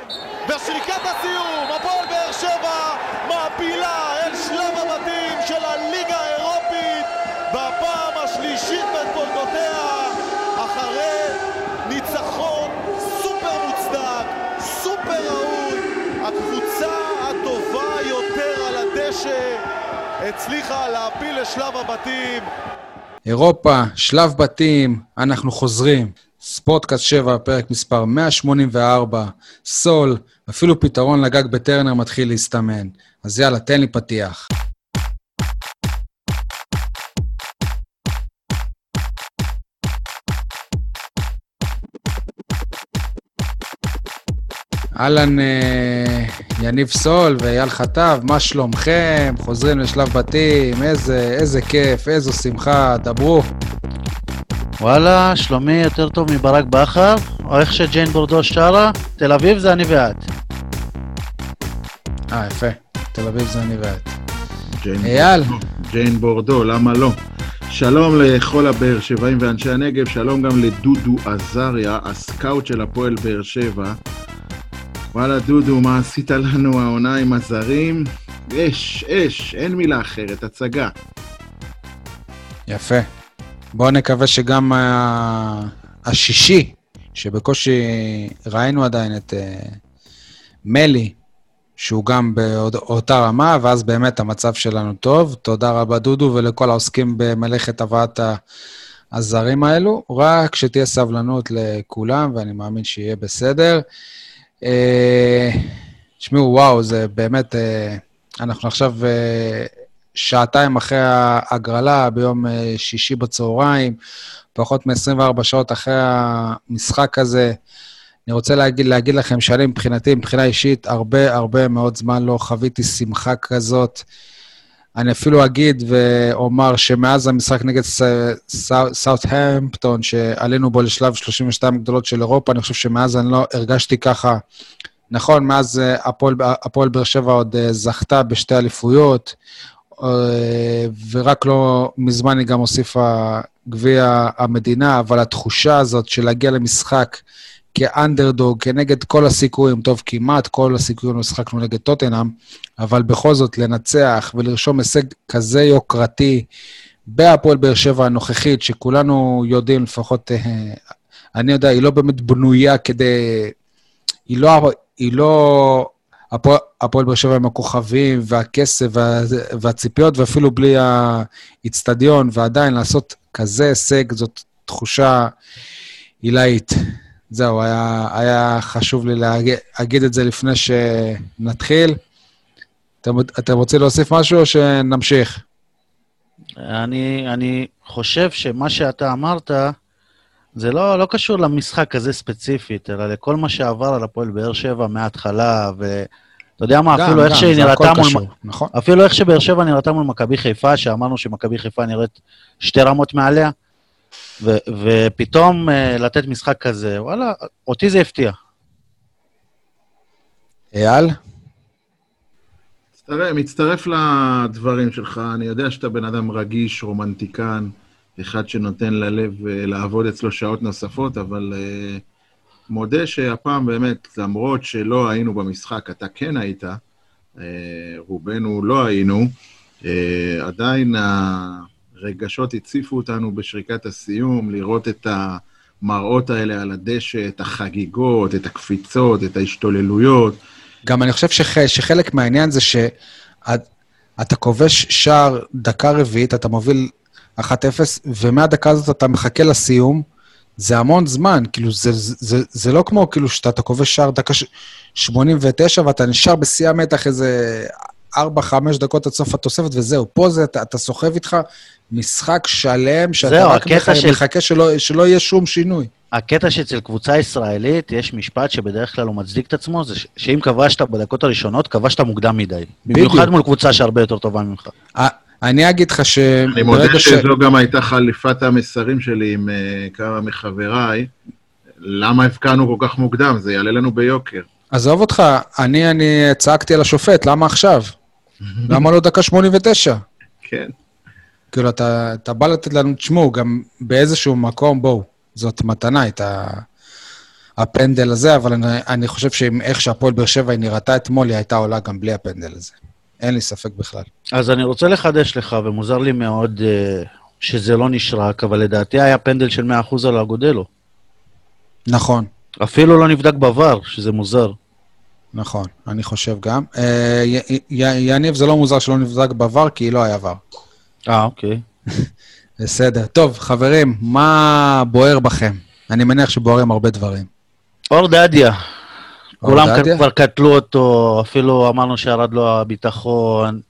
ושריקת הסיום, הפועל באר שבע מעפילה אל שלב הבתים של הליגה האירופית בפעם השלישית בתולדותיה, אחרי ניצחון סופר מוצדק, סופר ראוי. הקבוצה הטובה יותר על הדשא הצליחה להפיל לשלב הבתים. אירופה, שלב בתים, אנחנו חוזרים. ספורטקאסט 7, פרק מספר 184, סול, אפילו פתרון לגג בטרנר מתחיל להסתמן. אז יאללה, תן לי פתיח. אהלן יניב סול ואייל חטב, מה שלומכם? חוזרים לשלב בתים, איזה כיף, איזו שמחה, דברו. וואלה, שלומי יותר טוב מברק בכר, או איך שג'יין בורדו שרה, תל אביב זה אני ואת. יפה, תל אביב זה אני ואת. אייל. ג'יין בורדו, למה לא? שלום לכל הבאר שבעים ואנשי הנגב, שלום גם לדודו עזריה, הסקאוט של הפועל באר שבע. וואלה דודו, מה עשית לנו העונה עם הזרים? אין מילה אחרת, הצגה. יפה. בואו נקווה שגם השישי, שבקושי ראינו עדיין את מלי, שהוא גם באותה רמה, ואז באמת המצב שלנו טוב. תודה רבה דודו ולכל העוסקים במלאכת הבאת הזרים האלו. רק שתהיה סבלנות לכולם, ואני מאמין שיהיה בסדר. תשמעו, וואו, זה באמת, אנחנו עכשיו שעתיים אחרי ההגרלה ביום שישי בצהריים, פחות מ-24 שעות אחרי המשחק הזה. אני רוצה להגיד לכם שאני מבחינה אישית, הרבה מאוד זמן לא חוויתי שמחה כזאת. אני אפילו אגיד ואומר שמאז המשחק נגד סאות'המפטון, שעלינו בו לשלב 32 גדולות של אירופה, אני חושב שמאז אני לא הרגשתי ככה. נכון, מאז הפועל באר שבע עוד זכתה בשתי אליפויות, ורק לא מזמן היא גם הוסיפה גביע המדינה, אבל התחושה הזאת של להגיע למשחק כאנדרדוג, כנגד כל הסיכויים, טוב, כמעט כל הסיכויים משחקנו נגד טוטנהאם, אבל בכל זאת לנצח ולרשום הישג כזה יוקרתי בהפועל באר שבע הנוכחית, שכולנו יודעים, לפחות אני יודע, היא לא באמת בנויה כדי, היא לא הפועל באר שבע עם הכוכבים והכסף והציפיות, ואפילו בלי האצטדיון, ועדיין לעשות כזה הישג, זאת תחושה עילאית. זהו, היה חשוב לי להגיד את זה לפני שנתחיל. אתם רוצים להוסיף משהו או שנמשיך? אני חושב שמה שאתה אמרת, זה לא קשור למשחק הזה ספציפית, אלא לכל מה שעבר על הפועל באר שבע מההתחלה, ואתה יודע מה, אפילו איך שהיא נראתה מול, נכון. אפילו איך שבאר שבע נראתה מול מכבי חיפה, שאמרנו שמכבי חיפה נראית שתי רמות מעליה, ופתאום לתת משחק כזה, וואלה, אותי זה הפתיע. אייל? מצטרף לדברים שלך, אני יודע שאתה בן אדם רגיש, רומנטיקן, אחד שנותן ללב לעבוד אצלו שעות נוספות, אבל מודה שהפעם באמת, למרות שלא היינו במשחק, אתה כן היית, רובנו לא היינו, עדיין הרגשות הציפו אותנו בשריקת הסיום, לראות את המראות האלה על הדשא, את החגיגות, את הקפיצות, את ההשתוללויות. גם אני חושב שחלק מהעניין זה שאתה כובש שער דקה רביעית, אתה מוביל 1-0, ומהדקה הזאת אתה מחכה לסיום, זה המון זמן, כאילו זה לא כמו כאילו שאתה כובש שער דקה 89, ואתה נשאר בשיא המתח איזה 4-5 דקות עד סוף התוספת, וזהו, פה זה, אתה סוחב איתך משחק שלם, שאתה רק מחכה שלא יהיה שום שינוי. הקטע שאצל קבוצה ישראלית, יש משפט שבדרך כלל הוא מצדיק את עצמו, זה שאם כבשת בדקות הראשונות, כבשת מוקדם מדי. במיוחד מול קבוצה שהרבה יותר טובה ממך. אני אגיד לך אני מודה שזו גם הייתה חליפת המסרים שלי עם כמה מחבריי, למה הפקענו כל כך מוקדם? זה יעלה לנו ביוקר. עזוב אותך, אני צעקתי על השופט, למה עכשיו? למה לא דקה 89? כן. כאילו, אתה בא לתת לנו, תשמעו, גם באיזשהו מקום, בואו, זאת מתנה, הפנדל הזה, אבל אני חושב שאם איך שהפועל באר שבע היא נראתה אתמול, היא הייתה עולה גם בלי הפנדל הזה. אין לי ספק בכלל. אז אני רוצה לחדש לך, ומוזר לי מאוד שזה לא נשרק, אבל לדעתי היה פנדל של 100% על אגודלו. נכון. אפילו לא נבדק בעבר, שזה מוזר. נכון, אני חושב גם. יניב, זה לא מוזר שלא נבדק בעבר, כי היא לא היה עבר. אוקיי. בסדר. טוב, חברים, מה בוער בכם? אני מניח שבוערים הרבה דברים. אור דדיה. כולם כבר קטלו אותו, אפילו אמרנו שירד לו הביטחון.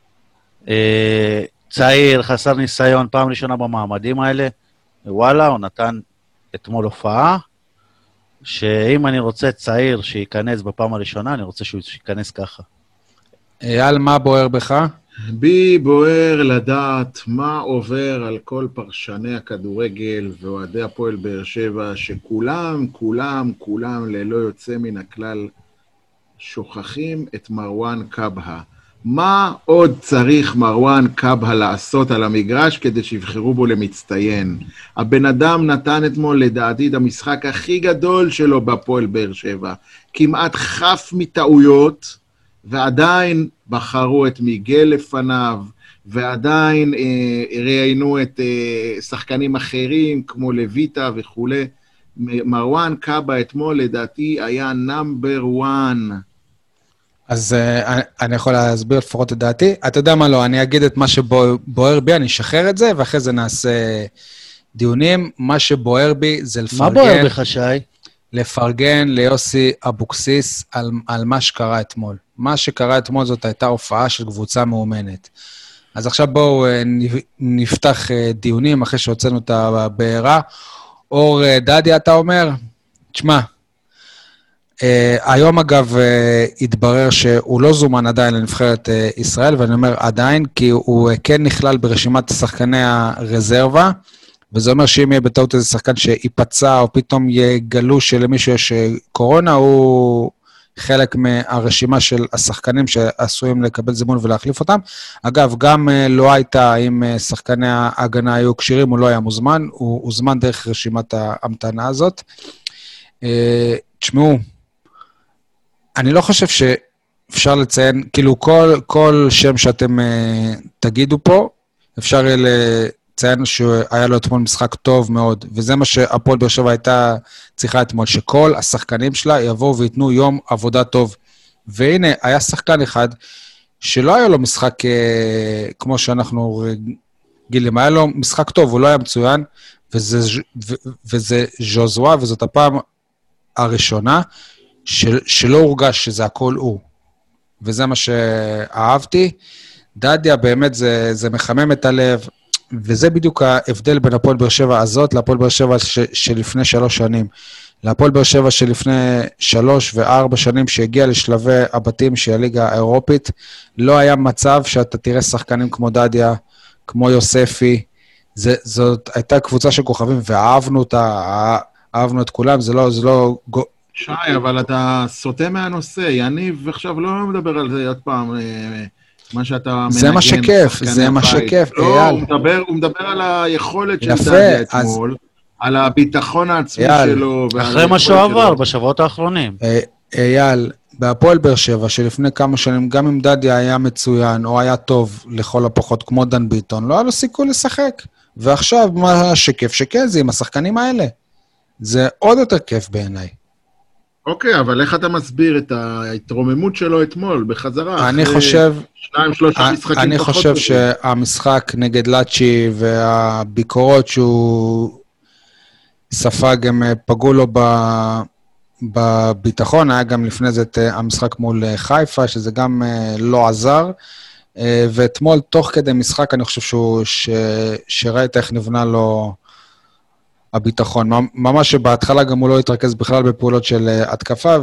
צעיר, חסר ניסיון, פעם ראשונה במעמדים האלה. וואלה, הוא נתן אתמול הופעה, שאם אני רוצה צעיר שייכנס בפעם הראשונה, אני רוצה שהוא ייכנס ככה. אייל, מה בוער בך? בי בוער לדעת מה עובר על כל פרשני הכדורגל ואוהדי הפועל באר שבע, שכולם, ללא יוצא מן הכלל, שוכחים את מרואן קבהה. מה עוד צריך מרואן קבהה לעשות על המגרש כדי שיבחרו בו למצטיין? הבן אדם נתן אתמול לדעתי את המשחק הכי גדול שלו בפועל באר שבע. כמעט חף מטעויות, ועדיין בחרו את מיגל לפניו, ועדיין ראיינו את שחקנים אחרים כמו לויטה וכו'. מרואן קבהה אתמול לדעתי היה נאמבר 1. אז אני יכול להסביר לפחות את דעתי. אתה יודע מה לא, אני אגיד את מה שבוער בי, אני אשחרר את זה, ואחרי זה נעשה דיונים. מה שבוער בי זה לפרגן... מה בוער בך, שי? לפרגן ליוסי אבוקסיס על מה שקרה אתמול. מה שקרה אתמול זאת הייתה הופעה של קבוצה מאומנת. אז עכשיו בואו נפתח דיונים אחרי שהוצאנו את הבעירה. אור דדיה, אתה אומר? תשמע, היום אגב התברר שהוא לא זומן עדיין לנבחרת ישראל, ואני אומר עדיין, כי הוא כן נכלל ברשימת שחקני הרזרבה, וזה אומר שאם יהיה בטעות איזה שחקן שיפצע, או פתאום יגלו שלמישהו יש קורונה, הוא חלק מהרשימה של השחקנים שעשויים לקבל זימון ולהחליף אותם. אגב, גם לא הייתה, אם שחקני ההגנה היו קשירים, הוא לא היה מוזמן, הוא הוזמן דרך רשימת ההמתנה הזאת. תשמעו, אני לא חושב שאפשר לציין, כאילו כל שם שאתם תגידו פה, אפשר לציין שהיה לו אתמול משחק טוב מאוד, וזה מה שהפועל באר שבע הייתה צריכה אתמול, שכל השחקנים שלה יבואו ויתנו יום עבודה טוב. והנה, היה שחקן אחד שלא היה לו משחק כמו שאנחנו רגילים, היה לו משחק טוב, הוא לא היה מצוין, וזה ז'וזווה, וזאת הפעם הראשונה, שלא הורגש שזה הכל הוא. וזה מה שאהבתי. דדיה באמת זה מחמם את הלב, וזה בדיוק ההבדל בין הפועל באר שבע הזאת להפועל באר שבע שלפני 3 שנים. להפועל באר שבע שלפני 3 ו4 שנים שהגיע לשלבי הבתים של הליגה האירופית, לא היה מצב שאתה תראה שחקנים כמו דדיה, כמו יוספי. זאת הייתה קבוצה של כוכבים, ואהבנו אותה, אהבנו את כולם, זה לא שי, אבל אתה סוטה מהנושא, יניב עכשיו לא מדבר על זה עוד פעם, מה שאתה מנגן. זה מה שכיף, זה מה שכיף, אייל. הוא מדבר על היכולת של דדיה אתמול, על הביטחון העצמי שלו. אחרי מה שהוא עבר בשבועות האחרונים. אייל, בהפועל באר שבע, שלפני כמה שנים, גם אם דדיה היה מצוין, או היה טוב לכל הפחות, כמו דן ביטון, לא היה לו סיכוי לשחק. ועכשיו, מה שכיף שכן, זה עם השחקנים האלה. זה עוד יותר כיף בעיניי. אוקיי, אבל איך אתה מסביר את ההתרוממות שלו אתמול, בחזרה? אני חושב... 2-3 משחקים אני חושב שהמשחק נגד לצ'י והביקורות שהוא ספג, הם פגעו לו בביטחון, היה גם לפני זה את המשחק מול חיפה, שזה גם לא עזר, ואתמול תוך כדי משחק אני חושב שראית איך נבנה לו הביטחון. ממש שבהתחלה גם הוא לא התרכז בכלל בפעולות של התקפה,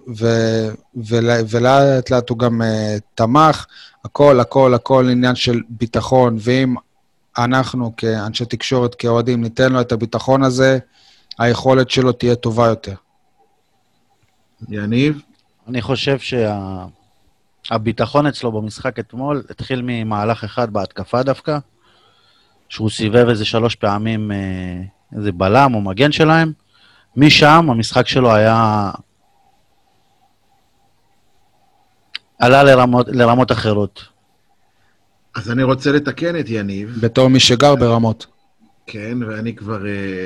ולאט לאט הוא גם תמך, הכל עניין של ביטחון, ואם אנחנו כאנשי תקשורת, כאוהדים, ניתן לו את הביטחון הזה, היכולת שלו תהיה טובה יותר. יניב? אני חושב שהביטחון אצלו במשחק אתמול התחיל ממהלך אחד בהתקפה דווקא, שהוא סיבב איזה 3 פעמים איזה בלם או מגן שלהם, משם המשחק שלו עלה לרמות אחרות. אז אני רוצה לתקן את יניב. בתור מי שגר ברמות. כן, ואני כבר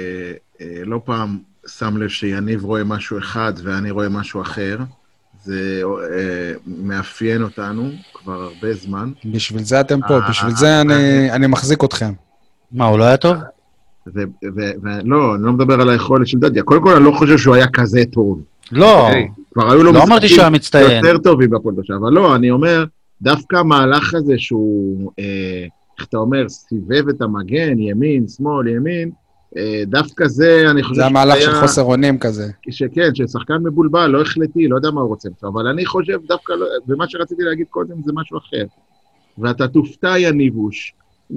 לא פעם שם לב שיניב רואה משהו אחד ואני רואה משהו אחר. זה מאפיין אותנו כבר הרבה זמן. בשביל זה אתם פה, בשביל זה אני מחזיק אתכם. מה, הוא לא היה טוב? לא, אני לא מדבר על היכולת של דדיה. קודם כל, אני לא חושב שהוא היה כזה טוב. לא, לא אמרתי שהוא היה מצטיין. יותר טובים בהפועל באר שבע, אבל לא, אני אומר, דווקא המהלך הזה שהוא, איך אתה אומר, סיבב את המגן, ימין, שמאל, ימין, דווקא זה, אני חושב זה המהלך של חוסר אונים כזה. שכן, ששחקן מבולבל, לא החלטי, לא יודע מה הוא רוצה, אבל אני חושב דווקא, ומה שרציתי להגיד קודם זה משהו אחר. ואתה תופתע, יניבוש,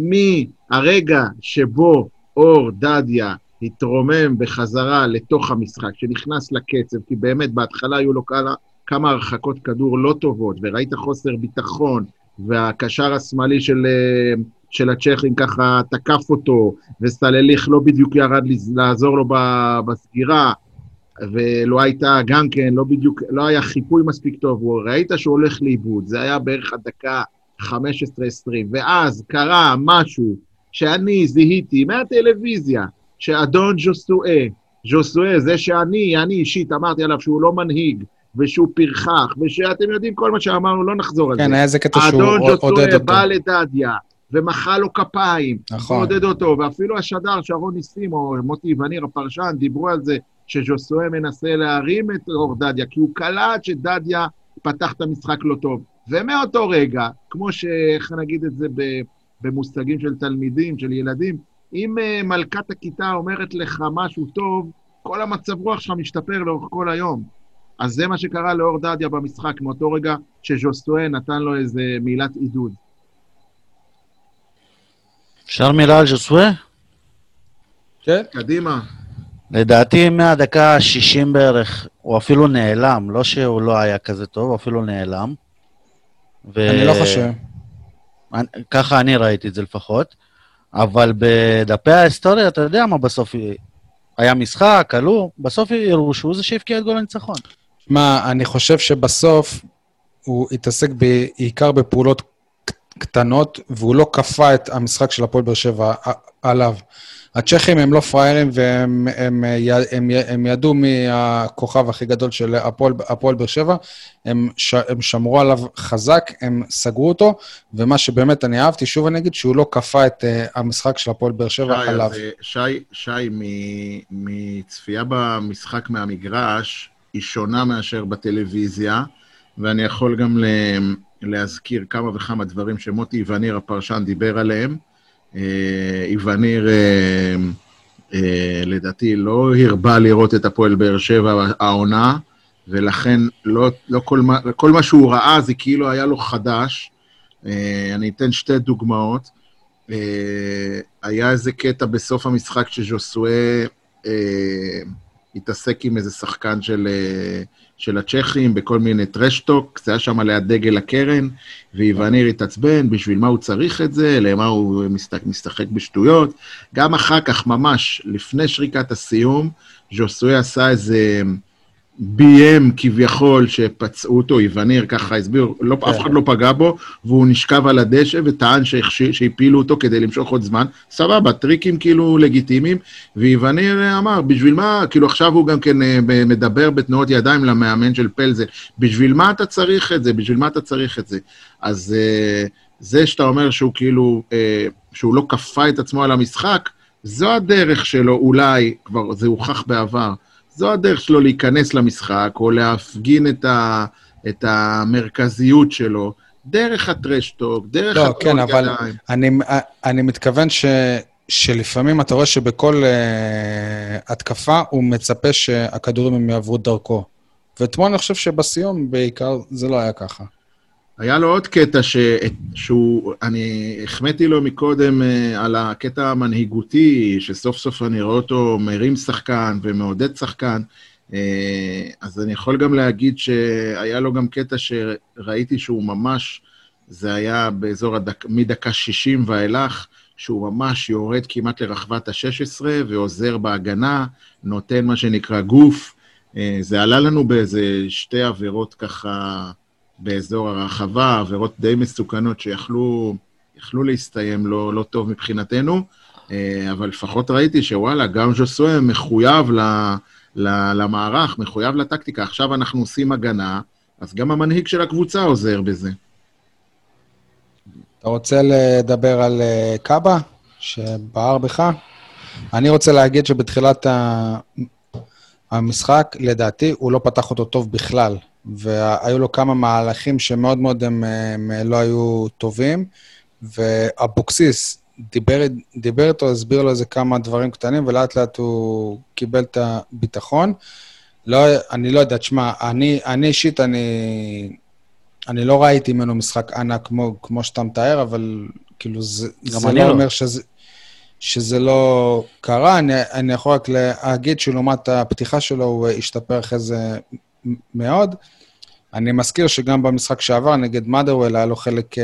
מהרגע שבו אור דדיה התרומם בחזרה לתוך המשחק, שנכנס לקצב, כי באמת בהתחלה היו לו כמה הרחקות כדור לא טובות, וראית חוסר ביטחון, והקשר השמאלי של הצ'כים ככה תקף אותו, וסלליך לא בדיוק ירד לעזור לו בסגירה, ולא הייתה גם כן, לא היה חיפוי מספיק טוב, ראית שהוא הולך לאיבוד, זה היה בערך הדקה 15-20, ואז קרה משהו שאני זיהיתי מהטלוויזיה, שאדון ז'וסואה, זה שאני אישית אמרתי עליו שהוא לא מנהיג, ושהוא פרחח, ושאתם יודעים כל מה שאמרנו, לא נחזור על זה. כן, היה זה קטע שהוא עודד אותו. אדון ז'וסואה בא לדדיה, ומחא לו כפיים, נכון. ועודד אותו, ואפילו השדר שרון ניסים, או מוטי וניר הפרשן, דיברו על זה, שז'וסואה מנסה להרים את אור דדיה, כי הוא קלט שדדיה פתח את המשחק לא טוב. ומאותו רגע, כמו שאיך נגיד את זה במושגים של תלמידים, של ילדים, אם מלכת הכיתה אומרת לך משהו טוב, כל המצב רוח שלך משתפר לאורך כל היום. אז זה מה שקרה לאור דדיה במשחק, מאותו רגע שז'וסואה נתן לו איזה מילת עידוד. אפשר מילה על ז'וסואה? כן. קדימה. לדעתי מהדקה ה-60 בערך, הוא אפילו נעלם, לא שהוא לא היה כזה טוב, הוא אפילו נעלם. אני לא חושב. ככה אני ראיתי את זה לפחות, אבל בדפי ההיסטוריה, אתה יודע מה בסוף היה משחק, עלו, בסוף יראו שהוא זה שהפקיע את גול הניצחון. מה, אני חושב שבסוף הוא התעסק בעיקר בפעולות קטנות, והוא לא כפה את המשחק של הפועל באר שבע עליו. הצ'כים הם לא פראיירים, והם ידעו מהכוכב הכי גדול של הפועל באר שבע, הם שמרו עליו חזק, הם סגרו אותו, ומה שבאמת אני אהבתי, שוב אני אגיד, שהוא לא כפה את המשחק של הפועל באר שבע עליו. שי, מצפייה במשחק מהמגרש, היא שונה מאשר בטלוויזיה, ואני יכול גם להזכיר כמה וכמה דברים שמוטי וניר הפרשן דיבר עליהם, איווניר לדעתי לא הרבה לראות את הפועל באר שבע העונה, ולכן לא כל מה שהוא ראה זה כאילו היה לו חדש. אני אתן שתי דוגמאות. היה איזה קטע בסוף המשחק שז'וסואה התעסק עם איזה שחקן של הצ'כים בכל מיני טרשטוק, זה היה שם ליד דגל הקרן, ואיווניר התעצבן, בשביל מה הוא צריך את זה, למה הוא משחק בשטויות. גם אחר כך, ממש, לפני שריקת הסיום, ז'וסואה עשה איזה BM כביכול שפצעו אותו, איווניר ככה הסביר, אף אחד לא פגע בו, והוא נשכב על הדשא וטען שהפילו אותו כדי למשוך עוד זמן, סבבה, טריקים כאילו לגיטימיים, ואיווניר אמר, בשביל מה, כאילו עכשיו הוא גם כן מדבר בתנועות ידיים למאמן של פלזן, בשביל מה אתה צריך את זה, בשביל מה אתה צריך את זה. אז זה שאתה אומר שהוא כאילו, שהוא לא כפה את עצמו על המשחק, זו הדרך שלו, אולי, כבר זה הוכח בעבר, זו הדרך שלו להיכנס למשחק, או להפגין את המרכזיות שלו, דרך הטרשטוק, דרך לא, כן, אבל אני מתכוון שלפעמים אתה רואה שבכל התקפה הוא מצפה שהכדורים הם יעברו דרכו. ואתמול אני חושב שבסיום בעיקר זה לא היה ככה. היה לו עוד קטע אני החמאתי לו מקודם על הקטע המנהיגותי, שסוף סוף אני רואה אותו מרים שחקן ומעודד שחקן, אז אני יכול גם להגיד שהיה לו גם קטע שראיתי שהוא ממש, זה היה באזור מדקה 60 ואילך, שהוא ממש יורד כמעט לרחבת ה-16, ועוזר בהגנה, נותן מה שנקרא גוף. זה עלה לנו באיזה 2 עבירות ככה, באזור הרחבה, עבירות די מסוכנות שיכלו להסתיים לא טוב מבחינתנו, אבל לפחות ראיתי שוואלה, גם ז'וסואה מחויב למערך, מחויב לטקטיקה. עכשיו אנחנו עושים הגנה, אז גם המנהיג של הקבוצה עוזר בזה. אתה רוצה לדבר על קאבה, שבער בך? אני רוצה להגיד שבתחילת המשחק, לדעתי, הוא לא פתח אותו טוב בכלל, והיו לו כמה מהלכים שמאוד מאוד הם לא היו טובים, ואבוקסיס דיבר איתו, הסביר לו איזה כמה דברים קטנים, ולאט לאט הוא קיבל את הביטחון. אני לא יודע, תשמע, אני אישית, אני לא ראיתי ממנו משחק ענק כמו שאתה מתאר, אבל כאילו זה לא אומר שזה לא קרה. אני יכול רק להגיד שלעומת הפתיחה שלו הוא השתפר אחרי זה מאוד. אני מזכיר שגם במשחק שעבר נגד מאדרוול היה לו חלק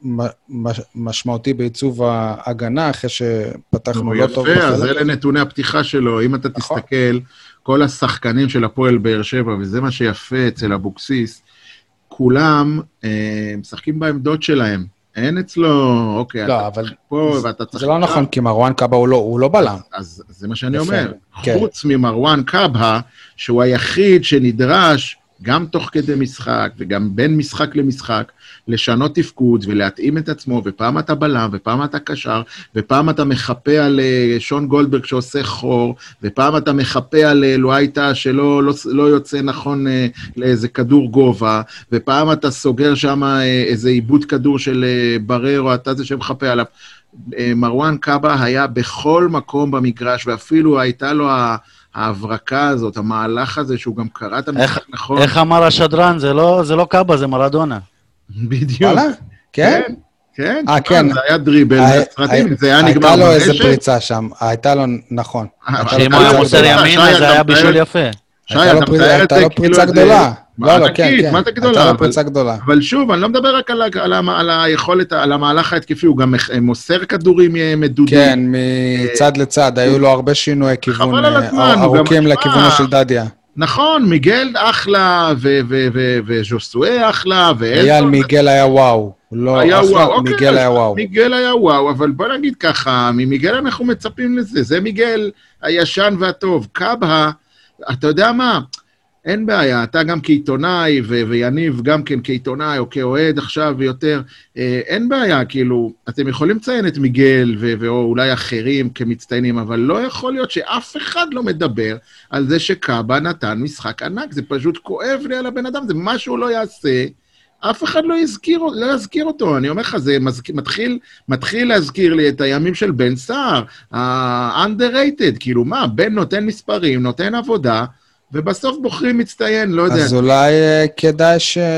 משמעותי בעיצוב ההגנה, אחרי שפתחנו לא טוב. יפה, אז אלה נתוני הפתיחה שלו. אם אתה תסתכל, כל השחקנים של הפועל באר שבע, וזה מה שיפה אצל אבוקסיס, כולם משחקים בעמדות שלהם. אין אצלו, אוקיי, לא, אבל זה לא נכון, כי מרואן קאבה הוא לא בלם. אז זה מה שאני אומר. חוץ ממרואן קאבה, שהוא היחיד שנדרש, גם תוך כדי משחק, וגם בין משחק למשחק, לשנות תפקוד ולהתאים את עצמו, ופעם אתה בלם, ופעם אתה קשר, ופעם אתה מחפה על שון גולדברג שעושה חור, ופעם אתה מחפה על לואייטה שלא יוצא נכון לאיזה כדור גובה, ופעם אתה סוגר שם איזה עיבוד כדור של ברר, אתה זה שמחפה עליו. מרואן קאבה היה בכל מקום במגרש, ואפילו הייתה לו ההברקה הזאת, המהלך הזה, שהוא גם קרא את המשחק נכון. איך אמר השדרן? זה לא קאבה, זה מרדונה. בדיוק. וואלה? כן? כן, כן. זה היה דריבל, זה היה נגמר הייתה לו איזה פריצה שם, הייתה לו, נכון. שאם הוא היה מוסר ימינה, זה היה בישול יפה. הייתה לו פריצה גדולה. לא, כן. מה אתה גדולה? הייתה לו פריצה גדולה. אבל שוב, אני לא מדבר רק על היכולת, על המהלך ההתקפי, הוא גם מוסר כדורים מדודים. כן, מצד לצד, היו לו הרבה שינוי כיוון, ארוכים לכיוונו של דדיה. נכון, מיגל אחלה, וז'וסואה אחלה, אייל מיגל היה וואו. לא אחלה, מיגל היה וואו. מיגל היה וואו, אבל בוא נגיד ככה, ממיגל אנחנו מצפים לזה, זה מיגל הישן והטוב. קאבה, אתה יודע מה? אין בעיה, אתה גם כעיתונאי, ויניב גם כן כעיתונאי, או כאוהד עכשיו ויותר, אין בעיה, כאילו, אתם יכולים לציין את מיגל, או אולי אחרים כמצטיינים, אבל לא יכול להיות שאף אחד לא מדבר על זה שקאבה נתן משחק ענק, זה פשוט כואב לי על הבן אדם, זה מה שהוא לא יעשה, אף אחד לא יזכיר אותו, אני אומר לך, זה מתחיל להזכיר לי את הימים של בן סער, ה-underrated, כאילו מה, בן נותן מספרים, נותן עבודה, ובסוף בוחרים מצטיין, לא יודע. אז אולי כדאי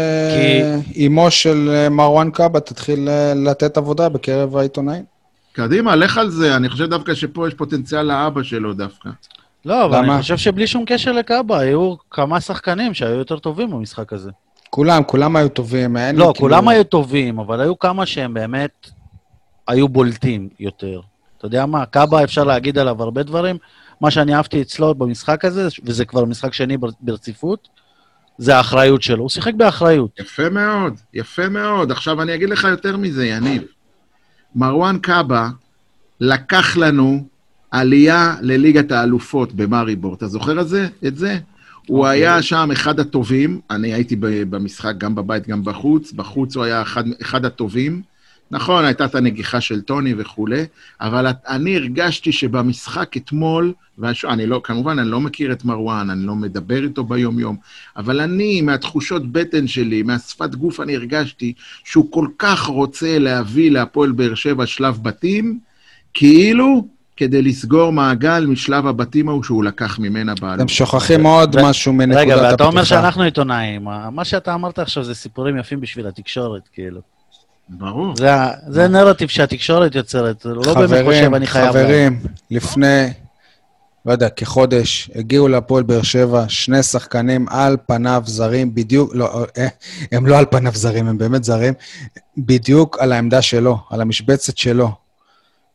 שאימו של מרואן קאבה תתחיל לתת עבודה בקרב העיתונאים. קדימה, לך על זה, אני חושב דווקא שפה יש פוטנציאל לאבא שלו דווקא. לא, אבל אני חושב שבלי שום קשר לקאבה, היו כמה שחקנים שהיו יותר טובים במשחק הזה. כולם היו טובים. לא, כולם היו טובים, אבל היו כמה שהם באמת היו בולטים יותר. אתה יודע מה, קאבה אפשר להגיד עליו הרבה דברים, מה שאני אהבתי אצלו במשחק הזה, וזה כבר משחק שני ברציפות, זה האחריות שלו. הוא שיחק באחריות. יפה מאוד, יפה מאוד. עכשיו אני אגיד לך יותר מזה, יניב. מרואן קאבה לקח לנו עלייה לליגת האלופות במאריבור. אתה זוכר את זה? הוא היה שם אחד הטובים, אני הייתי במשחק גם בבית, גם בחוץ. בחוץ הוא היה אחד הטובים. נכון, הייתה את הנגיחה של טוני וכו', אבל אני הרגשתי שבמשחק אתמול, כמובן אני לא מכיר את מרואן, אני לא מדבר איתו ביום יום, אבל אני, מהתחושות בטן שלי, מהשפת גוף, אני הרגשתי שהוא כל כך רוצה להביא להפועל באר שבע שלב בתים, כאילו כדי לסגור מעגל משלב הבתים ההוא שהוא לקח ממנה בעלות. אתם שוכחים מאוד משהו מנקודת הפתיחה. רגע, ואתה אומר שאנחנו עיתונאים, מה שאתה אמרת עכשיו זה סיפורים יפים בשביל התקשורת, כאילו. ברור. זה נרטיב שהתקשורת יוצרת, לא באמת חושב, אני חייב. חברים, לפני, לא יודע, כחודש, הגיעו להפועל באר שבע, 2 שחקנים על פניו זרים, בדיוק, לא, הם לא על פניו זרים, הם באמת זרים, בדיוק על העמדה שלו, על המשבצת שלו.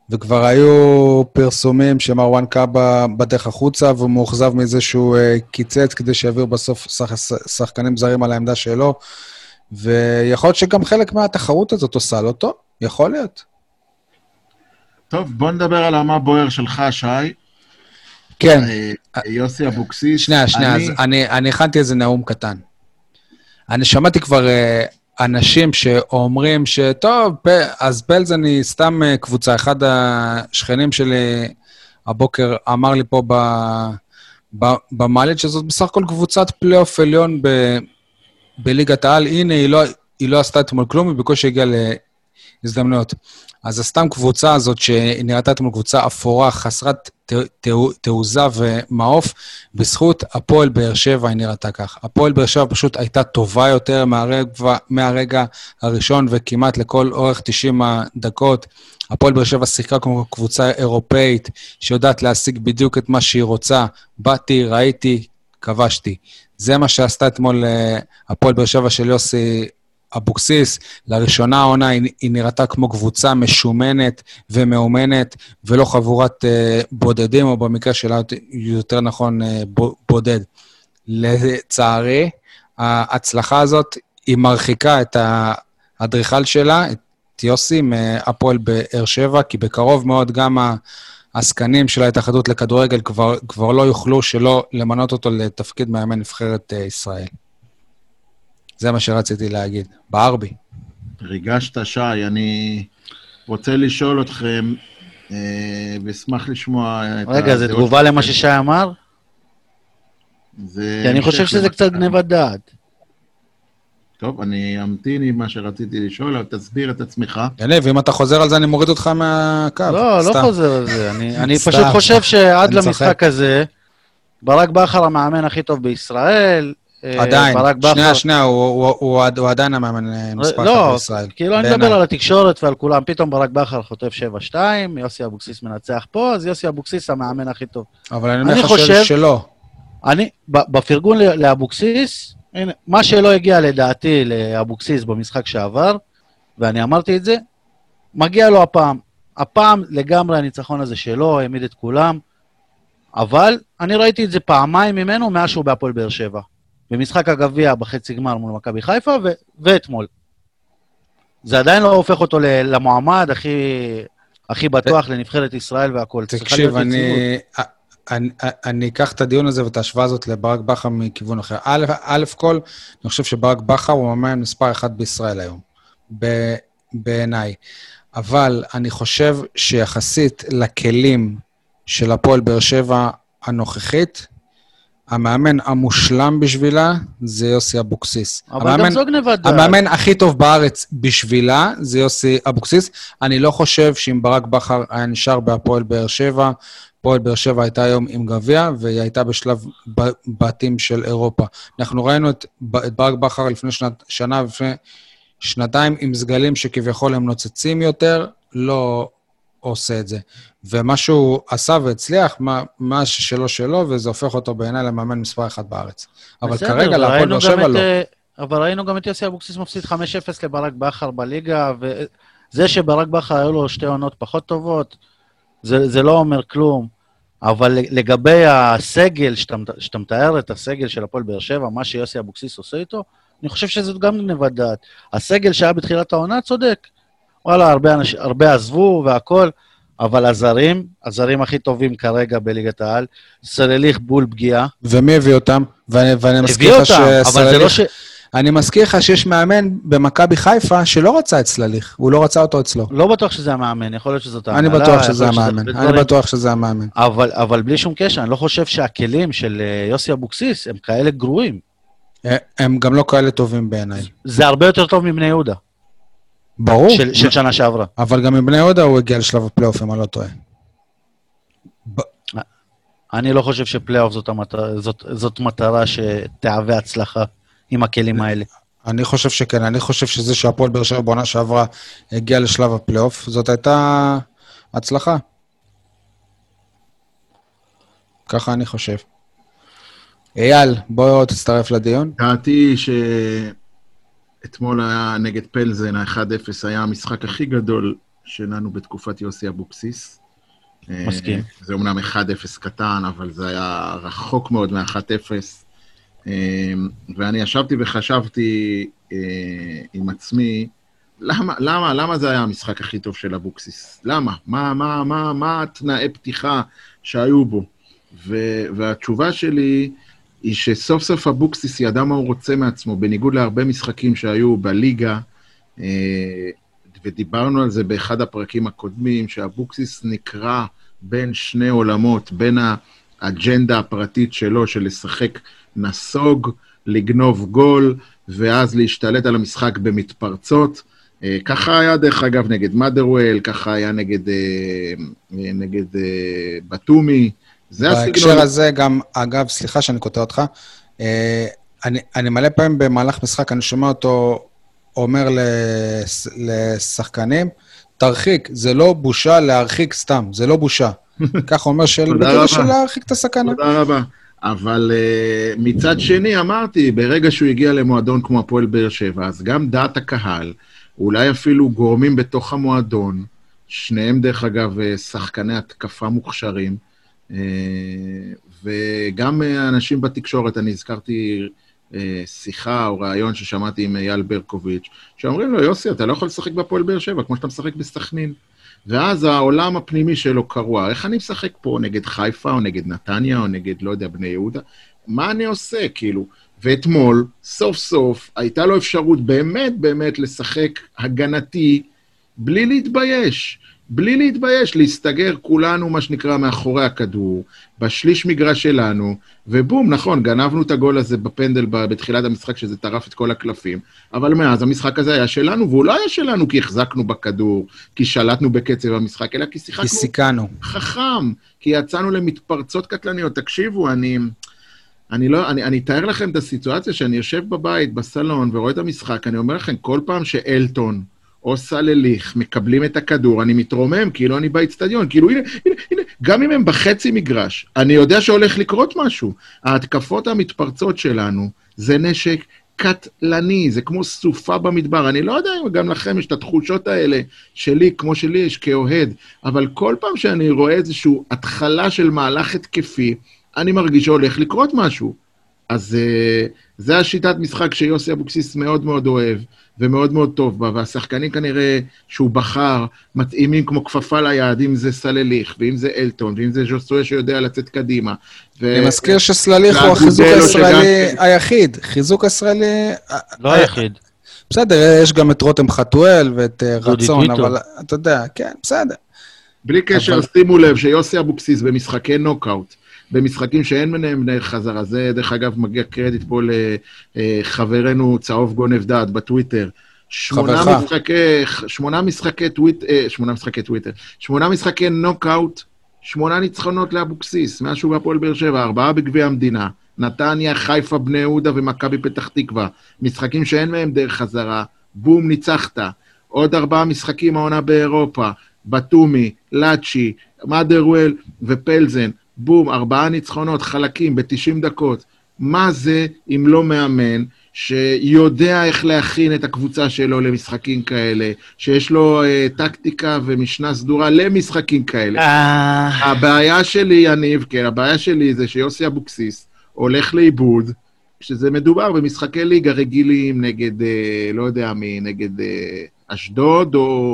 וכבר היו פרסומים שמרואן קאבה בדרך החוצה, והוא מאוכזב מזה שהוא קיצץ כדי שיעביר בסוף שחקנים זרים על העמדה שלו, ויכול להיות שגם חלק מהתחרות הזאת עושה לו טוב, יכול להיות. טוב, בוא נדבר על מה בוער שלך, שי. כן. יוסי אבוקסיס. שנייה, אז אני הכנתי איזה נאום קטן. אני שמעתי כבר אנשים שאומרים שטוב, אז פלזני סתם קבוצה. אחד השכנים שלי הבוקר אמר לי פה במעלית שזאת בסך הכל קבוצת פלייאוף עליון בליגת העל. הנה, היא לא עשתה אתמול כלום, היא בקושי הגיעה להזדמנויות. אז הסתם קבוצה הזאת שנראתה אתמול קבוצה אפורה, חסרת תעוזה ומעוף, בזכות הפועל באר שבע היא נראתה כך. הפועל באר שבע פשוט הייתה טובה יותר מהרגע הראשון, וכמעט לכל אורך 90 הדקות. הפועל באר שבע שיחקה כמו קבוצה אירופאית, שיודעת להשיג בדיוק את מה שהיא רוצה. באתי, ראיתי, כבשתי. זה מה שעשתה אתמול הפועל באר שבע של יוסי אבוקסיס. לראשונה העונה היא נראתה כמו קבוצה משומנת ומאומנת, ולא חבורת בודדים, או במקרה שלה יותר נכון בודד. לצערי, ההצלחה הזאת היא מרחיקה את האדריכל שלה, את יוסי, מהפועל באר שבע, כי בקרוב מאוד גם העסקנים של ההתאחדות לכדורגל כבר לא יוכלו שלא למנות אותו לתפקיד מאמן נבחרת ישראל. זה מה שרציתי להגיד, בארבי. ריגשת, שי, אני רוצה לשאול אתכם, ואשמח לשמוע את... רגע, זה תגובה למה ששי אמר? כי אני חושב שזה קצת גניבת דעת. טוב, אני אמתין עם מה שרציתי לשאול, אבל תסביר את עצמך. יניב, אם אתה חוזר על זה, אני מוריד אותך מהקו. לא חוזר על זה. אני פשוט חושב שעד למשחק הזה, ברק בכר המאמן הכי טוב בישראל, עדיין, שנייה, הוא עדיין המאמן מספר אחת בישראל. לא, כאילו אני מדבר על התקשורת ועל כולם, פתאום ברק בכר חוטף 7-2, יוסי אבוקסיס מנצח פה, אז יוסי אבוקסיס המאמן הכי טוב. אבל אני חושב שלא. בפרגון לאבוקסיס, מה שלא הגיע לדעתי לאבוקסיס במשחק שעבר, ואני אמרתי את זה, מגיע לו הפעם. הפעם לגמרי הניצחון הזה שלו, העמיד את כולם, אבל אני ראיתי את זה פעמיים ממנו מאז שהוא בהפועל באר שבע. במשחק הגביע בחצי גמר מול מכבי חיפה, ואתמול. זה עדיין לא הופך אותו למועמד הכי בטוח לנבחרת ישראל והכל. תקשיב, אני אקח את הדיון הזה ואת ההשוואה הזאת לברק בכר מכיוון אחר. א' כל, אני חושב שברק בכר הוא מאמן מספר אחד בישראל היום, בעיניי. אבל אני חושב שיחסית לכלים של הפועל באר שבע הנוכחית, המאמן המושלם בשבילה זה יוסי אבוקסיס. אבל גם זו גניבת דעת. המאמן הכי טוב בארץ בשבילה זה יוסי אבוקסיס. אני לא חושב שאם ברק בכר היה נשאר בהפועל באר שבע, הפועל באר שבע הייתה היום עם גביע, והיא הייתה בשלב בתים של אירופה. אנחנו ראינו את ברק בכר לפני שנה ולפני שנתיים, עם סגלים שכביכול הם נוצצים יותר, לא עושה את זה. ומה שהוא עשה והצליח, מה שלו, וזה הופך אותו בעיניי למאמן מספר אחד בארץ. אבל כרגע להפועל באר שבע לא. אבל ראינו גם את יוסי אבוקסיס מפסיד 5-0 לברק בכר בליגה, וזה שברק בכר היו לו שתי עונות פחות טובות, זה לא אומר כלום. אבל לגבי הסגל, שאתה מתאר את הסגל של הפועל באר שבע, מה שיוסי אבוקסיס עושה איתו, אני חושב שזאת גם גניבת דעת. הסגל שהיה בתחילת העונה צודק. וואלה, הרבה עזבו והכל, אבל הזרים הכי טובים כרגע בליגת העל, סלליך בול פגיעה. ומי הביא אותם? ואני מזכיר לך אני מזכיר לך שיש מאמן במכבי חיפה שלא רצה את סלליך, הוא לא רצה אותו אצלו. לא בטוח שזה המאמן, יכול להיות שזאת ההנהלה. אני בטוח שזה המאמן. אבל בלי שום קשר, אני לא חושב שהכלים של יוסי אבוקסיס הם כאלה גרועים. הם גם לא כאלה טובים בעיניי. זה הרבה יותר טוב מבני יהודה. ברור. של שנה שעברה. אבל גם מבני יהודה הוא הגיע לשלב הפלייאוף, אם אני לא טועה. אני לא חושב שפלייאוף זאת מטרה שתהווה הצלחה עם הכלים האלה. אני חושב שכן, אני חושב שזה שהפועל באר שבע בעונה שעברה הגיע לשלב הפלייאוף, זאת הייתה הצלחה. ככה אני חושב. אייל, בואו תצטרף לדיון. דעתי שאתמול היה נגד פלזן, ה-1-0 היה המשחק הכי גדול שלנו בתקופת יוסי אבוקסיס. מסכים. זה אומנם 1-0 קטן, אבל זה היה רחוק מאוד מ-1-0. ואני ישבתי וחשבתי עם עצמי, למה זה היה המשחק הכי טוב של אבוקסיס? למה? מה התנאי פתיחה שהיו בו? והתשובה שלי היא שסוף סוף אבוקסיס ידע מה הוא רוצה מעצמו, בניגוד להרבה משחקים שהיו בליגה, ודיברנו על זה באחד הפרקים הקודמים, שאבוקסיס נקרא בין שני עולמות, בין האג'נדה הפרטית שלו, של לשחק נסוג, לגנוב גול, ואז להשתלט על המשחק במתפרצות. ככה היה דרך אגב נגד מדרוול, ככה היה נגד בטומי. בהקשר הזה גם, אגב, סליחה שאני קוטע אותך, אני מלא פעמים במהלך משחק, אני שומע אותו אומר לשחקנים, תרחיק, זה לא בושה להרחיק סתם, זה לא בושה. כך אומר של להרחיק את הסכנה. תודה רבה. אבל מצד שני אמרתי, ברגע שהוא הגיע למועדון כמו הפועל באר שבע, אז גם דעת הקהל, אולי אפילו גורמים בתוך המועדון, שניהם דרך אגב שחקני התקפה מוכשרים, וגם אנשים בתקשורת, אני הזכרתי שיחה או רעיון ששמעתי עם אייל ברקוביץ', שאומרים לו, יוסי, אתה לא יכול לשחק בפועל באר שבע, כמו שאתה משחק בסכנין. ואז העולם הפנימי שלו קרוע, איך אני משחק פה נגד חיפה, או נגד נתניה, או נגד, לא יודע, בני יהודה? מה אני עושה, כאילו? ואתמול, סוף סוף, הייתה לו אפשרות באמת לשחק הגנתי, בלי להתבייש, להסתגר כולנו, מה שנקרא, מאחורי הכדור, בשליש מגרש שלנו, ובום, נכון, גנבנו את הגול הזה בפנדל בתחילת המשחק, שזה טרף את כל הקלפים, אבל מאז המשחק הזה היה שלנו, והוא לא היה שלנו כי החזקנו בכדור, כי שלטנו בקצב המשחק, אלא כי שיחקנו חכם, כי יצאנו למתפרצות קטלניות. תקשיבו, אני אתאר לכם את הסיטואציה, שאני יושב בבית, בסלון, ורואה את המשחק, אני אומר לכם, כל פעם שאלטון, או סלליך, מקבלים את הכדור, אני מתרומם, כאילו אני באצטדיון, כאילו הנה, גם אם הם בחצי מגרש, אני יודע שהולך לקרות משהו. ההתקפות המתפרצות שלנו, זה נשק קטלני, זה כמו סופה במדבר, אני לא יודע אם גם לכם יש את התחושות האלה, שלי, כמו שלי יש כאוהד, אבל כל פעם שאני רואה איזשהו התחלה של מהלך התקפי, אני מרגיש שהולך לקרות משהו. אז זה השיטת משחק שיוסי אבוקסיס מאוד מאוד אוהב, ומאוד מאוד טוב בה, והשחקנים כנראה שהוא בחר, מתאימים כמו כפפה ליד, אם זה סלליך, ואם זה אלטון, ואם זה ז'וסוי שיודע לצאת קדימה. אני מזכיר שסלליך הוא החיזוק הישראלי היחיד, חיזוק ישראלי... לא היחיד. בסדר, יש גם את רותם חתואל ואת רצון, אבל אתה יודע, כן, בסדר. בלי קשר, שימו לב שיוסי אבוקסיס במשחקי נוקאוט, במשחקים שאין מנהם בני חזרה, זה דרך אגב מגיע קרדיט פה לחברנו צהוב גונב דעת בטוויטר, 8 משחקי נוקאוט, 8 ניצחונות לאבוקסיס, משהו בהפועל באר שבע, 4 בגביע המדינה, נתניה, חיפה, בני יהודה ומכבי פתח תקווה, משחקים שאין מהם דרך חזרה, בום, ניצחת, עוד 4 משחקים העונה באירופה, בטומי, לאצ'י, מדרוול ופלזן, בום, 4 ניצחונות, חלקים, ב-90 דקות. מה זה אם לא מאמן שיודע איך להכין את הקבוצה שלו למשחקים כאלה, שיש לו טקטיקה ומשנה סדורה למשחקים כאלה. הבעיה שלי, יניב, כן, הבעיה שלי זה שיוסי אבוקסיס הולך לאיבוד, שזה מדובר במשחקי ליגה רגילים נגד, לא יודע מי, נגד אשדוד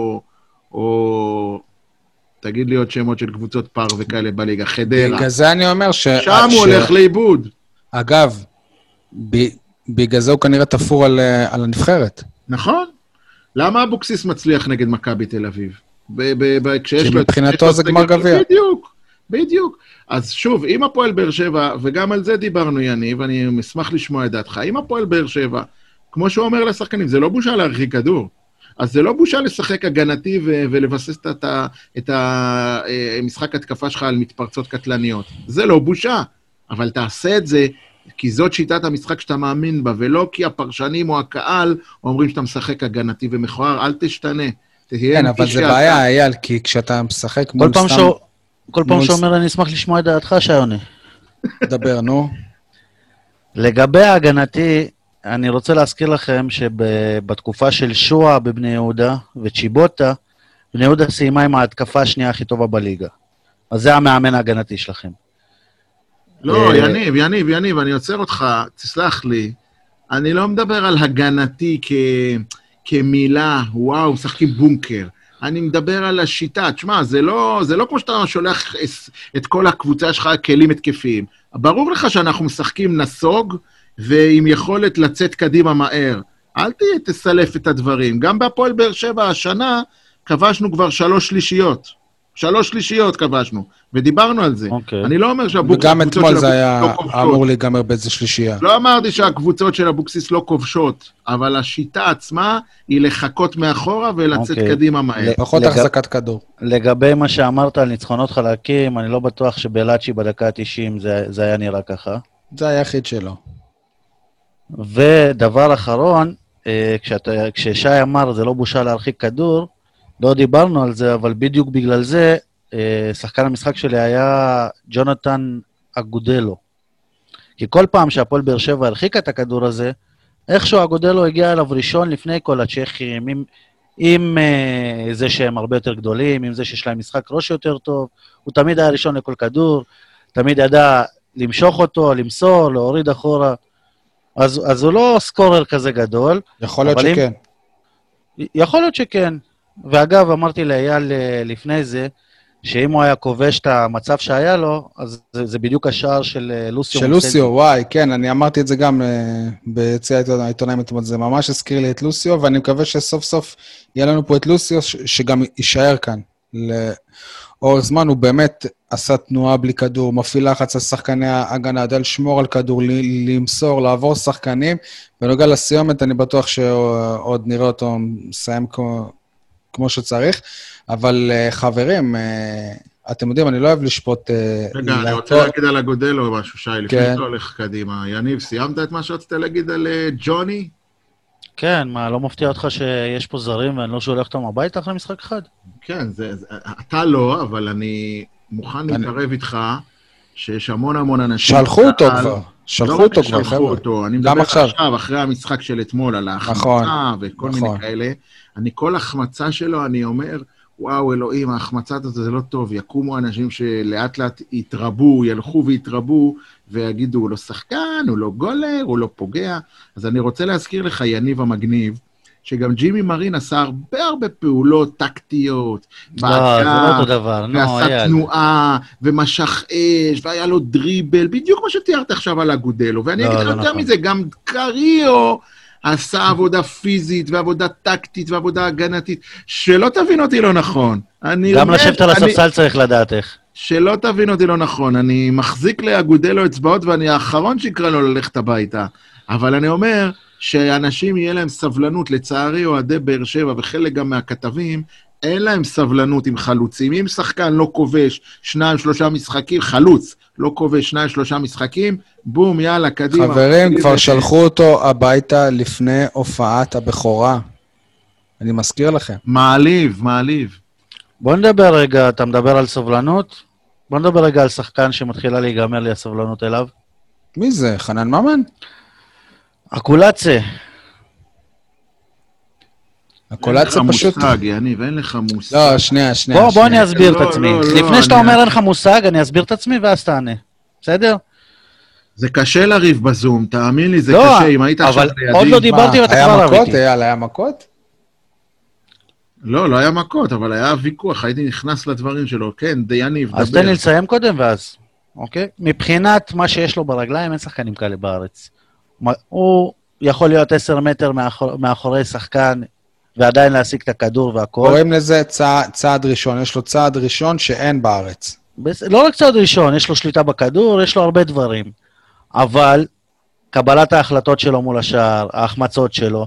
או תגיד לי עוד שמות של קבוצות פאר וכאלה בליגה, חדרה. בגלל זה אני אומר שם הוא הולך לאיבוד. אגב, בגלל זה הוא כנראה תפור על הנבחרת. נכון. למה אבוקסיס מצליח נגד מכבי תל אביב? מבחינתו זה גמר גביע. בדיוק. אז שוב, אם הפועל באר שבע, וגם על זה דיברנו יניב, ואני משמח לשמוע את דעתך, אם הפועל באר שבע, כמו שהוא אומר לשחקנים, זה לא בושה להרחיק כדור. אז זה לא בושה לשחק הגנתי ולבסס את המשחק התקפה שלך על מתפרצות קטלניות. זה לא בושה, אבל תעשה את זה, כי זאת שיטת המשחק שאתה מאמין בה, ולא כי הפרשנים או הקהל אומרים שאתה משחק הגנתי ומכוער, אל תשתנה. כן, אבל זה בעיה, אייל, כי כשאתה משחק מול סתם... כל פעם שאומר, אני אשמח לשמוע את דעתך, שיוני. דבר, נו. לגבי ההגנתי, אני רוצה להזכיר לכם שבתקופה של שואה בבני יהודה וצ'יבוטה, בני יהודה סיימה עם ההתקפה השנייה הכי טובה בליגה. אז זה המאמן ההגנתי שלכם. לא, יניב, אני עוצר אותך, תסלח לי. אני לא מדבר על הגנתי כמילה, וואו, משחקים בונקר. אני מדבר על השיטה. תשמע, זה לא כמו שאתה שולח את כל הקבוצה שלך כלים התקפיים. ברור לך שאנחנו משחקים נסוג, ועם יכולת לצאת קדימה מהר. אל תסלף את הדברים. גם בהפועל באר שבע השנה, כבשנו כבר 3 שלישיות. 3 שלישיות כבשנו, ודיברנו על זה. אני לא אומר שהבוקסיס... וגם אתמול זה היה אמור להיגמר באיזה שלישייה. לא אמרתי שהקבוצות של הבוקסיס לא כובשות, אבל השיטה עצמה היא לחכות מאחורה ולצאת קדימה מהר. פחות החזקת כדור. לגבי מה שאמרת על ניצחונות חלקים, אני לא בטוח שבלאצ'י בדקה ה-90 זה היה נראה ככה. זה היחיד שלו. ודבר אחרון, כששי אמר, זה לא בושה להרחיק כדור, לא דיברנו על זה, אבל בדיוק בגלל זה, שחקן המשחק שלי היה ג'ונתן אגודלו. כי כל פעם שהפועל באר שבע הרחיקה את הכדור הזה, איכשהו אגודלו הגיע אליו ראשון לפני כל הצ'כים, עם זה שהם הרבה יותר גדולים, עם זה שיש להם משחק ראש יותר טוב, הוא תמיד היה ראשון לכל כדור, תמיד ידע למשוך אותו, למסור, להוריד אחורה, אז הוא לא סקורר כזה גדול. יכול להיות שכן. יכול להיות שכן. ואגב, אמרתי לאייל לפני זה, שאם הוא היה כובש את המצב שהיה לו, אז זה בדיוק השער של לוסיו. של לוסיו, וואי, כן, אני אמרתי את זה גם ביציע העיתונאים אתמול, זה ממש הזכיר לי את לוסיו, ואני מקווה שסוף סוף יהיה לנו פה את לוסיו, שגם יישאר כאן. לאורך זמן הוא באמת עשה תנועה בלי כדור, מפעיל לחץ על שחקני ההגנה, יודע לשמור על כדור, למסור, לעבור שחקנים, ונוגע לסיומת, אני בטוח שעוד נראה אותו מסיים כמו שצריך, אבל חברים, אתם יודעים, אני לא אוהב לשפוט... רגע, אני רוצה להגיד על אגודלו משהו, שי, לפני שאתה הולך קדימה. יניב, סיימת את מה שרצית להגיד על ג'וני? כן, מה, לא מפתיע אותך שיש פה זרים ואני לא שולח אותם הביתה אחרי משחק אחד? כן, אתה לא, אבל אני מוכן להתערב איתך שיש המון אנשים... שלחו אותו כבר. שלחו אותו כבר, חבר'ה. אני מדבר עכשיו, אחרי המשחק של אתמול, על ההחמצה וכל מיני כאלה. כל החמצה שלו, אני אומר, וואו, אלוהים, ההחמצה הזאת זה לא טוב. יקומו אנשים שלאט לאט יתרבו, ילכו ויתרבו, ויגידו, הוא לא שחקן, הוא לא גולר, הוא לא פוגע. אז אני רוצה להזכיר לך, יניב המגניב, שגם ג'ימי מרין עשה הרבה פעולות טקטיות, זה לא אותו דבר, ועשה תנועה, ומשך אש, והיה לו דריבל, בדיוק מה שתיארת עכשיו על אגודלו, ואני אגיד לך יותר מזה, גם קריו עשה עבודה פיזית, ועבודה טקטית, ועבודה הגנתית, שלא תבין אותי לא נכון. גם לשבת על הספסל צריך לדעת איך. שלא תבין אותי לא נכון, אני מחזיק לאגודלו אצבעות, ואני האחרון שיקרא לו ללכת הביתה, אבל אני אומר, שאנשים יהיה להם סבלנות, לצערי אוהדי באר שבע וחלק גם מהכתבים, אין להם סבלנות עם חלוצים. אם שחקן לא כובש 2-3 משחקים, חלוץ לא כובש 2-3 משחקים, בום, יאללה, קדימה. חברים, כבר שלחו אותו הביתה לפני הופעת הבכורה. אני מזכיר לכם. מעליב. בוא נדבר רגע, אתה מדבר על סבלנות? בוא נדבר רגע על שחקן שמתחילה להיגמר לי הסבלנות אליו. מי זה? חנן ממן? הקולציה. הקולציה פשוט... אין לך מושג, יניב, אין לך מושג. לא, שנייה. בוא אני אסביר את עצמי. לפני שאתה אומר אין לך מושג, אני אסביר את עצמי ואז תענה. בסדר? זה קשה לריב בזום, תאמין לי, זה קשה, אם היית עכשיו לידי... עוד לא דיברתי ואתה כבר רביתי. היה מכות? לא היה מכות, אבל היה ויכוח, הייתי נכנס לדברים שלו. כן, יניב, דבר. אז תן לי לסיים קודם ואז. אוקיי? מבחינת מה שיש לו ברגליים, אין שחקנים כאלה בארץ. הוא יכול להיות 10 מטר מאחורי שחקן, ועדיין להשיג את הכדור והכל. קוראים לזה צעד ראשון, יש לו צעד ראשון שאין בארץ. לא רק צעד ראשון, יש לו שליטה בכדור, יש לו הרבה דברים. אבל קבלת ההחלטות שלו מול השער, ההחמצות שלו,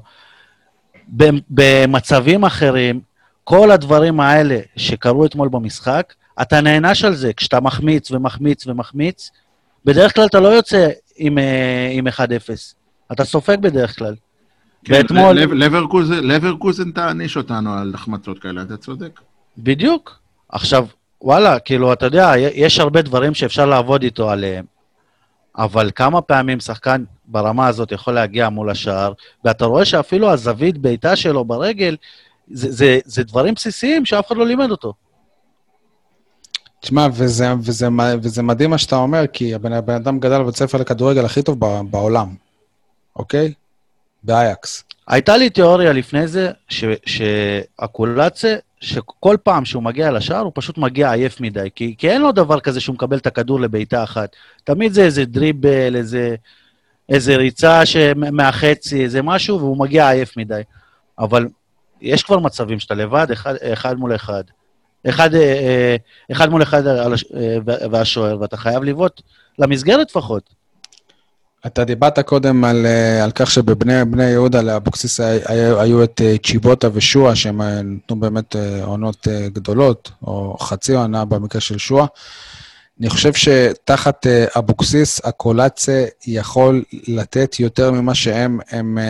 במצבים אחרים, כל הדברים האלה שקרו אתמול במשחק, אתה נענש על זה, כשאתה מחמיץ ומחמיץ, בדרך כלל אתה לא יוצא עם 1-0. אתה סופג בדרך כלל. כן, לברקוזן תעניש אותנו על החמצות כאלה, אתה צודק. בדיוק. עכשיו, וואלה, כאילו, אתה יודע, יש הרבה דברים שאפשר לעבוד איתו עליהם, אבל כמה פעמים שחקן ברמה הזאת יכול להגיע מול השער, ואתה רואה שאפילו הזווית בעיטה שלו ברגל, זה דברים בסיסיים שאף אחד לא לימד אותו. תשמע, וזה מדהים מה שאתה אומר, כי הבן אדם גדל בבית ספר לכדורגל הכי טוב בעולם, אוקיי? באייקס. הייתה לי תיאוריה לפני זה, שהקולציה, שכל פעם שהוא מגיע לשער, הוא פשוט מגיע עייף מדי, כי אין לו דבר כזה שהוא מקבל את הכדור לביתה אחת. תמיד זה איזה דריבל, איזה ריצה מהחצי, איזה משהו, והוא מגיע עייף מדי. אבל יש כבר מצבים שאתה לבד, אחד מול אחד. אחד מול אחד והשוער, ואתה חייב לבעוט למסגרת לפחות. אתה דיברת קודם על כך שבבני יהודה לאבוקסיס היו את צ'יבוטה ושועה, שהם נתנו באמת עונות גדולות, או חצי עונה במקרה של שועה. אני חושב שתחת אבוקסיס, הקולציה יכול לתת יותר ממה שהם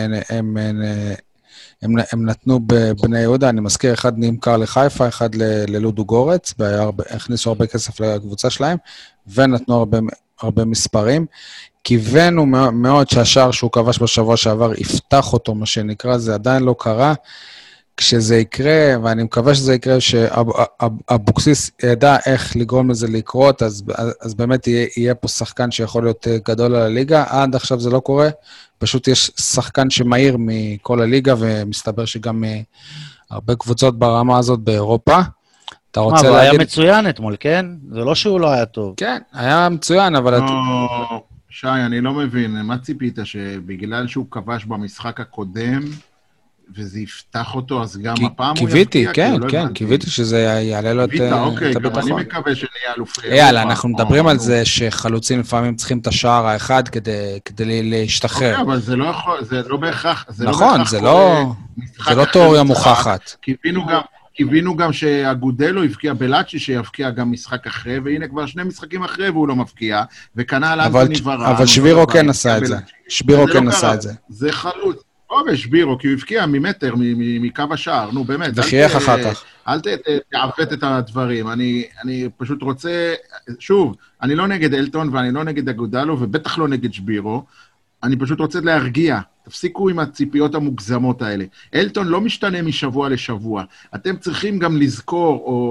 נתנו בבני יהודה. אני מזכיר, אחד נמכר לחיפה, אחד ללודו גורץ, הכניסו הרבה כסף לקבוצה שלהם, ונתנו הרבה מספרים. כיוונו מאוד שהשער שהוא כבש בשבוע שעבר יפתח אותו, מה שנקרא, זה עדיין לא קרה. כשזה יקרה, ואני מקווה שזה יקרה, שאבוקסיס ידע איך לגרום לזה לקרות, אז באמת יהיה פה שחקן שיכול להיות גדול על הליגה. עד עכשיו זה לא קורה, פשוט יש שחקן שמהיר מכל הליגה, ומסתבר שגם הרבה קבוצות ברמה הזאת באירופה. אתה רוצה להגיד... היה מצוין אתמול, כן? זה לא שהוא לא היה טוב. כן, היה מצוין, אבל... שי, אני לא מבין, מה ציפית שבגלל שהוא כבש במשחק הקודם, וזה יפתח אותו, אז גם הפעם הוא יפתיע? כן, קיוויתי שזה יעלה לו את הביטחון. אוקיי, גם אני מקווה שנהיה אלופי. יאללה, אנחנו מדברים על זה שחלוצים לפעמים צריכים את השער האחד כדי להשתחרר. אוקיי, אבל זה לא בהכרח... נכון, זה לא תיאוריה מוכחת. קיווינו גם שהגודלו הבקיע בלאצ'י, שיבקיע גם משחק אחרי, והנה כבר 2 משחקים אחרי והוא לא מבקיע, וכנ"ל אנטוני ורן. אבל שבירו כן עשה את זה. שבירו כן עשה את זה. זה חלוץ. שבירו, כי הוא הבקיע ממטר, מקו השער, נו באמת. וחייך אחר כך. אל תעוות את הדברים, אני פשוט רוצה, שוב, אני לא נגד אלטון ואני לא נגד הגודלו, ובטח לא נגד שבירו, אני פשוט רוצה להרגיע, תפסיקו עם הציפיות המוגזמות האלה. אלטון לא משתנה משבוע לשבוע, אתם צריכים גם לזכור או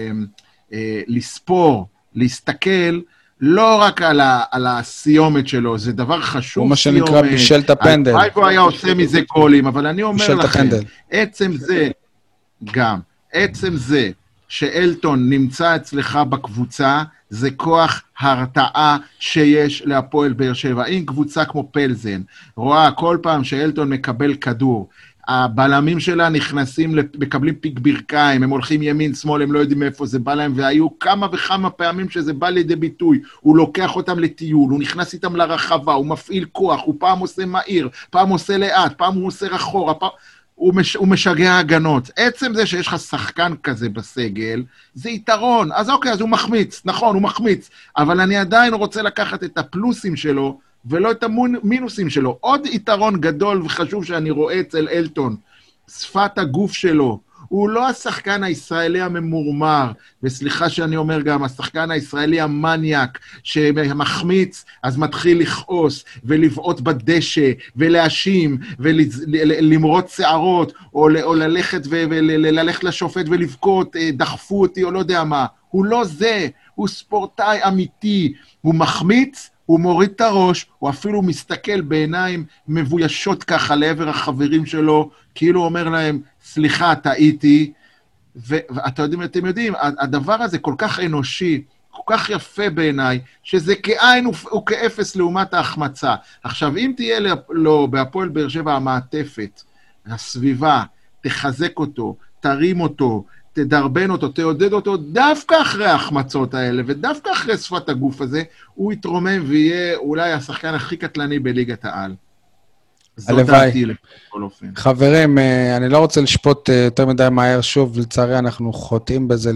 לספור, להסתכל, לא רק על הסיומת שלו, זה דבר חשוב. הוא מה שנקרא בישל את הפנדל. פייבו היה עושה מזה גולים, אבל אני אומר לכם, עצם זה שאלטון נמצא אצלך בקבוצה, זה כוח הרתעה שיש להפועל באר שבע. אם קבוצה כמו פלזן רואה כל פעם שאלטון מקבל כדור, הבלמים שלה נכנסים, מקבלים פיק ברכיים, הם הולכים ימין, שמאל, הם לא יודעים מאיפה זה בא להם, והיו כמה וכמה פעמים שזה בא לידי ביטוי, הוא לוקח אותם לטיול, הוא נכנס איתם לרחבה, הוא מפעיל כוח, הוא פעם עושה מהיר, פעם עושה לאט, פעם הוא עושה אחורה, הוא משגע הגנות. עצם זה שיש לך שחקן כזה בסגל, זה יתרון. אז אוקיי, אז הוא מחמיץ, נכון, הוא מחמיץ, אבל אני עדיין רוצה לקחת את הפלוסים שלו, ולא את המינוסים שלו. עוד יתרון גדול וחשוב שאני רואה אצל אלטון, שפת הגוף שלו, הוא לא השחקן הישראלי הממורמר, וסליחה שאני אומר גם, השחקן הישראלי המניאק, שמחמיץ, אז מתחיל לכעוס, ולבעוט בדשא, ולהאשים, ולמרות שערות, או ללכת וללכת לשופט ולבכות, דחפו אותי, או לא יודע מה. הוא לא זה, הוא ספורטאי אמיתי, הוא מחמיץ, הוא מוריד את הראש, הוא אפילו מסתכל בעיניים מבוישות ככה לעבר החברים שלו, כאילו אומר להם, סליחה, טעיתי, ואתם יודעים, הדבר הזה כל כך אנושי, כל כך יפה בעיניי, שזה כאין וכאפס לעומת ההחמצה. עכשיו, אם תהיה לו בהפועל באר שבע המעטפת, הסביבה, תחזק אותו, תרים אותו, תדרבן אותו, תעודד אותו, דווקא אחרי ההחמצות האלה, ודווקא אחרי שפת הגוף הזה, הוא יתרומם ויהיה אולי השחקן הכי קטלני בליגת העל. הלוואי. חברים, אני לא רוצה לשפוט יותר מדי מהר, שוב, לצערי אנחנו חוטאים בזה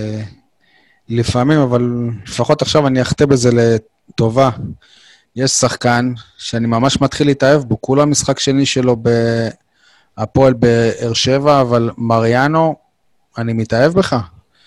לפעמים, אבל לפחות עכשיו אני אחטא בזה לטובה. יש שחקן שאני ממש מתחיל להתאהב בו, כולה משחק שני שלו בהפועל באר שבע, אבל מריאנו, אני מתאהב בך.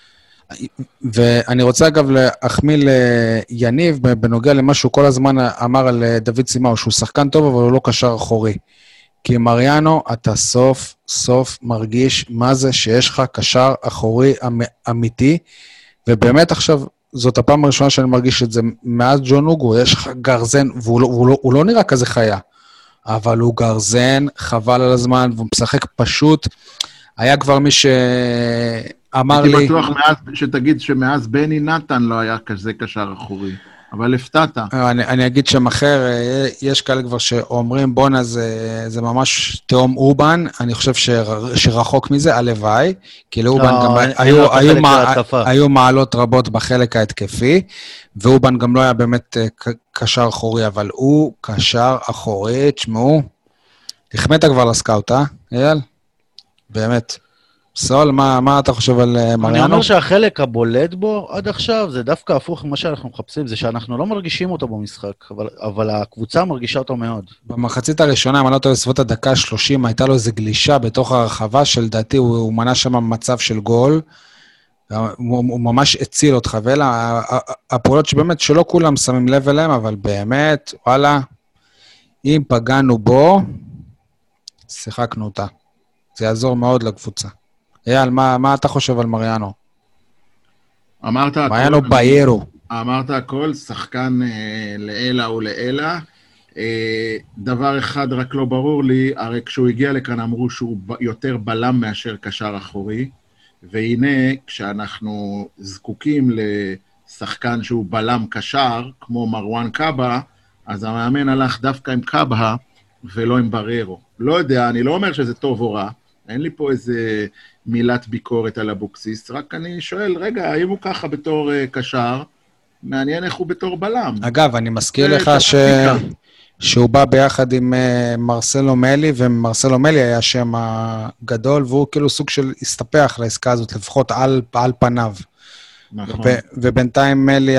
ואני רוצה אגב להחמיא ליניב בנוגע למה שהוא כל הזמן אמר על דוד סימאו, שהוא שחקן טוב אבל הוא לא קשר אחורי. כי מריאנו, אתה סוף סוף מרגיש מה זה שיש לך קשר אחורי אמיתי, ובאמת עכשיו, זאת הפעם הראשונה שאני מרגיש את זה, מאז ג'ון אוגו, יש לך גרזן, והוא לא נראה כזה חיה, אבל הוא גרזן, חבל על הזמן, והוא משחק פשוט. היה כבר מי שאמר לי... הייתי בטוח שתגיד שמאז בני נתן לא היה כזה קשר אחורי, אבל הפתעת. אני אגיד שם אחר, יש כאלה כבר שאומרים, בונה זה ממש תאום אובן, אני חושב שרחוק מזה, הלוואי, כי לאובן גם היו מעלות רבות בחלק ההתקפי, ואובן גם לא היה באמת קשר אחורי, אבל הוא קשר אחורי, תשמעו, החמאת כבר לסקאוט, אייל? באמת. סול, מה אתה חושב על מריאנו? אני אומר שהחלק הבולט בו עד עכשיו זה דווקא הפוך ממה שאנחנו מחפשים, זה שאנחנו לא מרגישים אותו במשחק, אבל הקבוצה מרגישה אותו מאוד. במחצית הראשונה, אני לא טועה, בסביבות הדקה 30, הייתה לו איזו גלישה בתוך הרחבה, שלדעתי הוא מנה שם מצב של גול, הוא ממש הציל אותך, ואלה הפעולות שבאמת שלא כולם שמים לב אליהם, אבל באמת, וואלה, אם פגענו בו, שיחקנו אותה. זה יעזור מאוד לקבוצה. אייל, מה אתה חושב על מריאנו? אמרת הכל. מריאנו ביירו. אמרת הכל, שחקן לאלה ולאלה. דבר אחד רק לא ברור לי, הרי כשהוא הגיע לכאן אמרו שהוא יותר בלם מאשר קשר אחורי, והנה כשאנחנו זקוקים לשחקן שהוא בלם קשר, כמו מרואן קאבה, אז המאמן הלך דווקא עם קאבה ולא עם בררו. לא יודע, אני לא אומר שזה טוב או רע, אין לי פה איזה מילת ביקורת על אבוקסיס, רק אני שואל, רגע, האם הוא ככה בתור קשר, מעניין איך הוא בתור בלם. אגב, אני מזכיר לך שהוא בא ביחד עם מרסלו מלי, ומרסלו מלי היה שם הגדול, והוא כאילו סוג של הסתפח לעסקה הזאת, לפחות על פניו. נכון. ובינתיים מלי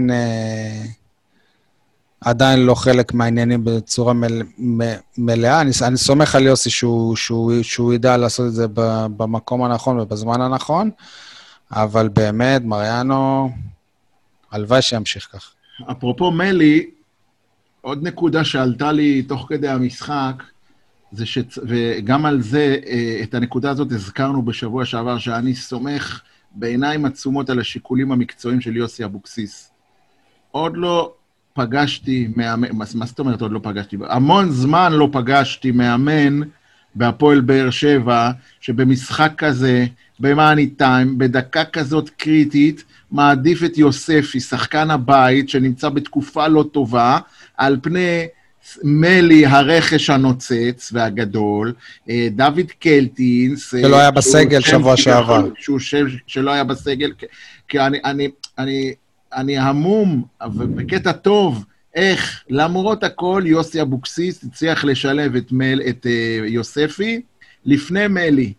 עדיין לא חלק מהעניינים בצורה מלאה. אני סומך על יוסי שהוא ידע לעשות את זה במקום הנכון ובזמן הנכון, אבל באמת, מריאנו, הלוואי שימשיך כך. אפרופו מלי, עוד נקודה שעלתה לי תוך כדי המשחק, וגם על זה, את הנקודה הזאת הזכרנו בשבוע שעבר, שאני סומך בעיניים עצומות על השיקולים המקצועיים של יוסי אבוקסיס. עוד לא פגשתי מאמן, מה זאת אומרת עוד לא פגשתי? המון זמן לא פגשתי מאמן בהפועל באר שבע, שבמשחק כזה, במאני טיים, בדקה כזאת קריטית, מעדיף את יוספי, שחקן הבית, שנמצא בתקופה לא טובה, על פני מלי הרכש הנוצץ והגדול, דוד קלטינס, שלא היה בסגל שבוע שעבר. שלא היה בסגל, כי אני המום, ובקטע טוב, איך למרות הכל יוסי אבוקסיס הצליח לשלב את יוספי לפני מלי,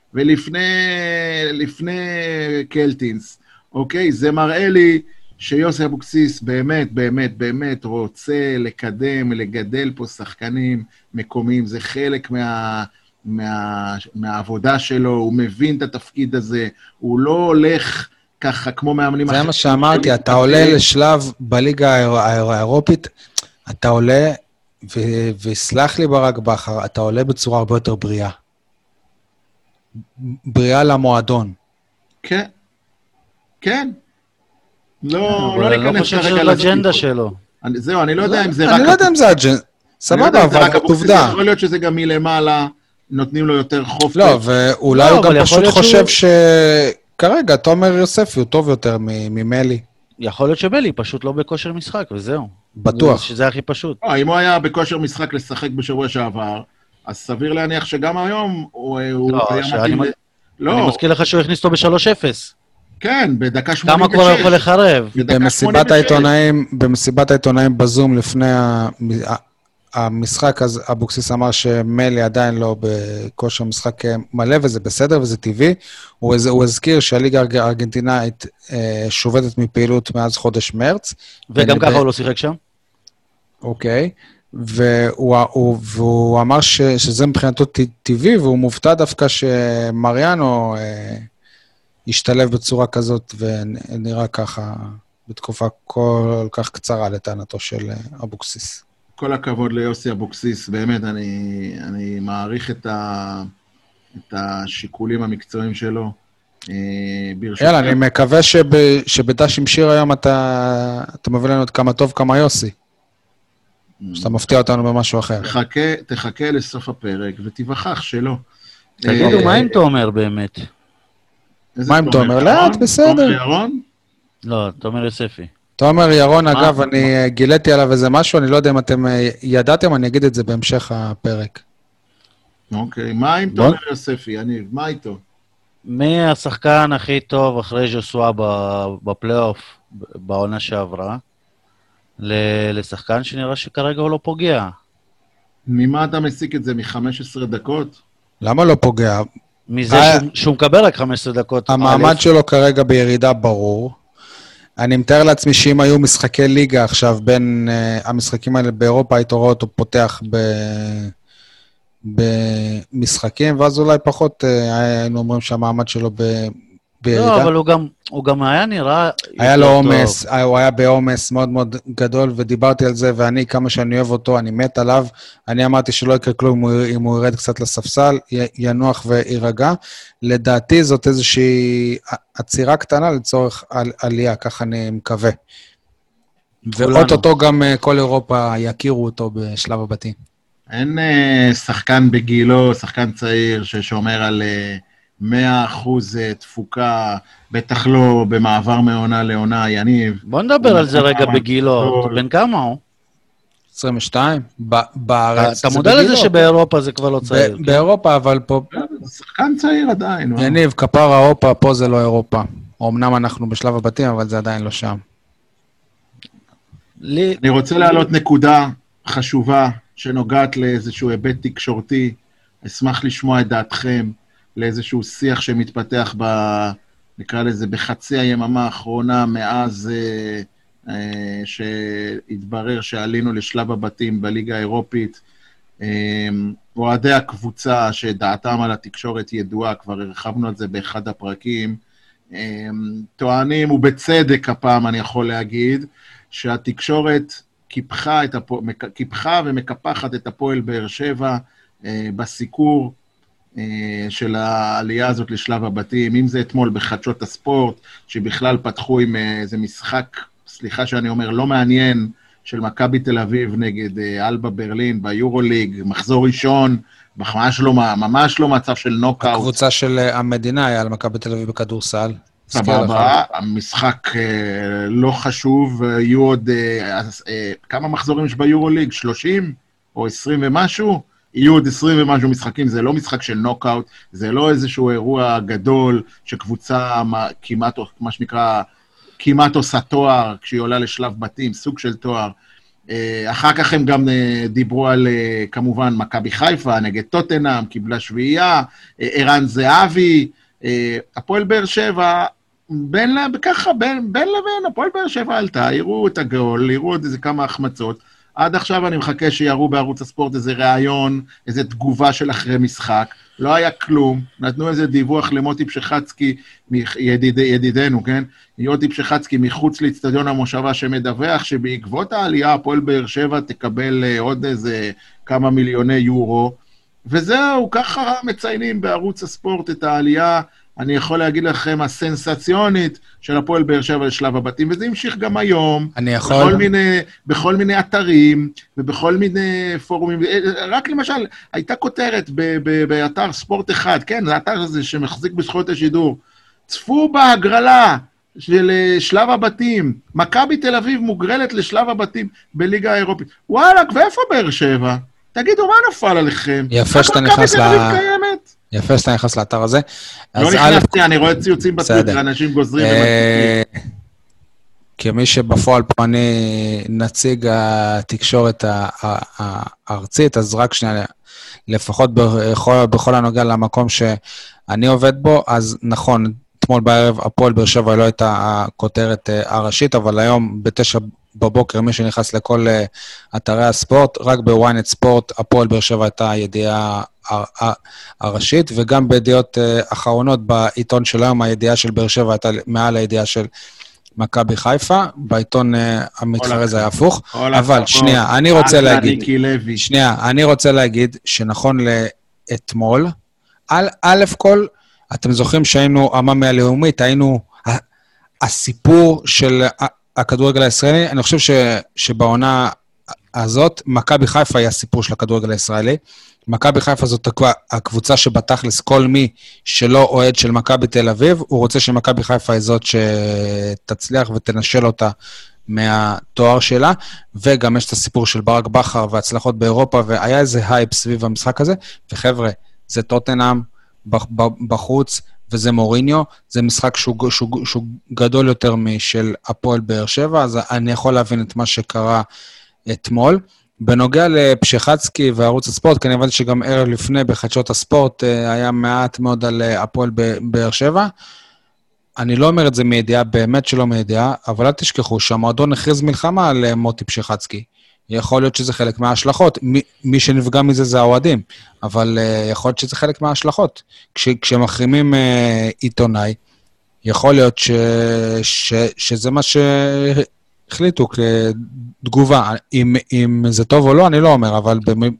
ולפני קלטינס. אוקיי? זה מראה לי שיוסי אבוקסיס באמת, באמת, באמת רוצה לקדם, לגדל פה שחקנים מקומיים. זה חלק מהעבודה שלו, הוא מבין את התפקיד הזה, הוא לא הולך ככה כמו מאמנים אחרים. זה מה שאמרתי, אתה עולה לשלב בליגה האירופית, אתה עולה, וסלח לי ברק בחר, אתה עולה בצורה הרבה יותר בריאה. בריאה למועדון. כן. כן. לא אני לא חושב שזה אג'נדה שלו. זהו, אני לא יודע אם זה רק... אני לא יודע אם זה אג'נדה. סבבה, אבל עובדה. יכול להיות שזה גם מלמעלה, נותנים לו יותר חופש. לא, ואולי הוא גם פשוט חושב שכרגע תומר יוספי הוא טוב יותר ממלי. יכול להיות שמלי פשוט לא בכושר משחק, וזהו. בטוח. שזה הכי פשוט. אם הוא היה בכושר משחק לשחק בשבוע שעבר, אז סביר להניח שגם היום הוא היה מתאים... אני מזכיר לך שהוא הכניס אותו ב-3-0. כן, בדקה 86. כמה כבר יכול לחרב? במסיבת העיתונאים בזום לפני המשחק, אז אבוקסיס אמר שמלי עדיין לא בכושר משחק מלא, וזה בסדר וזה טבעי. הוא הזכיר שהליגה הארגנטינאית שובתת מפעילות מאז חודש מרץ. וגם ככה הוא לא שיחק שם? אוקיי. והוא אמר שזה מבחינתו טבעי, והוא מופתע דווקא שמריאנו ישתלב בצורה כזאת, ונראה ככה בתקופה כל כך קצרה לטענתו של אבוקסיס. כל הכבוד ליוסי אבוקסיס, באמת, אני מעריך את השיקולים המקצועיים שלו. יאללה, אני מקווה שבדש עם שיר היום אתה מביא לנו את כמה טוב, כמה יוסי. שאתה מפתיע אותנו במשהו אחר. תחכה לסוף הפרק ותיווכח שלא. תגידו, מה אם תומר באמת? מה אם תומר? לאט, בסדר. תומר ירון? לא, תומר יוספי. תומר ירון, אגב, אני גיליתי עליו איזה משהו, אני לא יודע אם אתם ידעתם, אני אגיד את זה בהמשך הפרק. אוקיי, מה עם תומר יוספי, יניב? מה איתו? מי השחקן הכי טוב אחרי ז'וסואה בפלייאוף בעונה שעברה, לשחקן שנראה שכרגע הוא לא פוגע. ממה אתה מסיק את זה? מ-15 דקות? למה לא פוגע? מזה שהוא מקבל רק 15 דקות. המעמד שלו כרגע בירידה ברור. אני מתאר לעצמי שאם היו משחקי ליגה עכשיו בין המשחקים האלה באירופה, היית רואה אותו פותח במשחקים, ואז אולי פחות היינו אומרים שהמעמד שלו בירידה. לא, אבל הוא גם היה נראה... היה לו עומס, הוא היה בעומס מאוד מאוד גדול, ודיברתי על זה, ואני, כמה שאני אוהב אותו, אני מת עליו. אני אמרתי שלא יקרה כלום אם הוא ירד קצת לספסל, ינוח וירגע. לדעתי זאת איזושהי עצירה קטנה לצורך עלייה, ככה אני מקווה. ואו-טו-טו גם כל אירופה יכירו אותו בשלב הבתים. אין שחקן בגילו, שחקן צעיר ששומר על 100% תפוקה, בטח לא במעבר מעונה לעונה, יניב. בוא נדבר על זה רגע בגילו, בן כמה הוא? 22, בארץ. אתה מודע לזה שבאירופה זה כבר לא צעיר? באירופה, אבל פה... שחקן צעיר עדיין. יניב, כפר האירופה, פה זה לא אירופה. אמנם אנחנו בשלב הבתים, אבל זה עדיין לא שם. אני רוצה להעלות נקודה חשובה, שנוגעת לאיזשהו היבט תקשורתי. אשמח לשמוע את דעתכם. לאיזשהו שיח שמתפתח נקרא לזה, בחצי היממה האחרונה, מאז שהתברר שעלינו לשלב הבתים בליגה האירופית. אוהדי הקבוצה שדעתם על התקשורת ידועה, כבר הרחבנו על זה באחד הפרקים, טוענים, ובצדק הפעם אני יכול להגיד, שהתקשורת קיפחה ומקפחת את הפועל באר שבע בסיקור, של העלייה הזאת לשלב הבתים, אם זה אתמול בחדשות הספורט, שבכלל פתחו עם איזה משחק, סליחה שאני אומר, לא מעניין, של מכבי תל אביב נגד אלבה ברלין ביורוליג, מחזור ראשון, ממש לא מצב של נוקאוט. הקבוצה של המדינה היה על מכבי תל אביב בכדורסל. סבבה, המשחק לא חשוב, יהיו עוד, כמה מחזורים יש ביורוליג? 30 או 20 ומשהו? יהיו עוד 20 ומשהו משחקים, זה לא משחק של נוקאוט, זה לא איזשהו אירוע גדול שקבוצה כמעט, מה שנקרא, כמעט עושה תואר כשהיא עולה לשלב בתים, סוג של תואר. אחר כך הם גם דיברו על, כמובן, מכבי חיפה, נגד טוטנהאם, קיבלה שביעייה, ערן זהבי, הפועל באר שבע, בין לבין, הפועל באר שבע עלתה, יראו את הגול, יראו עוד איזה כמה החמצות, עד עכשיו אני מחכה שיראו בערוץ הספורט איזה ראיון, איזה תגובה של אחרי משחק, לא היה כלום, נתנו איזה דיווח למוטי פשחצקי, ידידנו, כן? מוטי פשחצקי מחוץ לאצטדיון המושבה שמדווח שבעקבות העלייה הפועל באר שבע תקבל עוד איזה כמה מיליוני יורו, וזהו, ככה מציינים בערוץ הספורט את העלייה, אני יכול להגיד לכם, הסנסציונית של הפועל באר שבע לשלב הבתים, וזה המשיך גם היום, בכל מיני אתרים, ובכל מיני פורומים, רק למשל, הייתה כותרת באתר ספורט אחד, כן, זה האתר הזה שמחזיק בזכויות השידור, צפו בהגרלה של שלב הבתים, מכבי תל אביב מוגרלת לשלב הבתים בליגה האירופית, וואלה, ואיפה באר שבע? תגידו, מה נפל עליכם? יפה שאתה נכנס לאתר הזה. לא נכנסתי, אני רואה ציוצים בטוויטר, אנשים גוזרים ומצליחים. כמי שבפועל פה אני נציג התקשורת הארצית, אז רק שנייה, לפחות בכל הנוגע למקום שאני עובד בו, אז נכון, אתמול בערב הפועל באר שבע לא הייתה הכותרת הראשית, אבל היום ב9 בבוקר, מי שנכנס לכל אתרי הספורט, רק בוויינט ספורט, הפועל באר שבע הייתה הידיעה הראשית, וגם בידיעות אחרונות בעיתון של היום, הידיעה של באר שבע הייתה מעל הידיעה של מכבי חיפה, בעיתון המתחרה זה היה הפוך, אבל שנייה, אני רוצה להגיד שנכון לאתמול, א' כל, אתם זוכרים שהיינו המאמי הלאומית, היינו הסיפור של הכדורגל הישראלי, אני חושב שבעונה הזאת, מכבי חיפה היא הסיפור של הכדורגל הישראלי, מכבי חיפה זאת הקבוצה שבתכלס כל מי שלא אוהד של מכבי תל אביב, הוא רוצה שמכבי חיפה היא זאת שתצליח ותנשל אותה מהתואר שלה, וגם יש את הסיפור של ברק בכר והצלחות באירופה, והיה איזה הייפ סביב המשחק הזה, וחבר'ה, זה טוטנהאם בחוץ, וזה מוריניו, זה משחק שהוא גדול יותר משל הפועל באר שבע, אז אני יכול להבין את מה שקרה אתמול. בנוגע לפשחצקי וערוץ הספורט, כי אני הבנתי שגם ערב לפני בחדשות הספורט היה מעט מאוד על הפועל באר שבע. אני לא אומר את זה מידיעה, באמת שלא מידיעה, אבל אל תשכחו שהמועדון הכריז מלחמה על מוטי פשחצקי. יכול להיות שזה חלק מההשלכות, מי שנפגע מזה זה האוהדים, אבל יכול להיות שזה חלק מההשלכות. כשמחרימים עיתונאי, יכול להיות שזה מה החליטו כתגובה. אם זה טוב או לא, אני לא אומר, אבל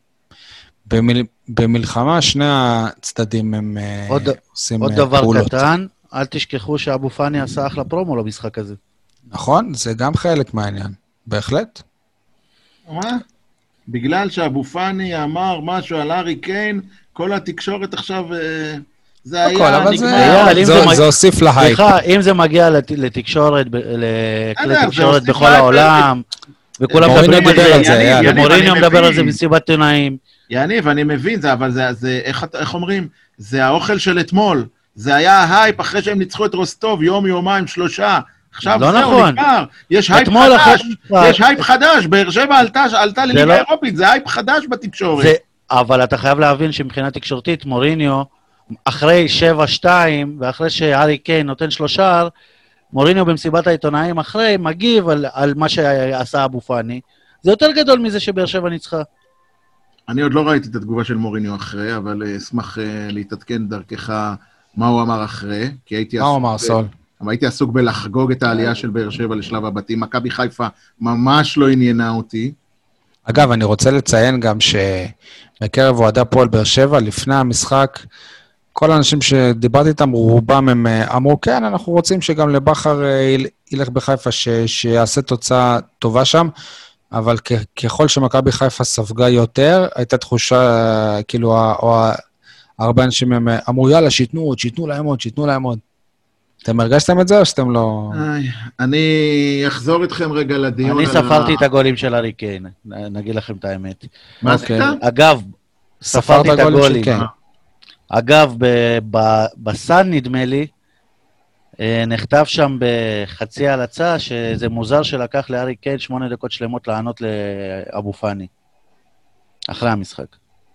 במלחמה שני הצדדים הם עושים פעולות. עוד דבר קטן, אל תשכחו שאבו פאני עשה אחלה פרומו למשחק הזה. נכון, זה גם חלק מהעניין, בהחלט. מה? בגלל שאבו פאני אמר משהו על הארי קיין, כל התקשורת עכשיו, זה היה נגמר. זה הוסיף להייפ. אם זה מגיע לתקשורת, לכלי תקשורת בכל העולם, וכולם מדברים על זה, ומוריניו מדבר על זה מסיבת עיתונאים. יניב, אני מבין, אבל זה, איך אומרים? זה האוכל של אתמול. זה היה ההייפ אחרי שהם ניצחו את רוסטוב, יום, יומיים, 3. עכשיו לא זהו, נכון. נגמר. יש הייפ חדש. יש הייפ חדש. באר שבע עלתה לליגה האירופית. זה הייפ חדש בתקשורת. אבל אתה חייב להבין שמבחינה תקשורתית, מוריניו, אחרי 7-2, ואחרי שהארי קיין נותן 3, מוריניו במסיבת העיתונאים אחרי, מגיב על מה שעשה אבו פאני. זה יותר גדול מזה שבאר שבע ניצחה. אני עוד לא ראיתי את התגובה של מוריניו אחרי, אבל אשמח להתעדכן דרכך מה הוא אמר אחרי, כי הייתי מה הוא אמר, סול? הייתי עסוק בלחגוג את העלייה של באר שבע לשלב הבתים. מכבי חיפה ממש לא עניינה אותי. אגב, אני רוצה לציין גם שבקרב אוהדי הפועל באר שבע, לפני המשחק, כל האנשים שדיברתי איתם, רובם הם אמרו, כן, אנחנו רוצים שגם לבחר ילך בחיפה, שיעשה תוצאה טובה שם, אבל ככל שמכבי חיפה ספגה יותר, הייתה תחושה, כאילו, הרבה אנשים הם אמרו, יאללה, שיתנו להם עוד. אתם הרגשתם את זה או שאתם לא... אני אחזור איתכם רגע לדיון. אני ספרתי את הגולים של הארי קיין, נגיד לכם את האמת. מה עשית? אגב, ספרתי את הגולים. אגב, בסן נדמה לי, נכתב שם בחצי הלצה, שזה מוזר שלקח לארי קיין 8 דקות שלמות לענות לאבו פאני. אחרי המשחק.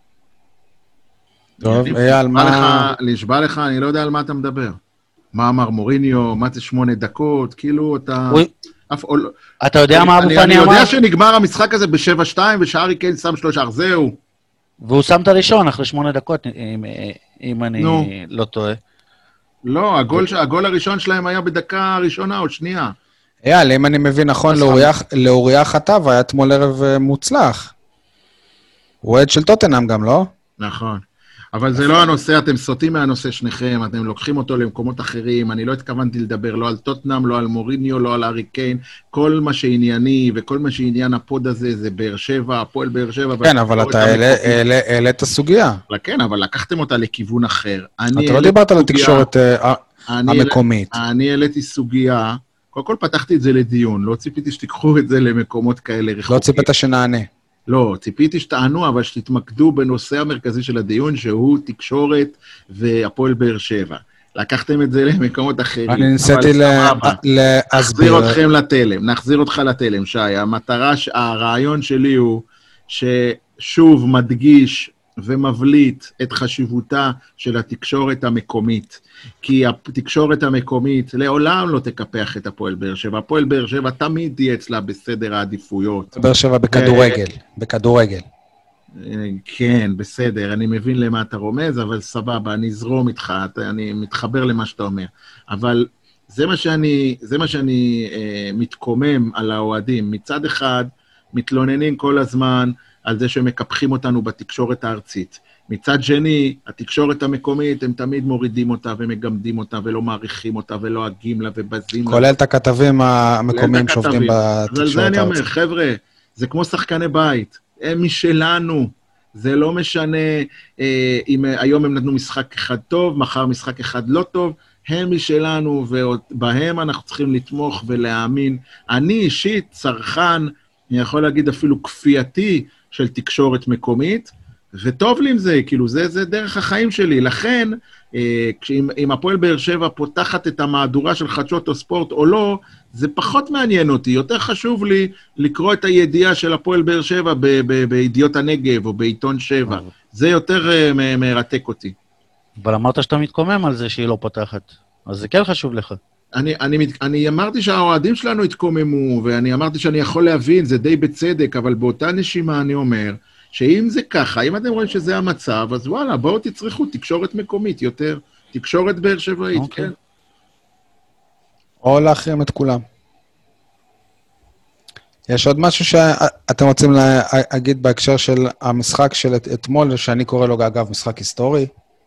טוב, אייל, מה... לשבע לך, אני לא יודע על מה אתה מדבר. מה אמר מוריניו, מה זה 8 דקות, כאילו אתה... אתה יודע מה אבו פאני אמר? אני יודע שנגמר המשחק הזה ב7-2, ושארי קיין שם 3, זהו. והוא שם את הראשון אחרי 8 דקות, אם אני לא טועה. לא, הגול הראשון שלהם היה בדקה הראשונה או שנייה. אייל, אם אני מבין נכון, לאוריה חטב היה אתמול ערב מוצלח. הוא עד של טוטנהאם גם, לא? נכון. אבל זה לא הנושא, אתם סוטים מהנושא שניכם, אתם לוקחים אותו למקומות אחרים, אני לא התכוונתי לדבר לא על טוטנהאם, לא על מוריניו, לא על הארי קיין, כל מה שענייני וכל מה שעניין הפוד הזה זה באר שבע, הפועל באר שבע. כן, אבל אתה העלית הסוגיה. כן, אבל לקחתם אותה לכיוון אחר. אתה לא דיברת על התקשורת המקומית. אני העליתי סוגיה, קודם כל פתחתי את זה לדיון, לא ציפיתי שתיקחו את זה למקומות כאלה רחוקים. לא ציפית שנענה. לא, ציפיתי שתענו, אבל שתתמקדו בנושא המרכזי של הדיון, שהוא תקשורת והפועל באר שבע. לקחתם את זה למקומות אחרים. אני ניסיתי להסביר אתכם לתלם, נחזיר אותך לתלם, שי. הרעיון שלי הוא ששוב מדגיש ומבליט את חשיבותה של התקשורת המקומית. כי התקשורת המקומית לעולם לא תקפח את הפועל באר שבע. הפועל באר שבע תמיד תהיה אצלה בסדר העדיפויות. באר שבע בכדורגל. כן, בסדר, אני מבין למה אתה רומז, אבל סבבה, אני אזרום איתך, אני מתחבר למה שאתה אומר. אבל זה מה שאני מתקומם על האוהדים. מצד אחד, מתלוננים כל הזמן על זה שמקפחים אותנו בתקשורת הארצית. מצד שני, התקשורת המקומית, הם תמיד מורידים אותה ומגמדים אותה ולא מעריכים אותה ולא הגים לה ובזים לה. כולל את הכתבים המקומיים שעובדים בתקשורת הארצית. אבל זה אני אומר, חבר'ה, זה כמו שחקני בית, הם משלנו. זה לא משנה אם היום הם נתנו משחק אחד טוב, מחר משחק אחד לא טוב, הם משלנו, ובהם אנחנו צריכים לתמוך ולהאמין. אני אישית, צרכן, אני יכול להגיד אפילו כפייתי של תקשורת מקומית, וטוב לי עם זה, כאילו, זה דרך החיים שלי. לכן, אם הפועל באר שבע פותחת את המהדורה של חדשות או ספורט או לא, זה פחות מעניין אותי. יותר חשוב לי לקרוא את הידיעה של הפועל באר שבע בידיעות הנגב או בעיתון 7. זה יותר מרתק אותי. אבל אמרת שאתה מתקומם על זה שהיא לא פותחת. אז זה כן חשוב לך. אני אמרתי שהאוהדים שלנו התקוממו, ואני אמרתי שאני יכול להבין, זה די בצדק, אבל באותה נשימה אני אומר, שאם זה ככה, אם אתם רואים שזה המצב, אז וואלה, בואו תצריכו תקשורת מקומית יותר, תקשורת באר שבעית, כן. או להחרים את כולם. יש עוד משהו שאתם רוצים להגיד בהקשר של המשחק של אתמול, שאני קורא לו אגב משחק היסטורי?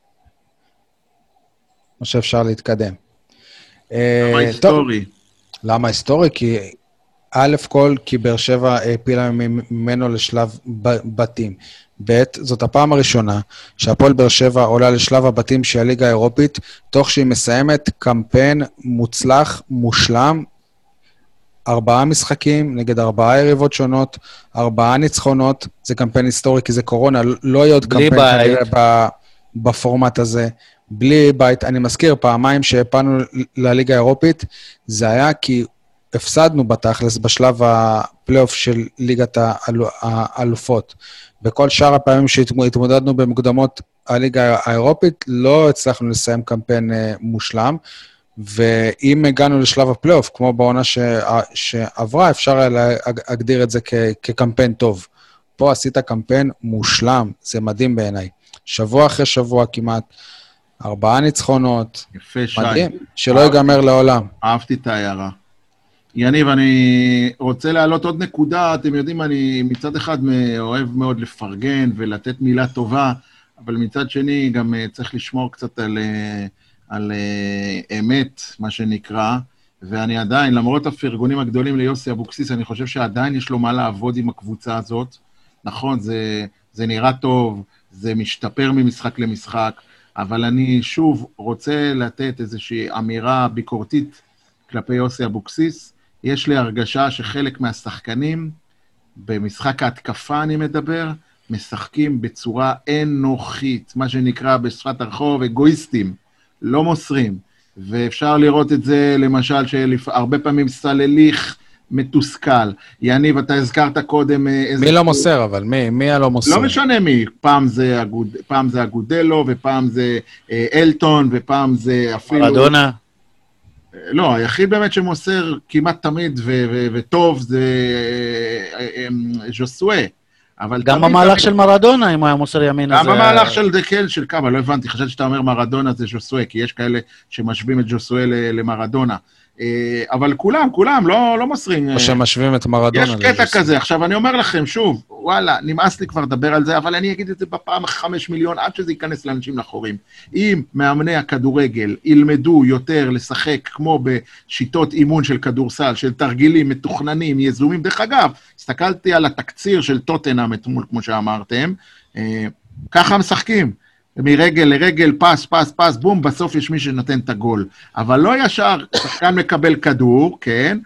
או שאפשר להתקדם. למה היסטורי? למה היסטורי? כי א' כל, כי באר שבע העפילה ממנו לשלב בתים. ב', זאת הפעם הראשונה שהפועל באר שבע עולה לשלב הבתים של הליגה האירופית, תוך שהיא מסיימת קמפיין מוצלח, מושלם, 4 משחקים נגד 4 יריבות שונות, 4 ניצחונות, זה קמפיין היסטורי כי זה קורונה, לא יהיה עוד קמפיין בפורמט הזה. בלי בית, אני מזכיר, פעמיים שהפענו לליגה האירופית, זה היה כי הפסדנו בתכלס בשלב הפלייאוף של ליגת האלופות. בכל שאר הפעמים שהתמודדנו במוקדמות הליגה האירופית, לא הצלחנו לסיים קמפיין מושלם, ואם הגענו לשלב הפלייאוף, כמו בעונה שעברה, אפשר להגדיר את זה כקמפיין טוב. פה עשית קמפיין מושלם, זה מדהים בעיניי. שבוע אחרי שבוע כמעט, 4 ניצחונות. יפה, שי. מדהים, שלא ייגמר לעולם. אהבתי את ההערה. יניב, אני רוצה להעלות עוד נקודה. אתם יודעים, אני מצד אחד אוהב מאוד לפרגן ולתת מילה טובה, אבל מצד שני גם צריך לשמור קצת על אמת, מה שנקרא, ואני עדיין, למרות הפרגונים הגדולים ליוסי אבוקסיס, אני חושב שעדיין יש לו מה לעבוד עם הקבוצה הזאת. נכון, זה נראה טוב, זה משתפר ממשחק למשחק, אבל אני שוב רוצה לתת איזושהי אמירה ביקורתית כלפי יוסי אבוקסיס. יש לי הרגשה שחלק מהשחקנים, במשחק ההתקפה אני מדבר, משחקים בצורה אנוכית, מה שנקרא בשפת הרחוב, אגואיסטים, לא מוסרים. ואפשר לראות את זה, למשל, שהרבה פעמים סלליך מתוסכל. יניב, אתה הזכרת קודם מי לא מוסר, אבל מי הלא מוסר? לא משנה מי. פעם זה אגודלו, ופעם זה אלטון, ופעם זה אפילו... מרדונה. לא, היחיד באמת שמוסר כמעט תמיד וטוב זה ז'וסואה. גם במהלך של מרדונה, אם הוא היה מוסר ימין הזה... גם במהלך של דקל, של כמה, לא הבנתי, חשבתי שאתה אומר מרדונה זה ז'וסואה, כי יש כאלה שמשווים את ז'וסואה למרדונה. אבל כולם, לא מוסרים. או שמשווים את מרדונה. יש קטע כזה. עכשיו, אני אומר לכם, שוב, וואלה, נמאס לי כבר לדבר על זה, אבל אני אגיד את זה בפעם 5 מיליון, עד שזה ייכנס לאנשים לחורים. אם מאמני הכדורגל ילמדו יותר לשחק כמו בשיטות אימון של כדורסל, של תרגילים מתוכננים, יזומים, דרך אגב, הסתכלתי על התקציר של טוטנהאם אתמול, כמו שאמרתם, ככה משחקים. מרגל לרגל, פס, בום, בסוף יש מי שנותן את הגול. אבל לא ישר, שחקן מקבל כדור, כן?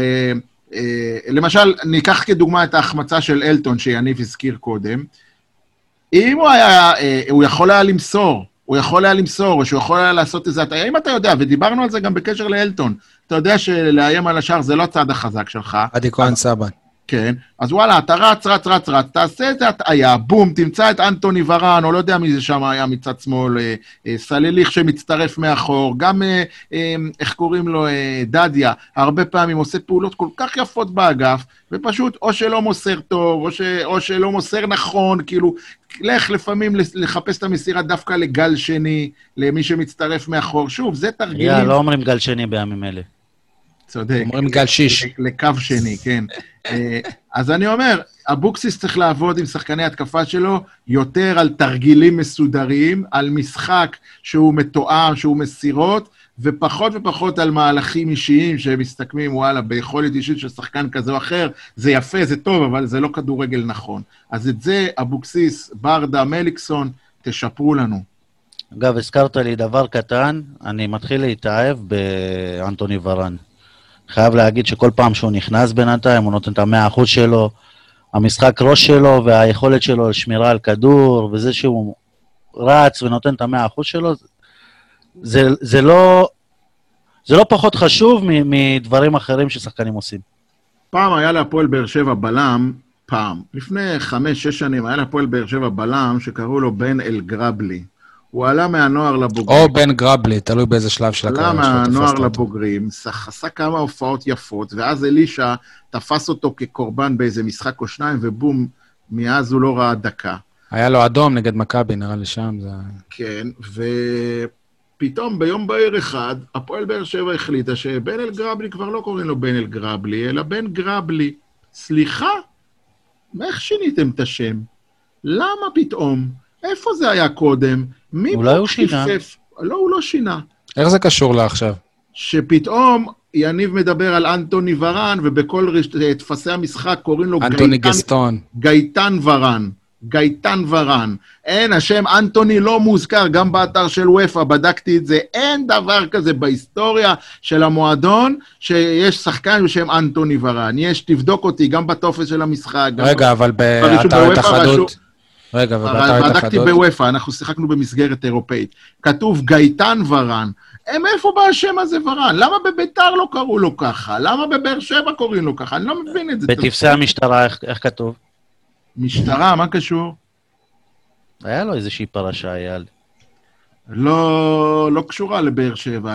למשל, ניקח כדוגמה את ההחמצה של אלטון, שיניב הזכיר קודם. אם הוא יכול היה למסור, או שהוא יכול היה לעשות איזה... אם אתה יודע, ודיברנו על זה גם בקשר לאלטון, אתה יודע שלאיים על השאר זה לא הצד החזק שלך. עדי כהן סבן. כן, אז וואלה, אתה רץ, תעשה את ההטעיה, בום, תמצא את אנטוני ורן, או לא יודע מי זה שם היה מצד שמאל, סלליך שמצטרף מאחור, גם, איך קוראים לו, דדיה, הרבה פעמים עושה פעולות כל כך יפות באגף, ופשוט או שלא מוסר טוב, או שלא מוסר נכון, כאילו, לך לפעמים לחפש את המסירה דווקא לגל שני, למי שמצטרף מאחור, שוב, זה תרגילים. לא אומרים גל שני בימים אלה. צודק. אומרים גל שיש. לקו שני, כן. אז אני אומר, אבוקסיס צריך לעבוד עם שחקני התקפה שלו יותר על תרגילים מסודרים, על משחק שהוא מתואם, שהוא מסירות, ופחות ופחות על מהלכים אישיים שמסתכמים, וואלה, ביכולת אישית של שחקן כזה או אחר, זה יפה, זה טוב, אבל זה לא כדורגל נכון. אז את זה, אבוקסיס, ברדה, מליקסון, תשפרו לנו. אגב, הזכרת לי דבר קטן, אני מתחיל להתאהב באנטוני ורן. חייב להגיד שכל פעם שהוא נכנס בינתיים, הוא נותן את 100% שלו, המשחק ראש שלו והיכולת שלו לשמירה על כדור, וזה שהוא רץ ונותן את 100% שלו, זה לא פחות חשוב מדברים אחרים ששחקנים עושים. פעם היה להפועל באר שבע בלם, לפני 5-6 שנים היה להפועל באר שבע בלם שקראו לו בן אל גרבלי. הוא עלה מהנוער לבוגרים. או בן גרבלי, תלוי באיזה שלב של הקריירה שלו. עלה מהנוער לבוגרים, עשה כמה הופעות יפות, ואז אלישה תפס אותו כקורבן באיזה משחק או שניים, ובום, מאז הוא לא ראה דקה. היה לו אדום נגד מכבי, נראה לי שם. כן, ופתאום ביום בהיר אחד, הפועל באר שבע החליטה שבן אל גרבלי כבר לא קוראים לו בן אל גרבלי, אלא בן גרבלי. סליחה? איך שיניתם את השם? למה פתאום? איפה זה היה קודם? אולי הוא שינה. לא, הוא לא שינה. איך זה קשור לה עכשיו? שפתאום יניב מדבר על אנטוני ורן, ובכל תפסי המשחק קוראים לו אנטוני גסטון. גייטן ורן. אין, השם אנטוני לא מוזכר, גם באתר של וויפה, בדקתי את זה, אין דבר כזה בהיסטוריה של המועדון, שיש שחקן בשם אנטוני ורן. יש, תבדוק אותי, גם בטופס של המשחק. רגע, אבל באתר התאחדות... רגע, בדקתי בוויפה, אנחנו שיחקנו במסגרת אירופאית. כתוב גייטן ורן. איפה בא השם הזה ורן? למה בביתר לא קראו לו ככה? למה בבאר שבע קוראים לו ככה? אני לא מבין את זה. בתפסי המשטרה, איך כתוב? משטרה, מה קשור? היה לו איזושהי פרשה, אייל. לא קשורה לבאר שבע,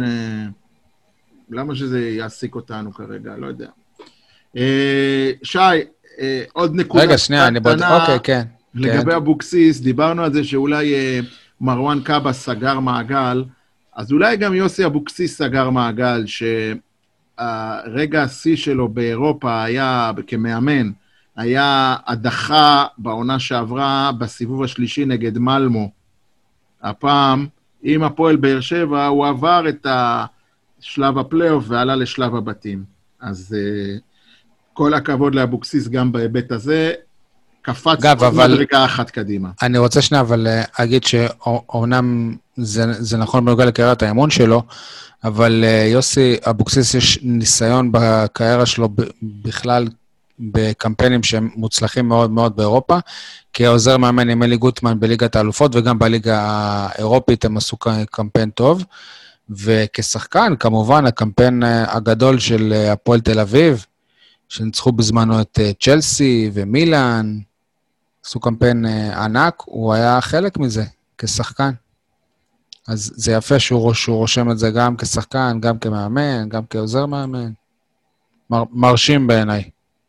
למה שזה יעסיק אותנו כרגע? לא יודע. שי, עוד נקודה. רגע, שנייה, אני בודק, אוקיי, כן. לגבי אבוקסיס, דיברנו על זה שאולי מרואן קאבה סגר מעגל, אז אולי גם יוסי אבוקסיס סגר מעגל, שהרגע השיא שלו באירופה היה, כמאמן, היה הדחה בעונה שעברה בסיבוב השלישי נגד מלמו. הפעם, עם הפועל באר שבע, הוא עבר את שלב הפלייאוף ועלה לשלב הבתים. אז כל הכבוד לאבוקסיס גם בהיבט הזה, קפץ מדרגה אחת קדימה. אני רוצה שנייה, אבל אגיד שאומנם זה נכון בנוגע לקריירת האימון שלו, אבל יוסי אבוקסיס יש ניסיון בקריירה שלו בכלל בקמפיינים שהם מוצלחים מאוד מאוד באירופה, כעוזר מאמן עם אלי גוטמן בליגת האלופות, וגם בליגה האירופית הם עשו קמפיין טוב, וכשחקן, כמובן, הקמפיין הגדול של הפועל תל אביב, שניצחו בזמנו את צ'לסי ומילאן, עשו קמפיין ענק, הוא היה חלק מזה, כשחקן. אז זה יפה שהוא רושם את זה גם כשחקן, גם כמאמן, גם כעוזר מאמן. מרשים בעיניי.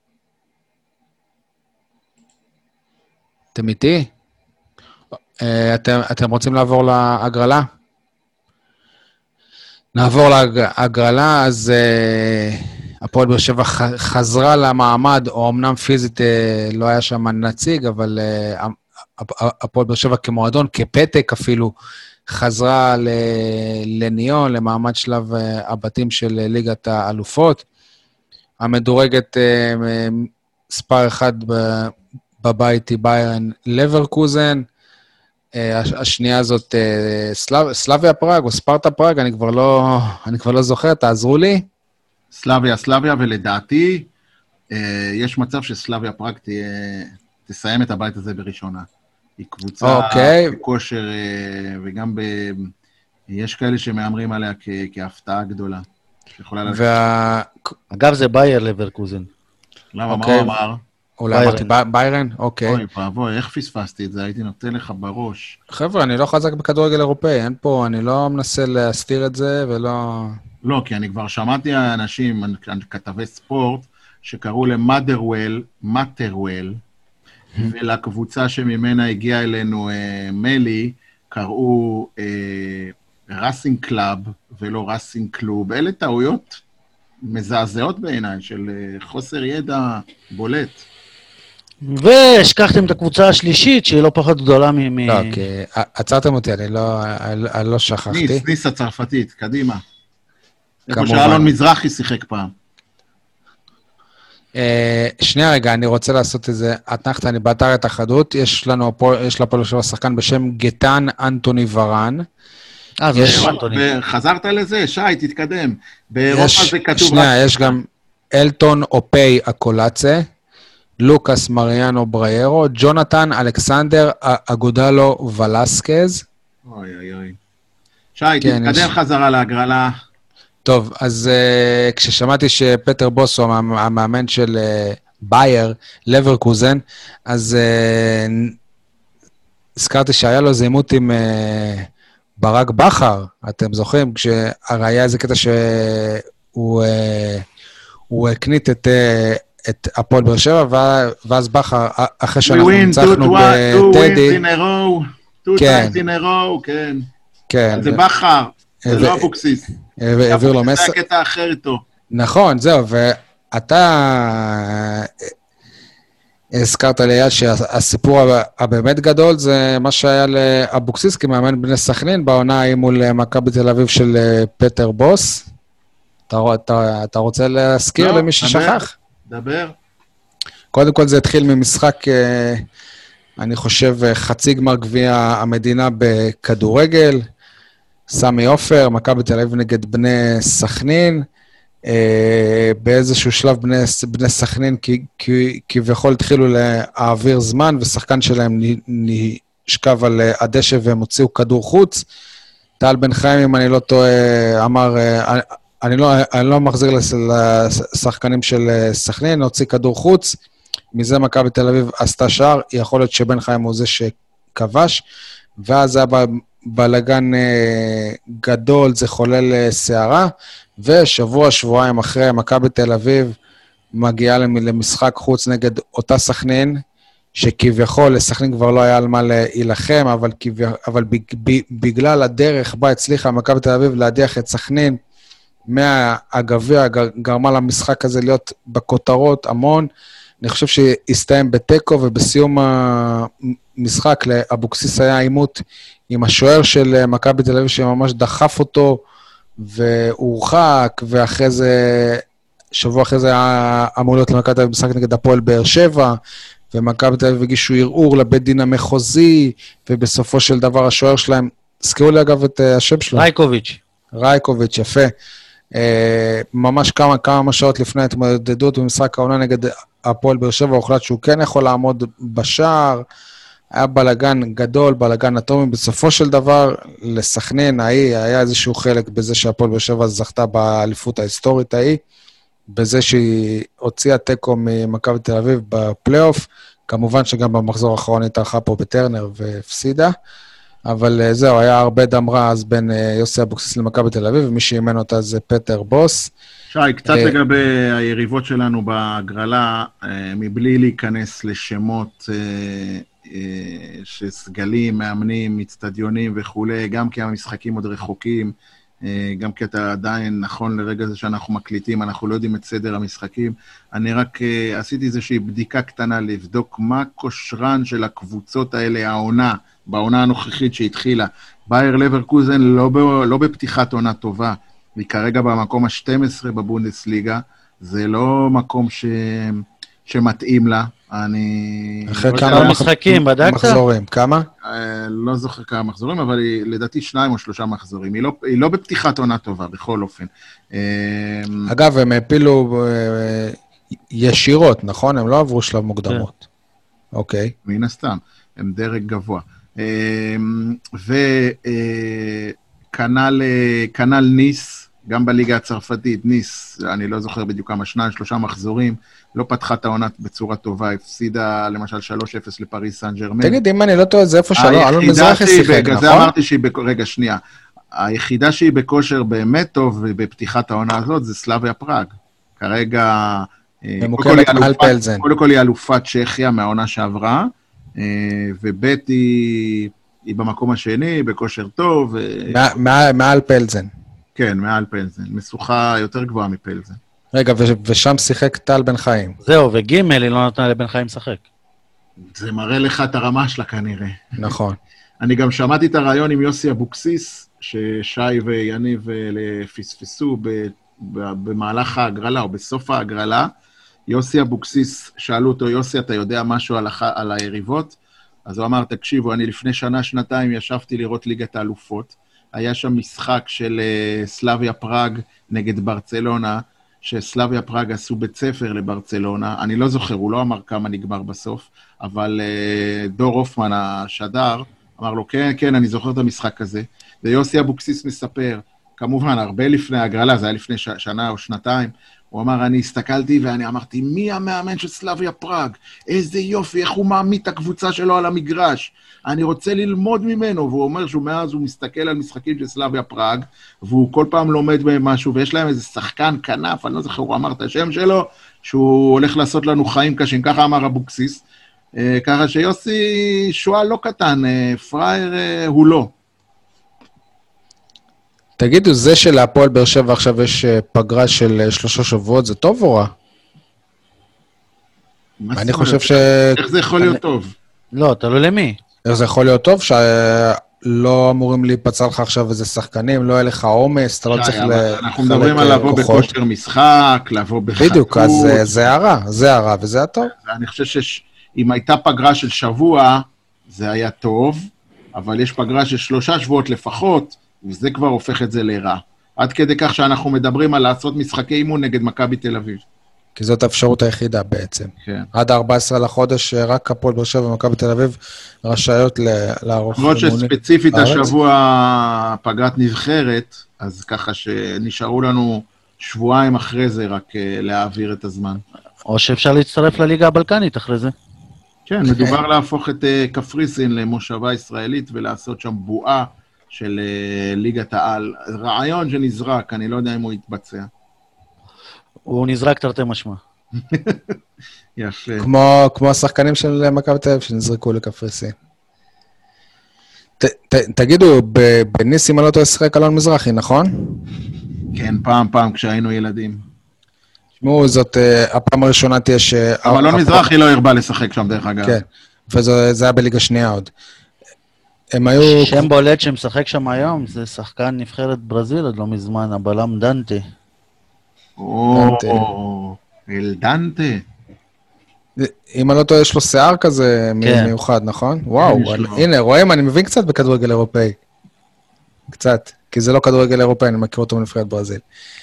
אתם איתי? אתם רוצים לעבור להגרלה? נעבור להגרלה, אז הפועל באר שבע חזרה למעמד, או אמנם פיזית לא היה שם נציג, אבל הפועל באר שבע כמועדון, כפתק אפילו, חזרה לניון, למעמד שלב הבתים של ליגת האלופות. המדורגת ספר אחד בבית היא ביירן לברקוזן, השנייה הזאת סלאביה פראג או ספרטה פראג, אני כבר לא זוכר, תעזרו לי. סלאביה, ולדעתי יש מצב שסלאביה פראג תסיים את הבית הזה בראשונה. היא קבוצה בכושר, וגם יש כאלה שמאמרים עליה כהפתעה גדולה. אגב, זה בייר לברקוזן. למה, מה הוא אמר? אולי אמרתי ביירן? אוקיי. אוי, פעבוי, איך פספסתי את זה? הייתי נותן לך בראש. חבר'ה, אני לא חזק בכדורגל אירופאי, אין פה, אני לא מנסה להסתיר את זה, ולא... לא, כי אני כבר שמעתי אנשים, כתבי ספורט, שקראו למטרוול, ולקבוצה שממנה הגיעה אלינו מלי, קראו ראסינג קלאב ולא ראסינג קלוב. אלה טעויות מזעזעות בעיניי, של חוסר ידע בולט. והשכחתם את הקבוצה השלישית, שהיא לא פחות גדולה לא, כי עצרתם אותי, אני לא שכחתי. ניס הצרפתית, קדימה. איפה שאלון מזרחי שיחק פעם. שנייה רגע, אני רוצה לעשות איזה אתנחתא, אני באתר התאחדות, יש לפועל באר שבע שחקן בשם גטן אנטוני ורן. חזרת לזה? שי, תתקדם. באירופה זה כתוב... שנייה, יש גם אלטון אופי אקולצה, לוקאס מריאנו בריירו, ג'ונתן אלכסנדר אגודלו ולסקז. אוי אוי אוי. שי, תתקדם חזרה להגרלה. טוב, אז כששמעתי שפטר בוסו, המאמן של בייר, לברקוזן, אז הזכרתי שהיה לו זימות עם ברק בכר, אתם זוכרים? כשהרי היה איזה קטע שהוא הקנית את הפועל באר שבע, ואז בכר, אחרי שאנחנו ניצחנו בטדי... two times in a row, כן. כן. זה בכר, זה לא אבוקסיס. העביר לו מסר. זה הקטע אחר איתו. נכון, זהו, ואתה הזכרת ליד שהסיפור הבאמת גדול זה מה שהיה לאבוקסיס כמאמן בני סכנין, בעונה ההיא מול מכבי תל אביב של פטר בוס. אתה רוצה להזכיר למי ששכח? דבר. קודם כל זה התחיל ממשחק, אני חושב, חצי גמר גביע המדינה בכדורגל, סמי עופר, מכבי תל אביב נגד בני סכנין, באיזשהו שלב בני סכנין כביכול התחילו להעביר זמן, ושחקן שלהם נשכב על הדשא והם הוציאו כדור חוץ. טל בן חיים, אם אני לא טועה, אמר, אני לא מחזיר לשחקנים של סכנין, הוציא כדור חוץ, מזה מכבי תל אביב עשתה שער, יכול להיות שבן חיים הוא זה שכבש, ואז היה בלגן גדול, זה חולל שערה, ושבוע, שבועיים אחרי, מכבי תל אביב מגיעה למשחק חוץ נגד אותה סכנין, שכביכול לסכנין כבר לא היה על מה להילחם, אבל בגלל הדרך בה הצליחה מכבי תל אביב להדיח את סכנין, מהגביע גרמה למשחק הזה להיות בכותרות המון, אני חושב שהסתיים בטקו, ובסיום המשחק לאבוקסיס היה עימות עם השוער של מכבי תל אביב, שממש דחף אותו, והורחק, ואחרי זה, שבוע אחרי זה היה אמור להיות למכבי תל אביב משחק נגד הפועל באר שבע, ומכבי תל אביב הגישו ערעור לבית דין המחוזי, ובסופו של דבר השוער שלהם, הזכירו לי אגב את השם שלו. רייקוביץ', יפה. ממש כמה שעות לפני ההתמודדות במשחק העונה נגד הפועל באר שבע, הוחלט שהוא כן יכול לעמוד בשער, היה בלגן גדול, בלגן אטומי, בסופו של דבר לסכנין היה איזשהו חלק בזה שהפועל באר שבע זכתה באליפות ההיסטורית ההיא, בזה שהיא הוציאה טקו ממכבי תל אביב בפלייאוף, כמובן שגם במחזור האחרון התארחה פה בטרנר והפסידה, אבל זהו, היה הרבה דמרה אז בין יוסי אבוקסיס למכבי תל אביב, ומי שאימן אותה זה פטר בוס. שי, קצת לגבי היריבות שלנו בהגרלה, מבלי להיכנס לשמות שסגלים, מאמנים, מצטדיונים וכולי, גם כי המשחקים עוד רחוקים, גם כי אתה עדיין, נכון לרגע זה שאנחנו מקליטים, אנחנו לא יודעים את סדר המשחקים. אני רק עשיתי איזושהי בדיקה קטנה לבדוק מה כושרן של הקבוצות האלה, בעונה הנוכחית שהתחילה. בייר לברקוזן לא בפתיחת עונה טובה, היא כרגע במקום ה-12 בבונדסליגה, זה לא מקום שמתאים לה. אחרי כמה משחקים, בדקת? מחזורים, כמה? לא זוכר כמה מחזורים, אבל לדעתי 2 או 3 מחזורים. היא לא בפתיחת עונה טובה, בכל אופן. אגב, הם הפילו ישירות, נכון? הם לא עברו שלב מוקדמות. אוקיי. מן הסתם, הם דרג גבוה. וכנל ניס, גם בליגה הצרפתית, ניס, אני לא זוכר בדיוק כמה, 2-3 מחזורים, לא פתחה את העונה בצורה טובה, הפסידה למשל 3-0 לפריס סן ז'רמן. תגיד, אם אני לא טועה, זה איפה שלא, אלון מזרחי שיחק, נכון? זה אמרתי שהיא, רגע, שנייה. היחידה שהיא בכושר באמת טוב בפתיחת העונה הזאת, זה סלאביה פראג. כרגע, קודם כל היא אלופת צ'כיה מהעונה שעברה, ובית היא במקום השני, בכושר טוב. מעל פלזן. כן, מעל פלזן. משוכה יותר גבוהה מפלזן. רגע, ושם שיחק טל בן חיים. זהו, וגימל היא לא נתנה לבן חיים לשחק. זה מראה לך את הרמה שלה כנראה. נכון. אני גם שמעתי את הרעיון עם יוסי אבוקסיס, ששי ויניב פספסו במהלך ההגרלה, או בסוף ההגרלה. יוסי אבוקסיס, שאלו אותו, יוסי, אתה יודע משהו על היריבות? אז הוא אמר, תקשיבו, אני לפני שנה-שנתיים ישבתי לראות ליגת האלופות, היה שם משחק של סלאביה פראג נגד ברצלונה, שסלאביה פראג עשו בית ספר לברצלונה, אני לא זוכר, הוא לא אמר כמה נגמר בסוף, אבל דור הופמן השדר, אמר לו, כן, כן, אני זוכר את המשחק הזה, ויוסי אבוקסיס מספר, כמובן, הרבה לפני ההגרלה, זה היה לפני שנה או שנתיים, הוא אמר, אני הסתכלתי ואני אמרתי, מי המאמן של סלאביה פראג? איזה יופי, איך הוא מעמיד את הקבוצה שלו על המגרש? אני רוצה ללמוד ממנו, והוא אומר שהוא מאז הוא מסתכל על משחקים של סלאביה פראג, והוא כל פעם לומד בהם משהו, ויש להם איזה שחקן כנף, אני לא זוכר, הוא אמר את השם שלו, שהוא הולך לעשות לנו חיים קשים, ככה אמר אבוקסיס, ככה שיוסי שואל לא קטן, פראייר הוא לא. תגידו, זה שלהפועל באר שבע עכשיו יש פגרה של 3 שבועות, זה טוב או רע? אני חושב ש... איך זה יכול להיות טוב? לא, תלוי למי. איך זה יכול להיות טוב? שלא אמורים להיפצע לך עכשיו איזה שחקנים, לא יהיה לך עומס, אתה לא צריך אנחנו מדברים על לבוא בכושר משחק, לבוא בחתות. בדיוק, אז זה הרע, זה הרע וזה הטוב. אני חושב שאם הייתה פגרה של שבוע, זה היה טוב, אבל יש פגרה של 3 שבועות לפחות, וזה כבר הופך את זה לרע. עד כדי כך שאנחנו מדברים על לעשות משחקי אימון נגד מכבי תל אביב. כי זאת האפשרות היחידה בעצם. כן. עד 14 לחודש, רק הפועל באר שבע ומכבי תל אביב רשאיות לערוך אימונים. למרות שספציפית השבוע פגרת נבחרת, אז ככה שנשארו לנו שבועיים אחרי זה רק להעביר את הזמן. או שאפשר להצטרף לליגה הבלקנית אחרי זה. כן, מדובר להפוך את קפריסין למושבה ישראלית ולעשות שם בועה של ליגת העל. רעיון שנזרק, אני לא יודע אם הוא יתבצע. הוא נזרק תרתי משמע. יפה. כמו השחקנים של מכבי תל אביב שנזרקו לקפריסין. תגידו, בניסים אני לא ישחק אלון מזרחי, נכון? כן, פעם כשהיינו ילדים. תשמעו, זאת הפעם הראשונה תהיה ש... אבל אלון מזרחי לא הרבה לשחק שם דרך אגב. כן, וזה היה בליגה שנייה עוד. הם היו... שם בולט שמשחק שם היום, זה שחקן נבחרת ברזיל, עוד לא מזמן, הבלם דנטה. אל דנטה. אם אני לא טועה, יש לו שיער כזה מיוחד, נכון? וואו, הנה, רואים, אני מבין קצת בכדורגל אירופאי. קצת, כי זה לא כדורגל אירופאי, אני מכיר אותו מנבחרת ברזיל.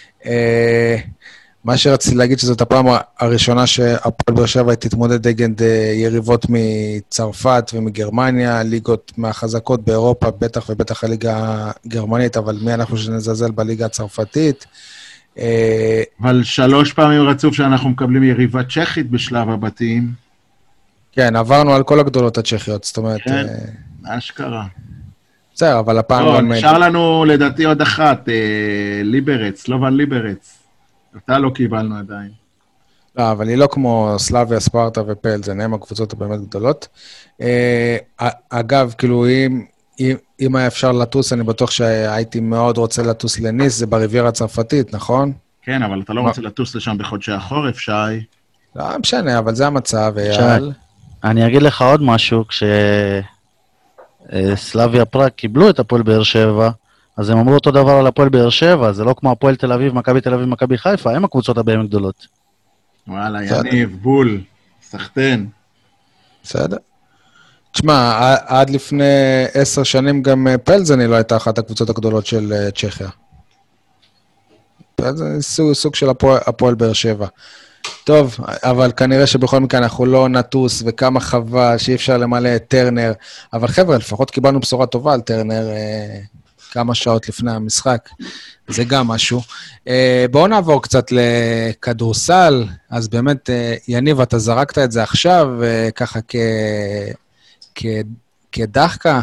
מה שרציתי להגיד שזאת הפעם הראשונה שהפועל באר שבע תתמודד נגד יריבות מצרפת ומגרמניה, ליגות מהחזקות באירופה, בטח ובטח הליגה הגרמנית, אבל מי אנחנו שנזזל בליגה הצרפתית? אבל 3 פעמים רצוף שאנחנו מקבלים יריבה צ'כית בשלב הבתים. כן, עברנו על כל הגדולות הצ'כיות, זאת אומרת... כן, אשכרה. בסדר, אבל הפעם... לא, נשאר לנו לדעתי עוד אחת, ליברץ, סלובן ליברץ. אותה לא קיבלנו עדיין. לא, אבל היא לא כמו סלאביה, ספרטה ופלזן, הם הקבוצות הבאמת גדולות. אגב, כאילו, אם היה אפשר לטוס, אני בטוח שהייתי מאוד רוצה לטוס לניס, זה בריביירה הצרפתית, נכון? כן, אבל אתה לא רוצה לטוס לשם בחודשי החורף, שי. לא, משנה, אבל זה המצב, אייל. אני אגיד לך עוד משהו, כשסלאביה פראג קיבלו את הפועל באר שבע, אז הם אמרו אותו דבר על הפועל באר שבע, זה לא כמו הפועל תל אביב, מכבי תל אביב, מכבי חיפה, הם הקבוצות הבאים גדולות. וואלה, יניב, בול, סחטן. בסדר. תשמע, עד לפני 10 שנים גם פלזני לא הייתה אחת הקבוצות הגדולות של צ'כיה. פלזני סוג של הפועל באר שבע. טוב, אבל כנראה שבכל מקרה אנחנו לא נטוס, וכמה חבל שאי אפשר למלא את טרנר. אבל חבר'ה, לפחות קיבלנו בשורה טובה על טרנר כמה שעות לפני המשחק. זה גם משהו. בואו נעבור קצת לכדורסל, אז באמת, יניב, אתה זרקת את זה עכשיו, ככה כדחקה.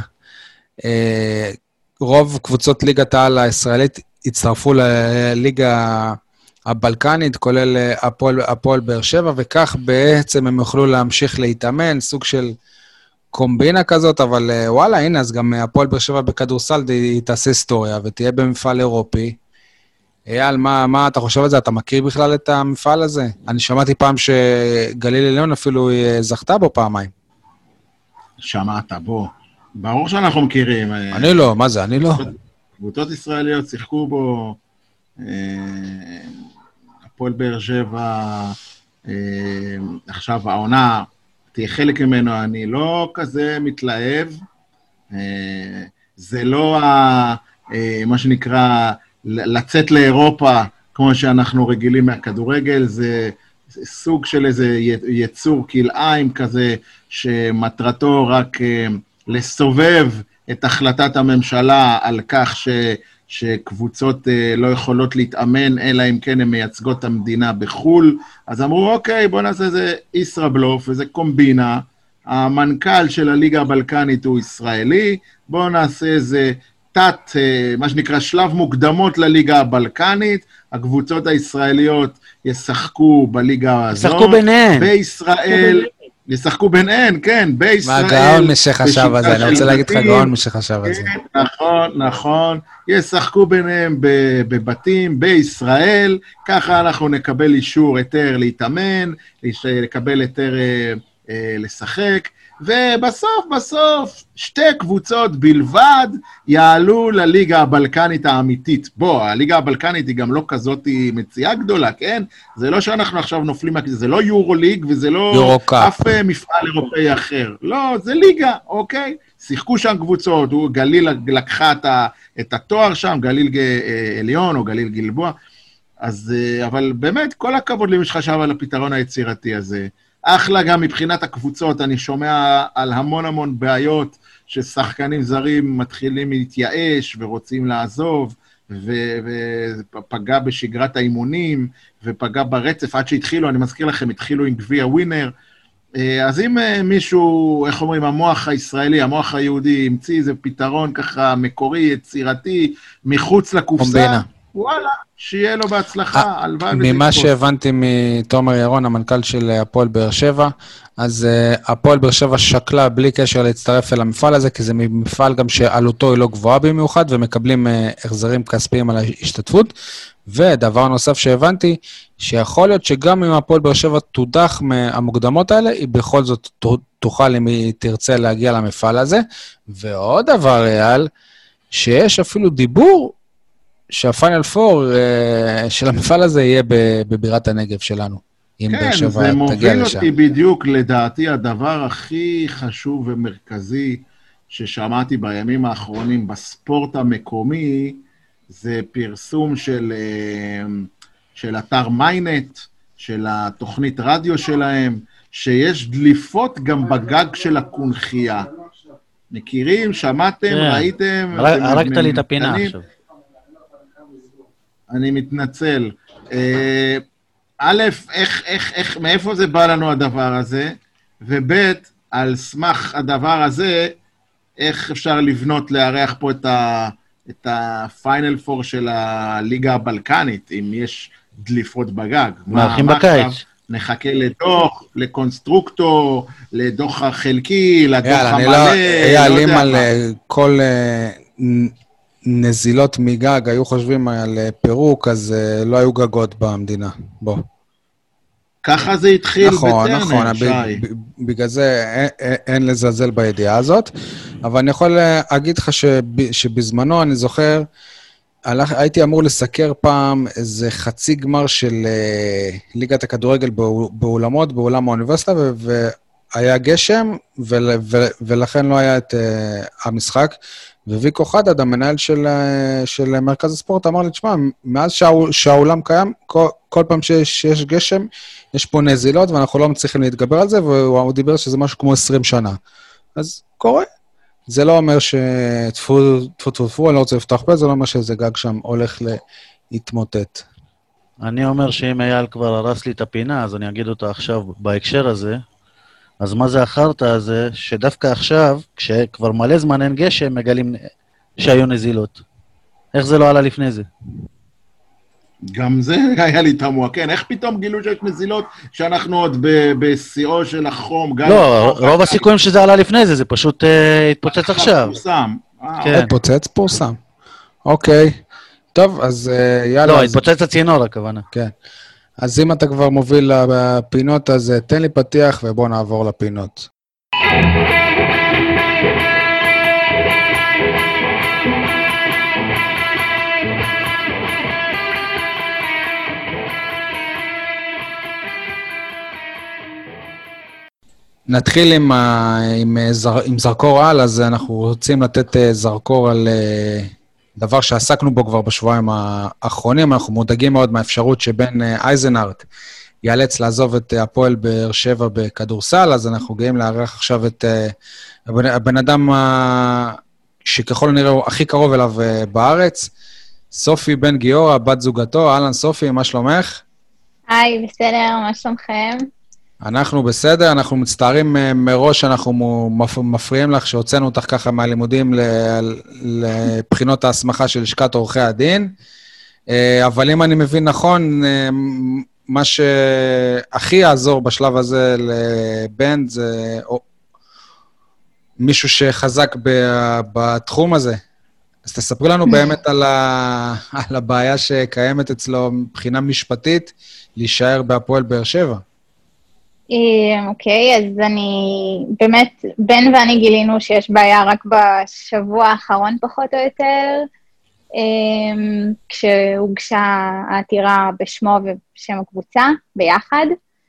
רוב קבוצות ליגת העל הישראלית הצטרפו לליגה הבלקנית, כולל הפועל באר שבע, וכך בעצם הם יוכלו להמשיך להתאמן, סוג של קומבינה כזאת, אבל וואלה, הנה, אז גם הפועל באר שבע בכדורסל היא תעשה היסטוריה, ותהיה במפעל אירופי. אייל, מה אתה חושב על זה? אתה מכיר בכלל את המפעל הזה? אני שמעתי פעם שגליל עליון אפילו זכתה בו פעמיים. שמעת, בוא. ברור שאנחנו מכירים. אני לא, מה זה? אני לא. קבוצות ישראליות שיחקו בו, הפועל באר שבע, עכשיו העונה, תהיה חלק ממנו, אני לא כזה מתלהב, זה לא מה שנקרא לצאת לאירופה, כמו שאנחנו רגילים מהכדורגל, זה סוג של איזה יצור כלאיים כזה, שמטרתו רק לסובב את החלטת הממשלה על כך שקבוצות לא יכולות להתאמן, אלא אם כן הן מייצגות את המדינה בחול. אז אמרו, אוקיי, בוא נעשה איזה ישראבלוף, איזה קומבינה, המנכ"ל של הליגה הבלקנית הוא ישראלי, בוא נעשה איזה מה שנקרא שלב מוקדמות לליגה הבלקנית, הקבוצות הישראליות ישחקו בליגה הזאת. ישחקו ביניהן. בישראל, ישחקו ביניהן, כן, בישראל. מה גאון מי שחשב על זה, אני רוצה להגיד לך גאון מי שחשב על זה. נכון, ישחקו ביניהם בבתים, בישראל, ככה אנחנו נקבל אישור היתר להתאמן, לקבל היתר לשחק, ובסוף, שתי קבוצות בלבד יעלו לליגה הבלקנית האמיתית. בוא, הליגה הבלקנית היא גם לא כזאת מציאה גדולה, כן? זה לא שאנחנו עכשיו נופלים, זה לא יורוליג וזה לא אף מפעל אירופאי אחר. לא, זה ליגה, אוקיי? שיחקו שם קבוצות, גליל לקחה את התואר שם, גליל עליון או גליל גלבוע, אז, אבל באמת, כל הכבוד למי שחשב על הפתרון היצירתי הזה. אחלה גם מבחינת הקבוצות, אני שומע על המון בעיות ששחקנים זרים מתחילים להתייאש ורוצים לעזוב, ופגע בשגרת האימונים, ופגע ברצף עד שהתחילו, אני מזכיר לכם, התחילו עם גביע ווינר, אז אם מישהו, איך אומרים, המוח הישראלי, המוח היהודי, המציא איזה פתרון ככה מקורי, יצירתי, מחוץ לקופסה, וואלה, שיהיה לו בהצלחה, הלוואי וזה ממה שהבנתי מתומר ירון, המנכ"ל של הפועל באר שבע, אז הפועל באר שבע שקלה בלי קשר להצטרף אל המפעל הזה, כי זה מפעל גם שעלותו היא לא גבוהה במיוחד, ומקבלים החזרים כספיים על ההשתתפות, ודבר נוסף שהבנתי, שיכול להיות שגם אם הפועל באר שבע תודח מהמוקדמות האלה, היא בכל זאת תוכל אם היא תרצה להגיע למפעל הזה, ועוד דבר, אייל, שיש אפילו דיבור, שהפיינל פור של המפעל הזה יהיה בבירת הנגב שלנו, אם באר שבע תגיע לשם. כן, זה מוביל אותי בדיוק, לדעתי, הדבר הכי חשוב ומרכזי ששמעתי בימים האחרונים בספורט המקומי, זה פרסום של אתר מיינט, של התוכנית רדיו שלהם, שיש דליפות גם בגג של הקונחייה. מכירים, שמעתם, ראיתם? הרגת לי את הפינה עכשיו. אני מתנצל. א', מאיפה זה בא לנו הדבר הזה? וב', על סמך הדבר הזה, איך אפשר לבנות, לארח פה את הפיינל פור של הליגה הבלקנית, אם יש דליפות בגג. מארחים בקיץ. נחכה לדוח, לקונסטרוקטור, לדוח החלקי, לדוח המלא. יעלים על כל נזילות מגג, היו חושבים על פירוק, אז לא היו גגות במדינה. בוא. ככה זה התחיל בטרנר, נכון, שי. בגלל זה אין לזלזל בידיעה הזאת, אבל אני יכול להגיד לך שבזמנו, אני זוכר, הייתי אמור לסקר פעם איזה חצי גמר של ליגת הכדורגל באולמות, באולם האוניברסיטה, והיה גשם, ולכן לא היה את המשחק, וויקו חדד, המנהל של מרכז הספורט, אמר לי, תשמע, מאז שהאולם קיים, כל פעם שיש גשם, יש פה נזילות, ואנחנו לא מצליחים להתגבר על זה, והוא דיבר שזה משהו כמו 20 שנה. אז קורה. זה לא אומר טפו, אני לא רוצה לפתוח פה, זה לא אומר שזה גג שם הולך להתמוטט. אני אומר שאם אייל כבר הרס לי את הפינה, אז אני אגיד אותה עכשיו בהקשר הזה. אז מה זה החרטא הזה, שדווקא עכשיו, כשכבר מלא זמן אין גשם, מגלים שהיו נזילות. איך זה לא עלה לפני זה? גם זה היה לי תמוה, כן, איך פתאום גילו שיש נזילות שאנחנו עוד בשיאו של החום? לא, רוב הסיכויים שזה עלה לפני זה, זה פשוט התפוצץ עכשיו. פורסם. התפוצץ, פורסם. אוקיי. טוב, אז יאללה. לא, התפוצץ הצינור, הכוונה. כן. אז אם אתה כבר מוביל לפינות, אז תן לי פתיח ובוא נעבור לפינות. נתחיל עם זרקור על, אז אנחנו רוצים לתת זרקור על דבר שעסקנו בו כבר בשבועיים האחרונים. אנחנו מודאגים מאוד מהאפשרות שבין אייזנארט ייאלץ לעזוב את הפועל באר שבע בכדורסל, אז אנחנו גאים לארח עכשיו את הבן אדם שככל הנראה הוא הכי קרוב אליו בארץ, סופי בן גיורא, בת זוגתו. אהלן סופי, מה שלומך? היי, בסדר, מה שלומכם? אנחנו בסדר, אנחנו מצטערים מראש שאנחנו מפריעים לך, שהוצאנו אותך ככה מהלימודים לבחינות ההסמכה של לשכת עורכי הדין, אבל אם אני מבין נכון, מה שהכי יעזור בשלב הזה לבן זה מישהו שחזק בתחום הזה. אז תספרי לנו באמת על הבעיה שקיימת אצלו מבחינה משפטית, להישאר בהפועל באר שבע. אוקיי, אז באמת, בן ואני גילינו שיש בעיה רק בשבוע האחרון פחות או יותר, כשהוגשה העתירה בשמו ובשם הקבוצה ביחד.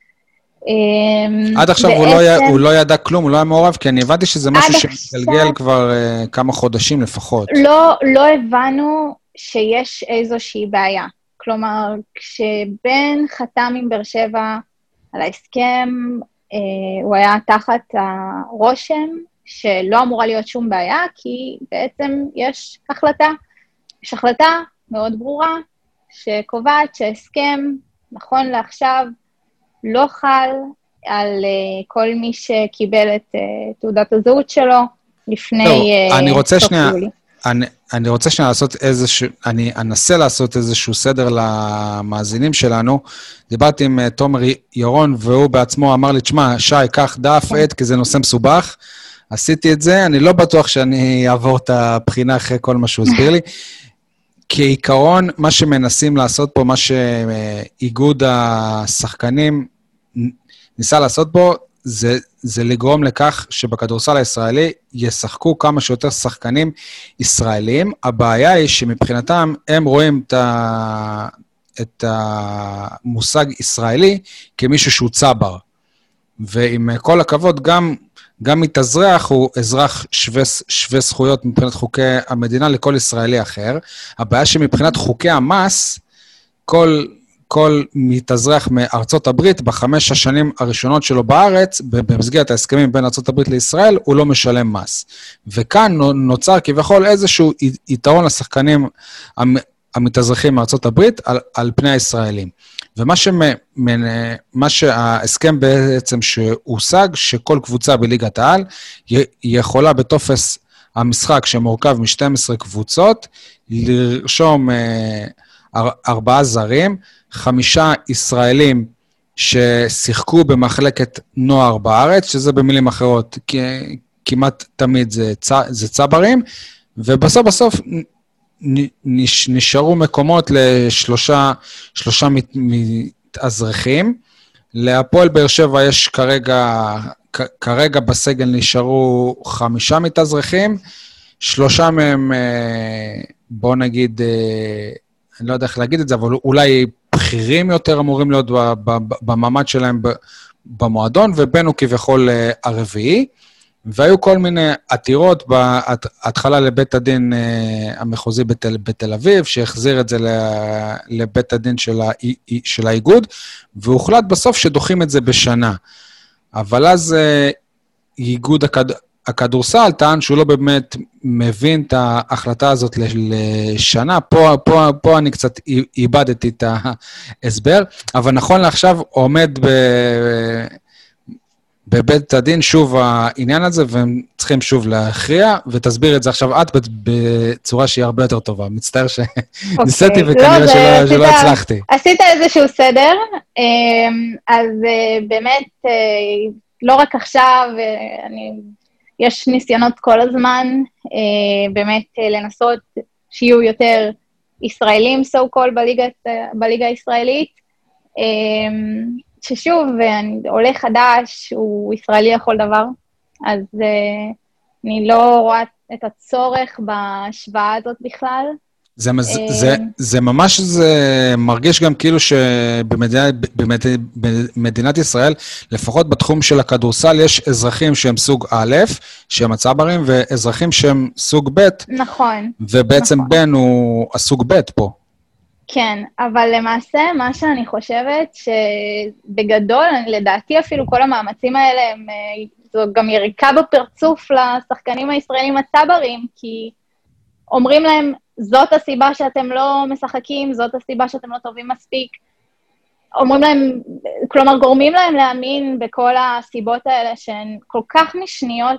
עד עכשיו הוא לא ידע כלום, הוא לא היה מעורב, כי אני הבנתי שזה משהו שמתגלגל כבר כמה חודשים לפחות. לא הבנו שיש איזושהי בעיה. כלומר, כשבן חתם עם באר שבע על ההסכם, הוא היה תחת הרושם שלא אמורה להיות שום בעיה, כי בעצם יש החלטה מאוד ברורה, שקובעת שההסכם, נכון לעכשיו, לא חל על כל מי שקיבל את תעודת הזהות שלו לפני סוף יולי. אני רוצה שנייה לעשות אני אנסה לעשות איזשהו סדר למאזינים שלנו. דיברתי עם תומר ירון, והוא בעצמו אמר לי, תשמע, שי, קח דף עט, כי זה נושא מסובך. עשיתי את זה, אני לא בטוח שאני אעבור את הבחינה אחרי כל מה שהוא הסביר לי. כעיקרון, מה שמנסים לעשות פה, מה שאיגוד השחקנים ניסה לעשות פה, זה לגרום לכך שבכדורסל הישראלי ישחקו כמה שיותר שחקנים ישראלים. הבעיה היא שמבחינתם הם רואים את המושג ישראלי כמישהו שהוא צבר. ועם כל הכבוד, גם מתאזרח הוא אזרח שווה זכויות מבחינת חוקי המדינה לכל ישראלי אחר. הבעיה שמבחינת חוקי המס, כל מתאזרח מארצות הברית, ב5 השנים הראשונות שלו בארץ, במסגרת ההסכמים בין ארצות הברית לישראל, הוא לא משלם מס. וכאן נוצר כביכול איזשהו יתרון לשחקנים המתאזרחים מארצות הברית על פני הישראלים. ומה שההסכם בעצם שהושג, שכל קבוצה בליגת העל יכולה בטופס המשחק שמורכב מ12 קבוצות, לרשום 4 זרים, 5 ישראלים ששיחקו במחלקת נוער בארץ, שזה במילים אחרות, כמעט תמיד זה צברים, ובסוף נשארו מקומות לשלושה מתאזרחים. להפועל באר שבע יש כרגע בסגל נשארו 5 מתאזרחים, 3 מהם, בוא נגיד, אני לא יודע איך להגיד את זה, אבל אולי בכירים יותר אמורים להיות במעמד שלהם במועדון, ובן הוא כביכול הרביעי, והיו כל מיני עתירות בהתחלה לבית הדין המחוזי בתל אביב, שהחזיר את זה לבית הדין של האיגוד, והוחלט בסוף שדוחים את זה בשנה. אבל אז הכדורסל טען שהוא לא באמת מבין את ההחלטה הזאת לשנה, פה אני קצת איבדתי את ההסבר, אבל נכון לעכשיו עומד בבית הדין שוב העניין הזה, והם צריכים שוב להכריע, ותסביר את זה עכשיו את בצורה שהיא הרבה יותר טובה. מצטער שניסיתי וכנראה שלא הצלחתי. עשית איזשהו סדר, אז באמת, לא רק עכשיו, יש ניסיונות כל הזמן, באמת לנסות שיהיו יותר ישראלים, so called, בליגה הישראלית, ששוב, עולה חדש, הוא ישראלי לכל דבר, אז אני לא רואה את הצורך בהשוואה הזאת בכלל. זה ממש, זה מרגיש גם כאילו שבמדינת ישראל, לפחות בתחום של הכדורסל, יש אזרחים שהם סוג א', שהם הצברים, ואזרחים שהם סוג ב'. נכון. ובעצם נכון. בן הוא הסוג ב' פה. כן, אבל למעשה מה שאני חושבת שבגדול, לדעתי אפילו כל המאמצים האלה, זו גם יריקה בפרצוף לשחקנים הישראלים הצברים, כי אומרים להם, זאת הסיבה שאתם לא משחקים, זאת הסיבה שאתם לא טובים מספיק. אומרים להם, כלומר גורמים להם להאמין בכל הסיבות האלה שהן כל כך משניות,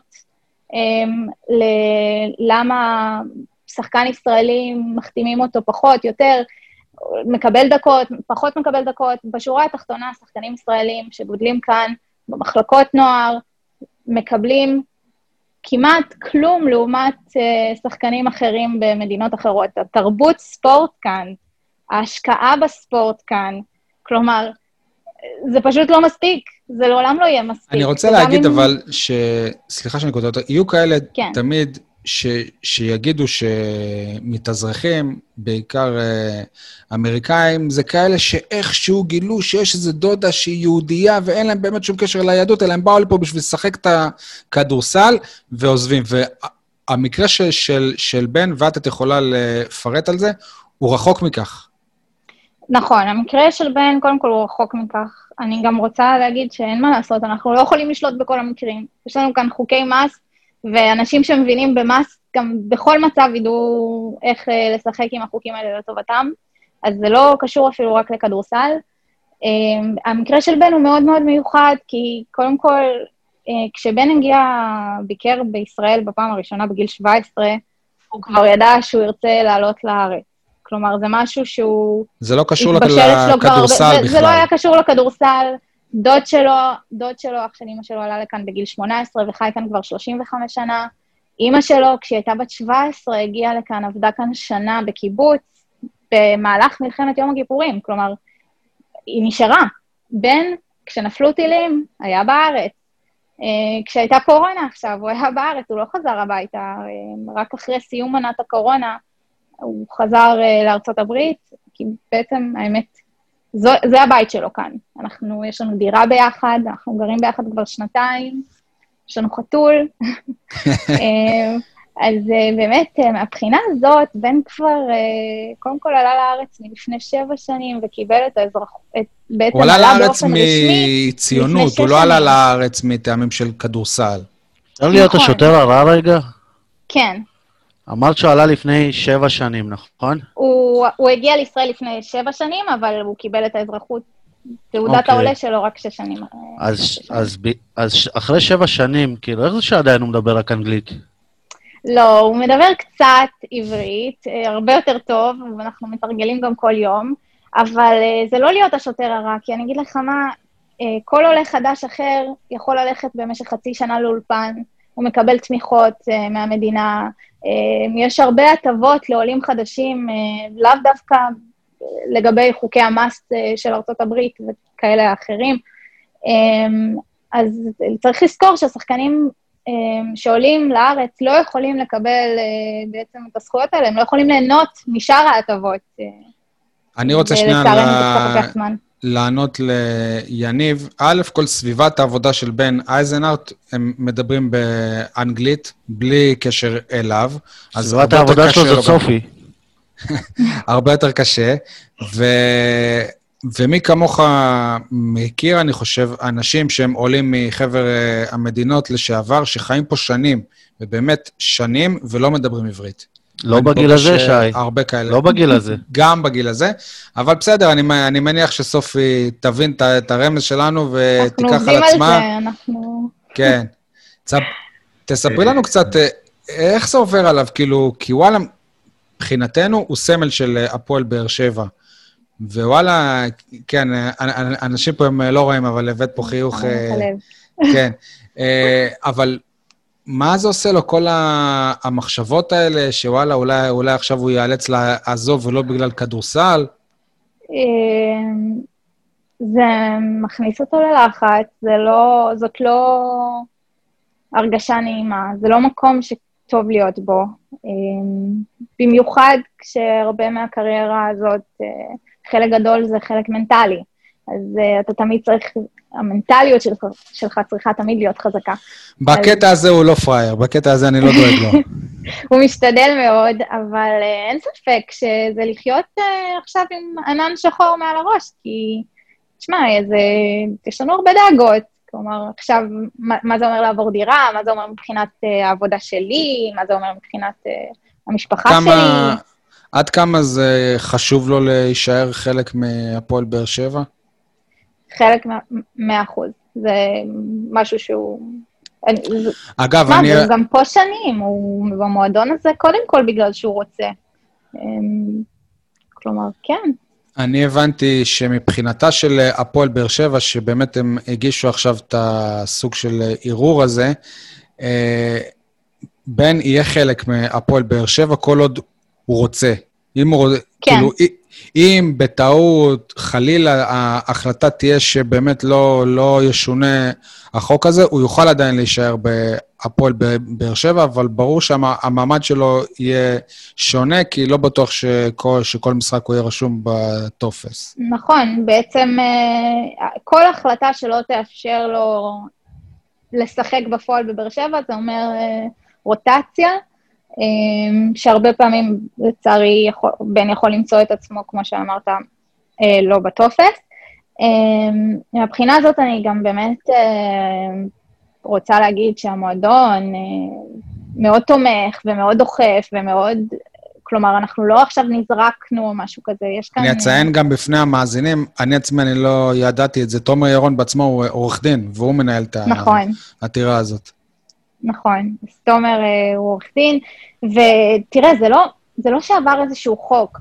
למה שחקן ישראלי מחתימים אותו פחות, יותר, מקבל דקות, פחות מקבל דקות. בשורה התחתונה, שחקנים ישראלים שגודלים כאן, במחלקות נוער, מקבלים כמעט כלום לעומת שחקנים אחרים במדינות אחרות. התרבות ספורט כאן, ההשקעה בספורט כאן, כלומר, זה פשוט לא מספיק, זה לעולם לא יהיה מספיק. אני רוצה להגיד אבל, סליחה שאני קוטע אותה, יהיו כאלה כן. תמיד שיגידו שמתאזרחים, בעיקר אמריקאים, זה כאלה שאיכשהו גילו שיש איזו דודה שהיא יהודייה, ואין להם באמת שום קשר ליהדות, אלא הם באו לפה בשביל לשחק את הכדורסל ועוזבים. והמקרה של בן, ואת יכולה לפרט על זה, הוא רחוק מכך. נכון, המקרה של בן, קודם כל הוא רחוק מכך. אני גם רוצה להגיד שאין מה לעשות, אנחנו לא יכולים לשלוט בכל המקרים. יש לנו כאן חוקי מס, ואנשים שמבינים במס, גם בכל מצב ידעו איך לשחק עם החוקים האלה לטובתם, אז זה לא קשור אפילו רק לכדורסל. המקרה של בן הוא מאוד מאוד מיוחד, כי קודם כל, כשבן ביקר בישראל בפעם הראשונה בגיל 17, הוא כבר ידע שהוא ירצה לעלות לארץ. כלומר, זה משהו שהוא... זה לא קשור לכדורסל בכלל. זה לא היה קשור לכדורסל. דוד שלו, אח של אמא שלו עלה לכאן בגיל 18, וחי כאן כבר 35 שנה. אמא שלו, כשהיא הייתה בת 17, הגיעה לכאן, עבדה כאן שנה בקיבוץ, במהלך מלחמת יום הכיפורים. כלומר, היא נשארה. בן, כשנפלו טילים, היה בארץ. כשהייתה קורונה עכשיו, הוא היה בארץ, הוא לא חזר הביתה. רק אחרי סיום מנת הקורונה, הוא חזר לארצות הברית, כי בעצם, האמת, זה הבית שלו כאן. יש לנו דירה ביחד, אנחנו גרים ביחד כבר 2, יש לנו חתול. אז באמת, מהבחינה הזאת, בן כבר, קודם כל עלה לארץ מלפני 7 שנים, וקיבל את האזרחות, בעצם הוא עלה לארץ מציונות, הוא לא עלה לארץ מטעמים של כדורסל. צריך להיות השוטר הרע רגע? כן. אמרת שהוא עלה לפני 7 שנים, נכון? הוא הגיע לישראל לפני 7 שנים, אבל הוא קיבל את האזרחות, תעודת העולה שלו רק 6 שנים. אז אחרי 7 שנים, כאילו, איך זה שעדיין הוא מדבר רק אנגלית? לא, הוא מדבר קצת עברית, הרבה יותר טוב, ואנחנו מתרגלים גם כל יום, אבל זה לא להיות השוטר הרע, כי אני אגיד לך מה, כל עולה חדש אחר יכול ללכת במשך חצי שנה לאולפן, הוא מקבל תמיכות מהמדינה, יש הרבה הטבות לעולים חדשים, לאו דווקא לגבי חוקי המס של ארצות הברית וכאלה אחרים. אז צריך לזכור שהשחקנים שעולים לארץ לא יכולים לקבל בעצם את הזכויות האלה, הם לא יכולים ליהנות משאר ההטבות. אני רוצה שנייה לענות ליניב. א', כל סביבת העבודה של בן אייזנארט, הם מדברים באנגלית, בלי קשר אליו. סביבת העבודה שלו זה סופי. הרבה יותר קשה, ומי כמוך מכיר, אני חושב, אנשים שהם עולים מחבר המדינות לשעבר, שחיים פה שנים, ובאמת שנים, ולא מדברים עברית. לא בגיל הזה, שי. הרבה כאלה. לא בגיל הזה. גם בגיל הזה, אבל בסדר, אני מניח שסופי תבין את הרמז שלנו, ותיקח על עצמה. אנחנו עובדים על זה, אנחנו... כן. תספרי לנו קצת, איך זה עובר עליו, כאילו, כי וואלה, מבחינתנו הוא סמל של הפועל באר שבע. ווואלה, כן, אנשים פה הם לא רואים, אבל הבאת פה חיוך... כן, אבל מה זה עושה לו, כל המחשבות האלה, שוואלה, אולי עכשיו הוא ייאלץ לעזוב ולא בגלל כדורסל? זה מכניס אותו ללחץ, זאת לא הרגשה נעימה, זה לא מקום שטוב להיות בו. במיוחד כשהרבה מהקריירה הזאת, חלק גדול זה חלק מנטלי, אז אתה תמיד צריך, המנטליות שלך צריכה תמיד להיות חזקה. בקטע הזה הוא לא פרייר, בקטע הזה אני לא דואג לו. הוא משתדל מאוד, אבל אין ספק שזה לחיות עכשיו עם ענן שחור מעל הראש, כי, תשמע, יש לנו הרבה דאגות, כלומר, עכשיו, מה זה אומר לעבור דירה, מה זה אומר מבחינת העבודה שלי, מה זה אומר מבחינת המשפחה שלי. עד כמה זה חשוב לו להישאר חלק מהפועל באר שבע? חלק 100%. זה משהו שהוא... אגב, הוא גם פה שנים, הוא במועדון הזה קודם כל בגלל שהוא רוצה. כלומר, כן. אני הבנתי שמבחינתה של הפועל באר שבע, שבאמת הם הגישו עכשיו את הסוג של ערעור הזה, בן יהיה חלק מהפועל באר שבע כל עוד הוא רוצה. אם הוא רוצה, כן. כאילו, אם בטעות חלילה ההחלטה תהיה שבאמת לא ישונה החוק הזה, הוא יוכל עדיין להישאר בהפועל באר שבע, אבל ברור שהמעמד שלו יהיה שונה, כי לא בטוח שכל משחק הוא יהיה רשום בטופס. נכון, בעצם כל החלטה שלא תאפשר לו לשחק בפועל בבאר שבע, זה אומר רוטציה, שהרבה פעמים, לצערי, בן יכול למצוא את עצמו, כמו שאמרת, לא בטופס. מהבחינה הזאת אני גם באמת רוצה להגיד שהמועדון מאוד תומך ומאוד דוחף ומאוד, כלומר, אנחנו לא עכשיו נזרקנו או משהו כזה, יש כאן... אני אציין גם בפני המאזינים, אני עצמי, אני לא ידעתי את זה, תומר ירון בעצמו הוא עורך דין, והוא מנהל את העתירה הזאת. נכון, אז תומר הוא עורך דין, ותראה, זה לא שעבר איזשהו חוק,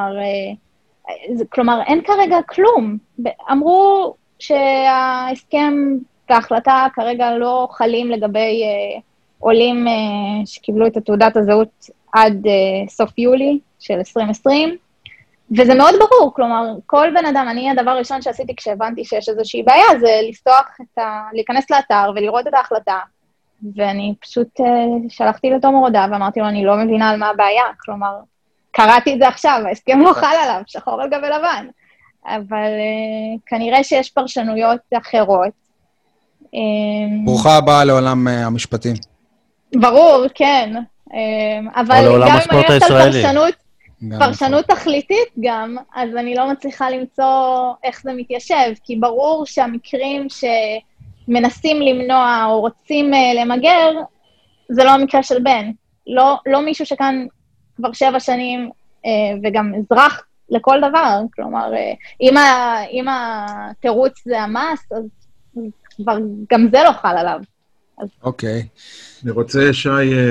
כלומר, אין כרגע כלום. אמרו שההסכם וההחלטה כרגע לא חלים לגבי עולים שקיבלו את תעודת הזהות עד סוף יולי של 2020, וזה מאוד ברור, כלומר, כל בן אדם, הדבר הראשון שעשיתי כשהבנתי שיש איזושהי בעיה, זה להיכנס לאתר ולראות את ההחלטה, ואני פשוט שלחתי לתומר הודעה ואמרתי לו, אני לא מבינה על מה הבעיה, כלומר, קראתי את זה עכשיו, ההסכם לא חל עליו, שחור על גבי לבן, אבל כנראה שיש פרשנויות אחרות. ברוכה הבאה לעולם המשפטים. ברור, כן, אבל גם אם אני הולכת על פרשנות תכליתית גם, אז אני לא מצליחה למצוא איך זה מתיישב, כי ברור שהמקרים מנסים למנוע או רוצים למגר, זה לא המקרה של בן. לא מישהו שכאן כבר 7 שנים, וגם אזרח לכל דבר. כלומר, אם התירוץ זה המס, אז כבר גם זה לא חל עליו. אוקיי. אני רוצה, שי,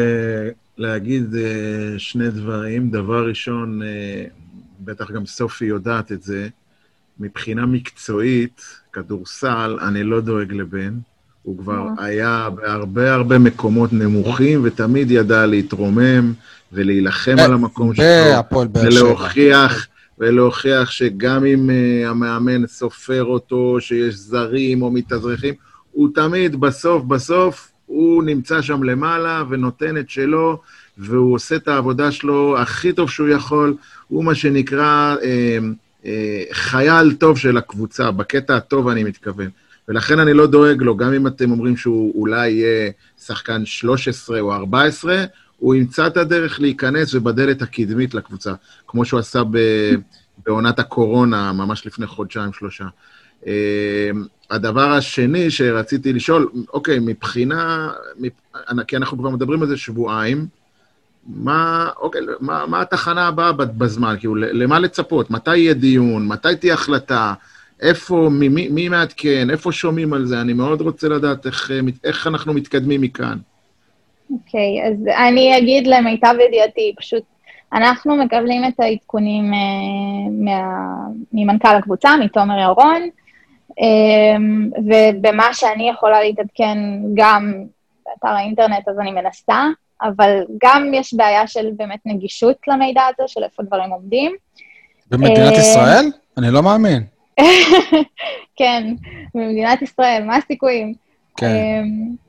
להגיד 2 דברים. דבר ראשון, בטח גם סופי יודעת את זה, מבחינה מקצועית, כדורסל, אני לא דואג לבן. הוא כבר היה בהרבה מקומות נמוכים, ותמיד ידע להתרומם ולהילחם על המקום שלו, ולהוכיח שגם אם המאמן סופר אותו, שיש זרים או מתאזרחים, הוא תמיד בסוף, הוא נמצא שם למעלה ונותן את שלו, והוא עושה את העבודה שלו הכי טוב שהוא יכול, הוא מה שנקרא חייל טוב של הקבוצה, בקטע הטוב אני מתכוון. ולכן אני לא דואג לו, גם אם אתם אומרים שהוא אולי יהיה שחקן 13 או 14, הוא ימצא את הדרך להיכנס ובדלת הקדמית לקבוצה, כמו שהוא עשה בעונת הקורונה, ממש לפני חודשיים, 3. הדבר השני שרציתי לשאול, אוקיי, כי אנחנו כבר מדברים על זה שבועיים, מה התחנה הבאה בזמן? כאילו, למה לצפות? מתי יהיה דיון? מתי תהיה החלטה? איפה, מי מעדכן? איפה שומעים על זה? אני מאוד רוצה לדעת איך אנחנו מתקדמים מכאן. אוקיי, אז אני אגיד למיטב ידיעתי, פשוט אנחנו מקבלים את העדכונים ממנכ"ל הקבוצה, מתומר ירון, ובמה שאני יכולה להתעדכן גם באתר האינטרנט, אז אני מנסה, אבל גם יש בעיה של באמת נגישות למידע הזה, של איפה דברים עומדים. במדינת ישראל? אני לא מאמין. כן, במדינת ישראל, מה הסיכויים? כן.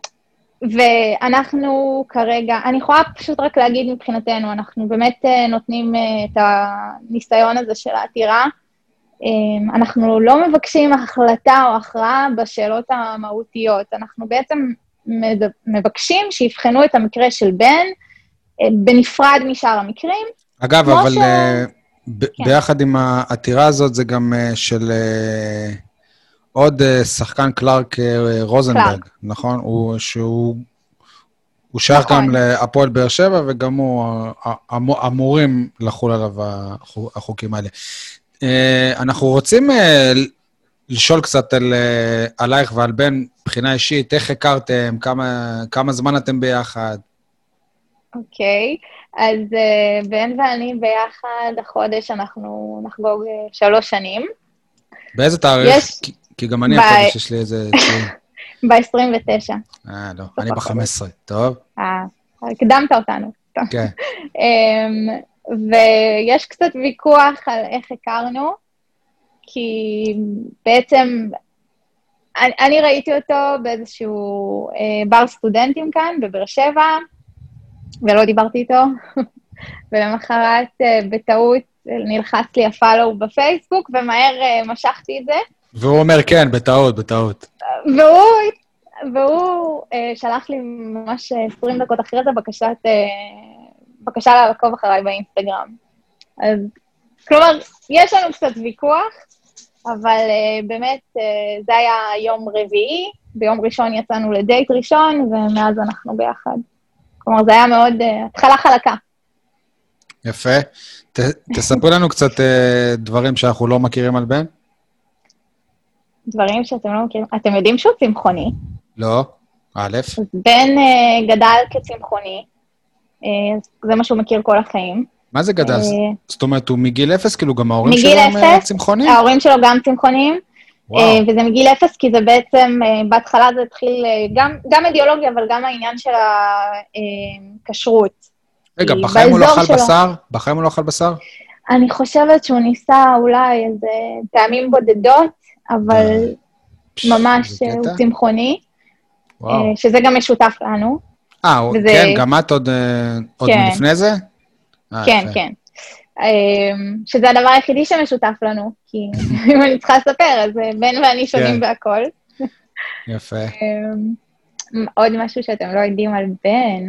ואנחנו כרגע, אני יכולה פשוט רק להגיד מבחינתנו, אנחנו באמת נותנים את הניסיון הזה של העתירה, אנחנו לא מבקשים החלטה או הכרעה בשאלות המהותיות, אנחנו בעצם מבקשים שיבחנו את המקרה של בן, בנפרד משאר המקרים. אגב, אבל ביחד עם העתירה הזאת זה גם של עוד שחקן קלארק רוזנברג, נכון? שהוא שייך גם להפועל באר שבע, וגם הוא אמורים לחול עליו החוקים האלה. אנחנו רוצים לשאול קצת עלייך ועל בן, מבחינה אישית, איך הכרתם, כמה זמן אתם ביחד? אוקיי, אז בן ואני ביחד, החודש אנחנו נחגוג 3 שנים. באיזה תאריך? כי גם אני החודש, יש לי איזה ציון. ב-29. לא, אני ב-15, טוב. הקדמת אותנו. כן. ויש קצת ויכוח על איך הכרנו, כי בעצם אני ראיתי אותו באיזשהו בר סטודנטים כאן, בבאר שבע, ולא דיברתי איתו, ולמחרת בטעות נלחץ לי הפלו בפייסבוק, ומהר משכתי את זה. והוא אומר, כן, בטעות. והוא שלח לי ממש 20 דקות אחרי זה בקשה לעקוב אחריי באינסטגרם. אז, כלומר, יש לנו קצת ויכוח, אבל באמת זה היה יום רביעי, ביום ראשון יצאנו לדייט ראשון, ומאז אנחנו ביחד. כלומר, זה היה מאוד התחלה חלקה. יפה. תספרו לנו קצת דברים שאנחנו לא מכירים על בן. דברים שאתם לא מכירים. אתם יודעים שהוא צמחוני? לא, א'. אז בן גדל כצמחוני, זה מה שהוא מכיר כל החיים. מה זה גדל? זאת אומרת, הוא מגיל 0, כאילו גם ההורים שלו הם צמחונים? ההורים שלו גם צמחונים, וזה מגיל 0, כי זה בעצם, בהתחלה זה התחיל גם אידיאולוגיה, אבל גם העניין של הכשרות. רגע, בחיים הוא לא אכל בשר? בחיים הוא לא אכל בשר? אני חושבת שהוא ניסה אולי איזה פעמים בודדות, אבל ממש הוא צמחוני, שזה גם משותף לנו. כן, גם את עוד לפני זה? כן, כן. שזה הדבר היחידי שמשותף לנו, כי אם אני צריכה לספר, אז בן ואני שונים בהכל. יפה. עוד משהו שאתם לא יודעים על בן.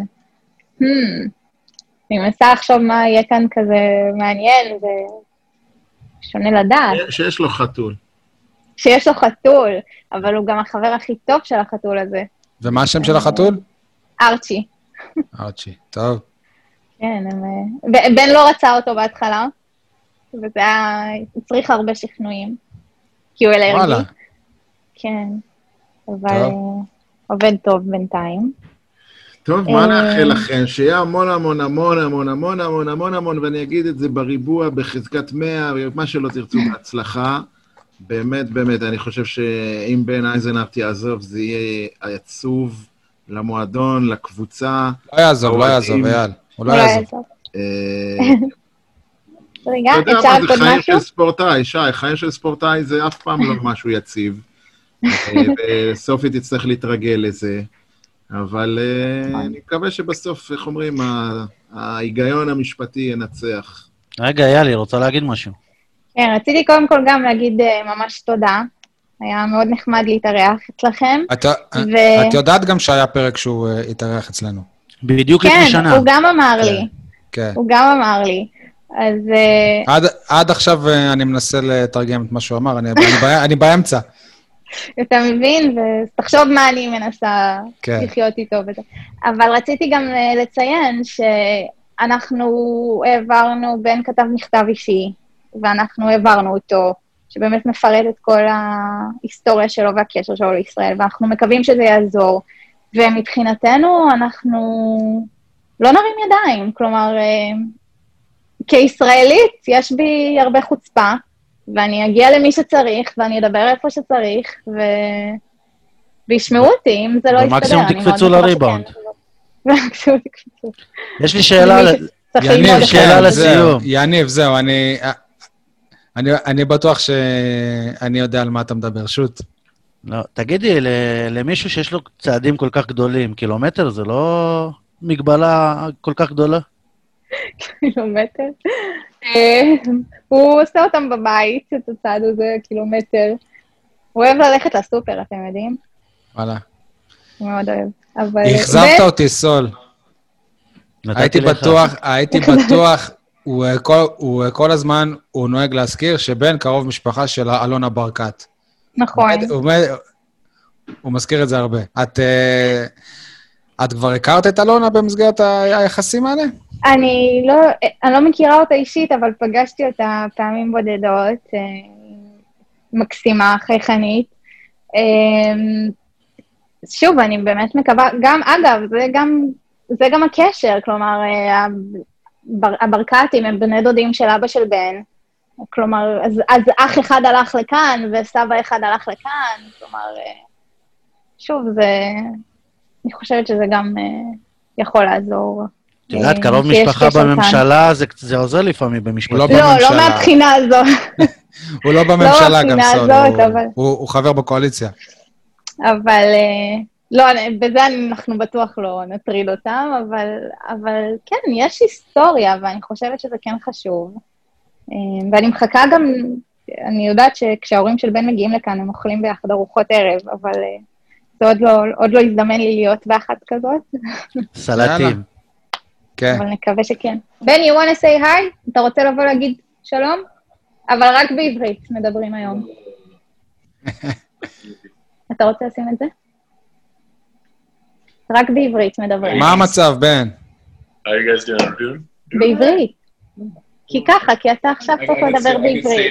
אני מנסה לחשוב מה יהיה כאן כזה מעניין, ושונה לדעת. שיש לו חתול. שיש לו חתול, אבל הוא גם החבר הכי טוב של החתול הזה. ומה השם של החתול? ארצ'י. ארצ'י, טוב. כן, בן לא רצה אותו בהתחלה, וזה היה, צריך הרבה שכנועים, כי הוא אלרגי. וואלה. כן, אבל עובד טוב בינתיים. טוב, מה נאחל לכם? שיהיה המון המון המון המון המון המון המון המון, ואני אגיד את זה בריבוע, בחזקת 100, מה שלא תרצו בהצלחה. באמת, באמת, אני חושב שאם בן אייזנארט יעזוב, זה יהיה עצוב למועדון, לקבוצה. לא יעזוב, אייל. הוא לא יעזוב. רגע, אפשר עוד משהו? אתה יודע מה, זה חיים של ספורטאי, שי, חיים של ספורטאי זה אף פעם לא משהו יציב. בסוף היא תצטרך להתרגל לזה. אבל אני מקווה שבסוף, איך אומרים, ההיגיון המשפטי ינצח. רגע, אייל, היא רוצה להגיד משהו. כן, רציתי קודם כל גם להגיד ממש תודה. היה מאוד נחמד להתארח אצלכם. את יודעת גם שהיה פרק שהוא התארח אצלנו. בדיוק לפני שנה. כן, הוא גם אמר לי. הוא גם אמר לי. אז... עד עכשיו אני מנסה לתרגם את מה שהוא אמר, אני באמצע. אתה מבין, ותחשוב מה אני מנסה לחיות איתו. אבל רציתי גם לציין שאנחנו העברנו, בן כתב מכתב אישי, ואנחנו העברנו אותו, שבאמת מפרט את כל ההיסטוריה שלו והקשר שלו לישראל, ואנחנו מקווים שזה יעזור. ומבחינתנו אנחנו לא נרים ידיים, כלומר, כישראלית יש בי הרבה חוצפה, ואני אגיע למי שצריך, ואני אדבר איפה שצריך, וישמעו אותי, אם זה לא יסתדר. ומקסימום תקפצו לריבאונד. ומקסימום תקפצו. יש לי שאלה לסיום. יניב, זהו, אני בטוח שאני יודע על מה אתה מדבר, שוט. לא, תגידי, למישהו שיש לו צעדים כל כך גדולים, קילומטר זה לא מגבלה כל כך גדולה? קילומטר? הוא עושה אותם בבית, את הצעד הזה, קילומטר. הוא אוהב ללכת לסופר, אתם יודעים? וואלה. הוא מאוד אוהב. החזבת אותי, סול. הייתי בטוח, הוא כל הזמן, הוא נוהג להזכיר שבן קרוב משפחה של אלונה ברקת. נכון. הוא מזכיר את זה הרבה. את כבר הכרת את אלונה במסגרת היחסים האלה? אני לא מכירה אותה אישית, אבל פגשתי אותה פעמים בודדות, מקסימה, חייכנית. שוב, אני באמת מקווה, גם, אגב, זה גם הקשר, כלומר, הברקתים הם בני דודים של אבא של בן, כלומר, אז אח אחד הלך לכאן, וסבא אחד הלך לכאן, כלומר, שוב, אני חושבת שזה גם יכול לעזור. את יודעת, קרוב משפחה בממשלה, זה עוזר לפעמים במשפטים. לא מהבחינה הזו. הוא לא בממשלה גם סוד, הוא חבר בקואליציה. אבל, לא, בזה אנחנו בטוח לא נטריד אותם, אבל כן, יש היסטוריה, ואני חושבת שזה כן חשוב. ואני מחכה גם, אני יודעת שכשההורים של בן מגיעים לכאן, הם אוכלים ביחד ארוחות ערב, אבל זה עוד לא הזדמן לי להיות באחת כזאת. סלטים. אבל נקווה שכן. בן, you want to say hi? אתה רוצה לבוא להגיד שלום? אבל רק בעברית מדברים היום. אתה רוצה לשים את זה? רק בעברית מדברים. מה המצב, בן? בעברית. כי ככה, כי אתה עכשיו צריך לדבר בעברית.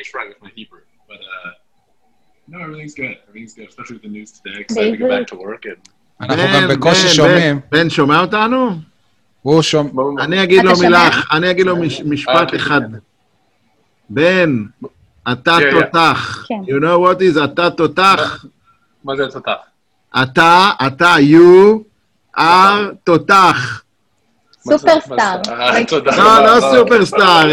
No, everything's good. Everything's good, especially with the news today, excited to get back to work. אנחנו גם בקושי שומעים. בן, שומע אותנו? הוא שומע. אני אגיד לו משפט אחד. בן, אתה תותח. You know what is אתה תותח? מה זה תותח? אתה, you are תותח. סופרסטאר. לא סופרסטאר.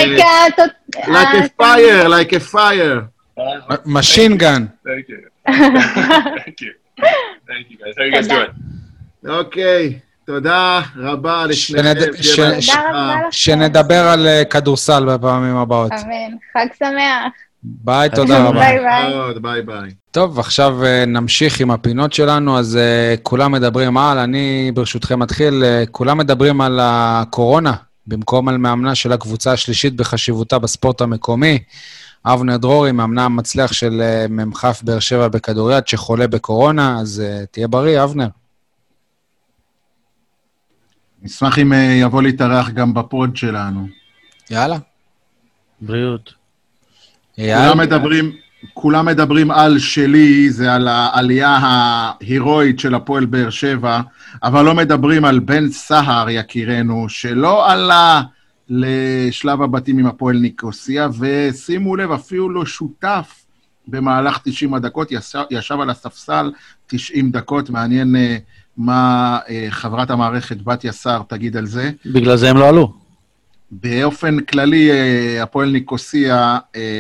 Like a fire. Machine gun. Thank you. Thank you. Thank you, guys. How you guys doing? אוקיי, תודה רבה לשניכם. שנדבר על כדורסל בפעמים הבאות. אמן. חג שמח. ביי, תודה רבה. ביי ביי. טוב, עכשיו נמשיך עם הפינות שלנו, אז כולם מדברים אני ברשותכם מתחיל, כולם מדברים על הקורונה, במקום על מאמנה של הקבוצה השלישית בחשיבותה בספורט המקומי, אבנר דרורי, מאמנה המצליח של ממחף באר שבע בכדוריד, שחולה בקורונה, אז תהיה בריא, אבנר. נשמח אם יבוא להתארח גם בפוד שלנו. יאללה. בריאות. כולם מדברים על שלי, זה על העלייה ההירואית של הפועל באר שבע, אבל לא מדברים על בן סהר, יקירנו, שלא עלה לשלב הבתים עם הפועל ניקוסיה, ושימו לב, אפילו לא שותף במהלך 90 הדקות, ישב על הספסל 90 דקות, מעניין מה חברת המערכת בת יסר תגיד על זה. בגלל זה הם לא עלו. באופן כללי, הפועל ניקוסיה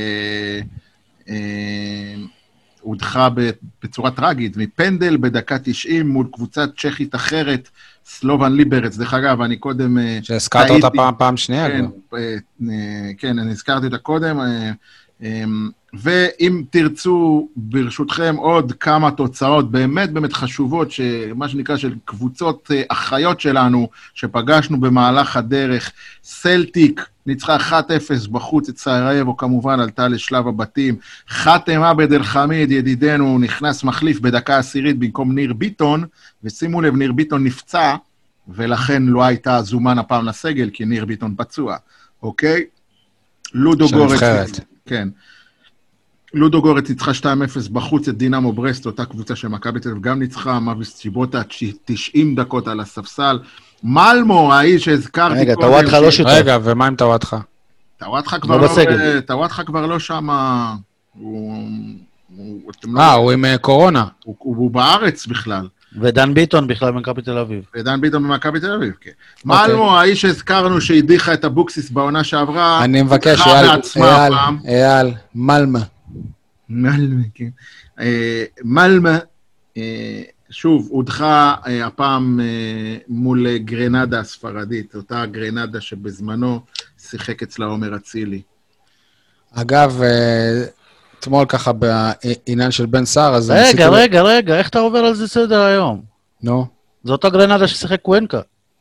הודחה בצורה טרגית, מפנדל בדקה 90 מול קבוצת צ'כית אחרת, סלובן ליברץ. דרך אגב, אני קודם... שהזכרת אותה פעם שנייה. כן, אני הזכרתי אותה קודם. ואם תרצו, ברשותכם, עוד כמה תוצאות באמת באמת חשובות, מה שנקרא של קבוצות אחיות שלנו, שפגשנו במהלך הדרך, סלטיק ניצחה 1-0 בחוץ את סרייבו, כמובן עלתה לשלב הבתים, חאתם עבד אל חמיד, ידידנו, נכנס מחליף בדקה עשירית במקום ניר ביטון, ושימו לב, ניר ביטון נפצע, ולכן לא הייתה זומן הפעם לסגל, כי ניר ביטון פצוע, אוקיי? לודו גורץ, כן. לודו גורץ ניצחה 2-0 בחוץ את דינמו ברסט, אותה קבוצה של מכבי תל אביב, גם ניצחה, מביס צ'יבוטה 90 דקות על הספסל. מלמו, האיש שהזכרתי רגע, טוואטחה לא שותף. רגע, ומה עם טוואטחה? טוואטחה כבר לא שם, הוא עם קורונה. הוא בארץ בכלל. ודן ביטון בכלל במכבי תל אביב. ודן ביטון במכבי תל אביב, כן. מלמו, האיש שהזכרנו שהדיחה את הבוקסיס בעונה שעברה, אני מבקש, אייל, מלמה. מלמה, כן. מלמה, שוב, הודחה הפעם מול גרנדה הספרדית, אותה גרנדה שבזמנו שיחק אצלה עומר אצילי. אגב, אתמול ככה בעניין של בן סער, אז... רגע, איך אתה עובר על זה סדר היום? נו. זו אותה גרנדה ששיחק קוונקה.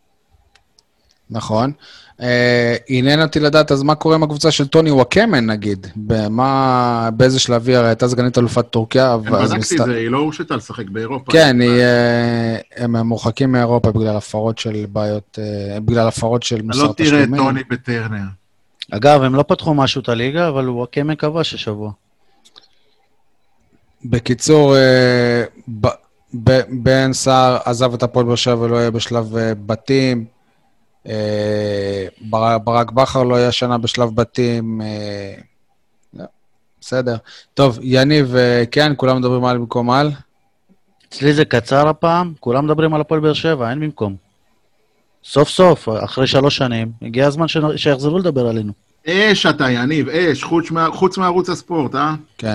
נכון. עניין אותי לדעת, אז מה קורה עם הקבוצה של טוני וואקמן, נגיד? באיזה שלבי, הרי הייתה סגנית אלופת טורקיה, אני בדקתי את זה, היא לא הורשתה לשחק באירופה. כן, הם מורחקים מאירופה בגלל הפרות של בעיות, בגלל הפרות של מוסר תשלומים. לא תראה טוני בטרנר. אגב, הם לא פתחו משהו את הליגה, אבל וואקמן כבש השבוע. בקיצור, בן סער עזב את הפועל באר שבע ולא יהיה בשלב בתים, ברק בכר לא יהיה שנה בשלב בתים, בסדר. טוב, יניב, כן, כולם מדברים על במקום על? אצלי זה קצר הפעם, כולם מדברים על הפועל באר שבע, אין במקום. סוף סוף, אחרי 3 שנים, הגיע הזמן שיחזרו לדבר עלינו. אתה, יניב, חוץ מערוץ הספורט, אה? כן.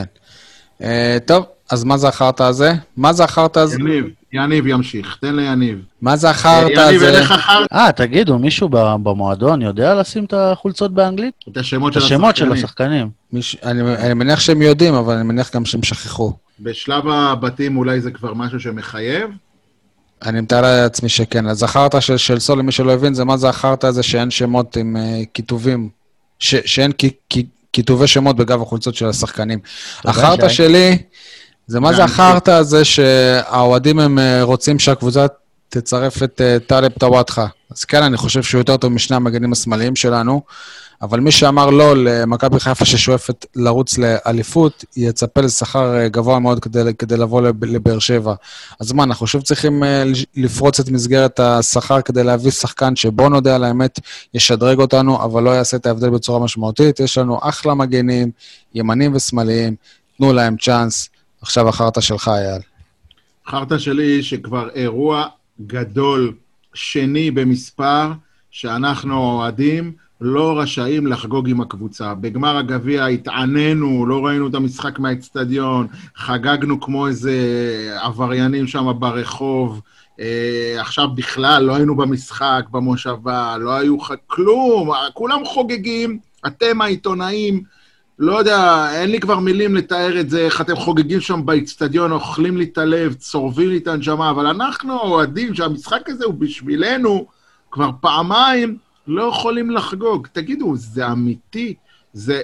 טוב, אז מה זה החרטא הזה? מה זה החרטא הזה? יניב ימשיך, תן ליניב. מה זה החרטא הזה? יניב, אין לך חרטא. תגידו, מישהו במועדון יודע לשים את החולצות באנגלית? את השמות של השחקנים. אני מניח שהם יודעים, אבל אני מניח גם שהם שכחו. בשלב הבתים אולי זה כבר משהו שמחייב? אני מתאר לעצמי שכן. אז החרטא של סול, למי שלא הבין, זה מה זה החרטא הזה שאין שמות עם כיתובים, שאין כיתובי שמות בגב החולצות של השחקנים. החרטא שלי, זה מה זה החרטא הזה שהאוהדים הם רוצים שהקבוצה תצרף את טלב טוואטחה. אז כן, אני חושב שהוא יותר טוב משני המגנים השמאליים שלנו, אבל מי שאמר לא למכבי חיפה ששואפת לרוץ לאליפות, יצפה לשכר גבוה מאוד כדי לבוא לבאר שבע. אז מה, אנחנו שוב צריכים לפרוץ את מסגרת השכר כדי להביא שחקן שבוא נודה על האמת, ישדרג אותנו, אבל לא יעשה את ההבדל בצורה משמעותית. יש לנו אחלה מגנים, ימנים ושמאליים, תנו להם צ'אנס. עכשיו החרטא שלך, אייל. החרטא שלי שכבר אירוע גדול שני במספר, שאנחנו אוהדים, לא רשאים לחגוג עם הקבוצה. בגמר הגביע התעננו, לא ראינו את המשחק מהאצטדיון, חגגנו כמו איזה עבריינים שם ברחוב, עכשיו בכלל לא היינו במשחק, במושבה, לא היו כלום, כולם חוגגים, אתם העיתונאים, לא יודע, אין לי כבר מילים לתאר את זה, איך אתם חוגגים שם באצטדיון, אוכלים לי את הלב, צורבים לי את הנשמה, אבל אנחנו אוהדים שהמשחק הזה הוא בשבילנו, כבר פעמיים, לא יכולים לחגוג. תגידו, זה אמיתי? זה...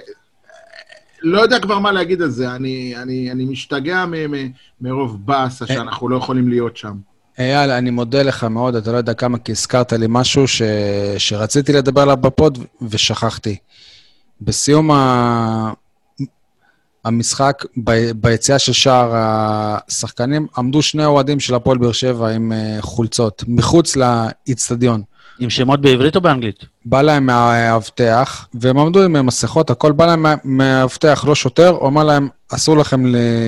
לא יודע כבר מה להגיד על זה. אני משתגע מרוב באסה שאנחנו לא יכולים להיות שם. אייל, אני מודה לך מאוד. אתה לא יודע כמה, כי הזכרת לי משהו שרציתי לדבר עליו בפוד ושכחתי. בסיום המשחק, ביציאה של שער השחקנים, עמדו 2 אוהדים של הפועל באר שבע עם חולצות, מחוץ לאצטדיון. עם שמות בעברית או באנגלית? בא להם מהאבטח, והם עמדו עם מסכות, הכל בא להם מהאבטח, לא שוטר, הוא אמר להם, אסור לכם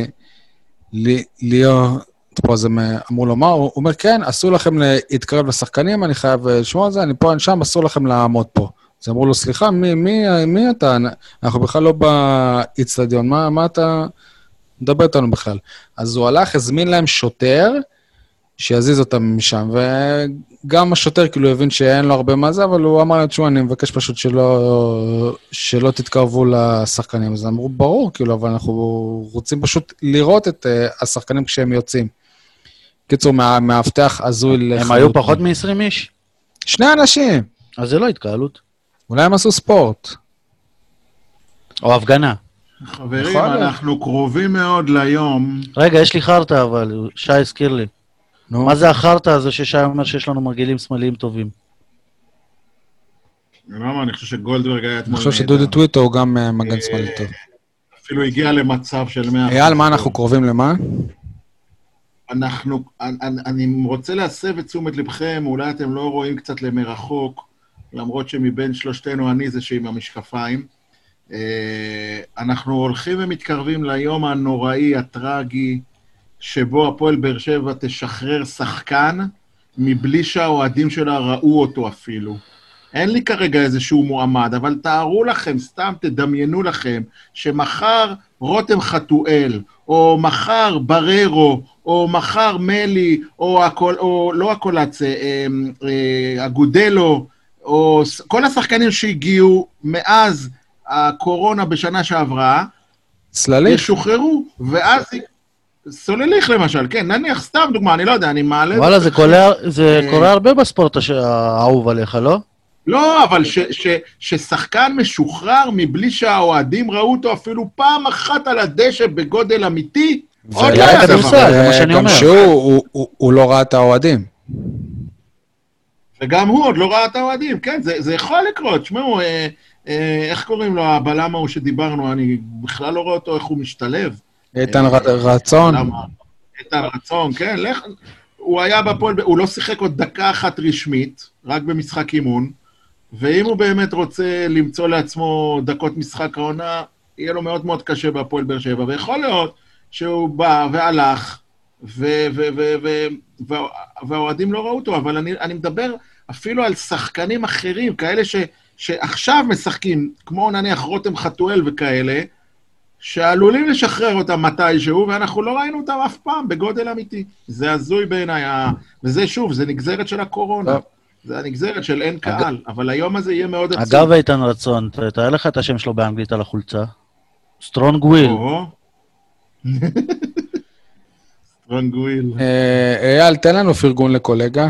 להיות, פה זה אמרו לו מה, הוא אומר, כן, אסור לכם להתקרב לשחקנים, אני חייב לשמוע על זה, אני פה, אני שם, אסור לכם לעמוד פה. אז אמרו לו, סליחה, מי אתה? אנחנו בכלל לא באצטדיון, מה אתה מדבר איתנו בכלל? אז הוא הלך, הזמין להם שוטר, שיזיז אותם משם, וגם השוטר כאילו הבין שאין לו הרבה מה זה, אבל הוא אמר לי, תשמע, אני מבקש פשוט שלא תתקרבו לשחקנים, אז אמרו, ברור, כאילו, אבל אנחנו רוצים פשוט לראות את השחקנים כשהם יוצאים. קיצור, מהאבטח הזוי הם היו פחות מ-20 איש? 2 אנשים. אז זה לא התקהלות. אולי הם עשו ספורט. או הפגנה. חברים, אנחנו קרובים מאוד ליום. רגע, יש לי חרטה, אבל שי הזכיר לי. מה זה החרטה הזו ששי אומר שיש לנו מרגילים שמאליים טובים? למה? אני חושב שגולדברג היה אתמול... אני חושב שדודי טוויטו הוא גם מגן שמאלי טוב. אפילו הגיע למצב של 100%. אייל, מה אנחנו קרובים למה? אני רוצה להסב את תשומת לבכם, אולי אתם לא רואים קצת למרחוק, למרות שמבין שלושתנו אני זה שעם המשקפיים. אנחנו הולכים ומתקרבים ליום הנוראי, הטרגי, שבו הפועל באר שבע תשחרר שחקן, מבלי שהאוהדים שלה ראו אותו אפילו. אין לי כרגע איזשהו מועמד, אבל תארו לכם, סתם תדמיינו לכם, שמחר רותם חתואל, או מחר בררו, או מחר מלי, או לא הקולצה, אגודלו, או כל השחקנים שהגיעו מאז הקורונה בשנה שעברה, סלליך. ישוחררו, ואז... סולליך למשל, כן, נניח סתם דוגמה, אני לא יודע, אני מעלה... וואלה, זה קורה הרבה בספורט האהוב עליך, לא? לא, אבל ששחקן משוחרר מבלי שהאוהדים ראו אותו אפילו פעם אחת על הדשא בגודל אמיתי, עוד לא היה דבר. זה מה שאני אומר. גם שהוא לא ראה את האוהדים. וגם הוא עוד לא ראה את האוהדים, כן, זה יכול לקרות. שמעו, איך קוראים לו, הבלם ההוא שדיברנו, אני בכלל לא רואה אותו איך הוא משתלב. איתן רצון. איתן רצון, כן, הוא היה בפועל, הוא לא שיחק עוד דקה אחת רשמית, רק במשחק אימון, ואם הוא באמת רוצה למצוא לעצמו דקות משחק העונה, יהיה לו מאוד מאוד קשה בפועל באר שבע, ויכול להיות שהוא בא והלך, והאוהדים לא ראו אותו, אבל אני מדבר אפילו על שחקנים אחרים, כאלה שעכשיו משחקים, כמו נניח רותם חתואל וכאלה, שעלולים לשחרר אותם מתישהו, ואנחנו לא ראינו אותם אף פעם בגודל אמיתי. זה הזוי בעיניי, וזה שוב, זה נגזרת של הקורונה. זה הנגזרת של אין קהל, אבל היום הזה יהיה מאוד עצוב. אגב, איתן רצון, תראה לך את השם שלו באנגלית על החולצה. סטרונג וויל. סטרונג וויל. אייל, תן לנו פרגון לקולגה.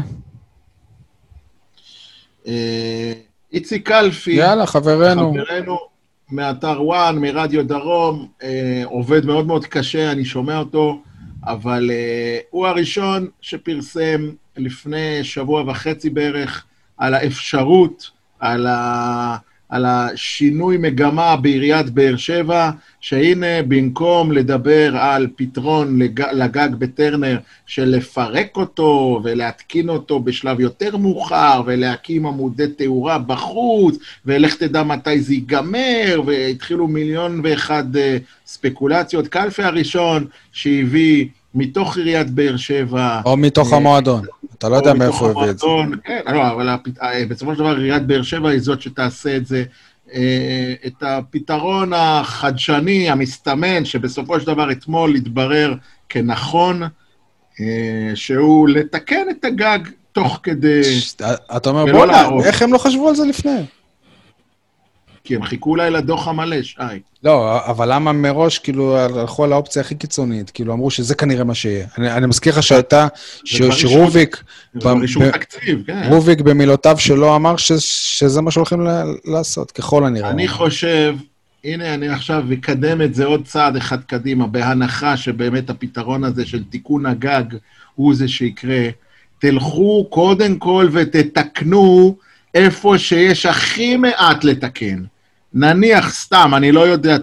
איציק קלפי. יאללה, חברנו. מאתר וואן, מרדיו דרום, עובד מאוד מאוד קשה, אני שומע אותו, אבל הוא הראשון שפרסם לפני שבוע וחצי בערך על האפשרות, על השינוי מגמה בעיריית באר שבע, שהנה במקום לדבר על פתרון לגג בטרנר של לפרק אותו ולהתקין אותו בשלב יותר מאוחר ולהקים עמודי תאורה בחוץ ולך תדע מתי זה ייגמר והתחילו 1,001,000 ספקולציות. קלפי הראשון שהביא מתוך עיריית באר שבע... או מתוך המועדון. אתה לא יודע מאיפה הביא את זה. כן, לא, אבל בסופו של דבר עיריית באר שבע היא זאת שתעשה את זה. את הפתרון החדשני, המסתמן, שבסופו של דבר אתמול התברר כנכון, שהוא לתקן את הגג תוך כדי... אתה אומר, בוא, איך הם לא חשבו על זה לפני? כי הם חיכו אולי לדוח המלא, שי. לא, אבל למה מראש, כאילו, הלכו על האופציה הכי קיצונית? כאילו, אמרו שזה כנראה מה שיהיה. אני מזכיר לך שהייתה, שרוביק... זה רישום תקציב, כן. רוביק במילותיו שלו אמר שזה מה שהולכים לעשות, ככל הנראה. אני חושב, הנה, אני עכשיו אקדם את זה עוד צעד אחד קדימה, בהנחה שבאמת הפתרון הזה של תיקון הגג הוא זה שיקרה. תלכו קודם כל ותתקנו איפה שיש הכי מעט לתקן. נניח סתם, אני לא יודע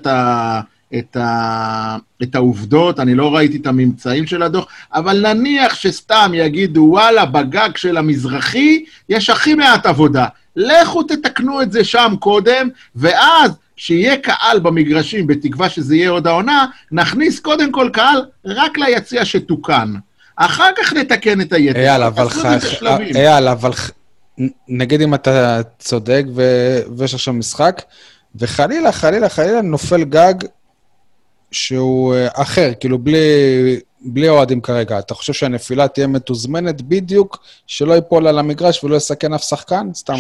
את העובדות, אני לא ראיתי את הממצאים של הדוח, אבל נניח שסתם יגידו, וואלה, בגג של המזרחי יש הכי מעט עבודה. לכו תתקנו את זה שם קודם, ואז שיהיה קהל במגרשים, בתקווה שזה יהיה עוד העונה, נכניס קודם כל קהל רק ליציע שתוקן. אחר כך נתקן את היתר. אייל, אבל נגיד אם אתה צודק ויש עכשיו משחק, וחלילה נופל גג שהוא אחר, כאילו בלי אוהדים כרגע, אתה חושב שהנפילה תהיה מתוזמנת בדיוק, שלא ייפול על המגרש ולא יסכן אף שחקן? סתם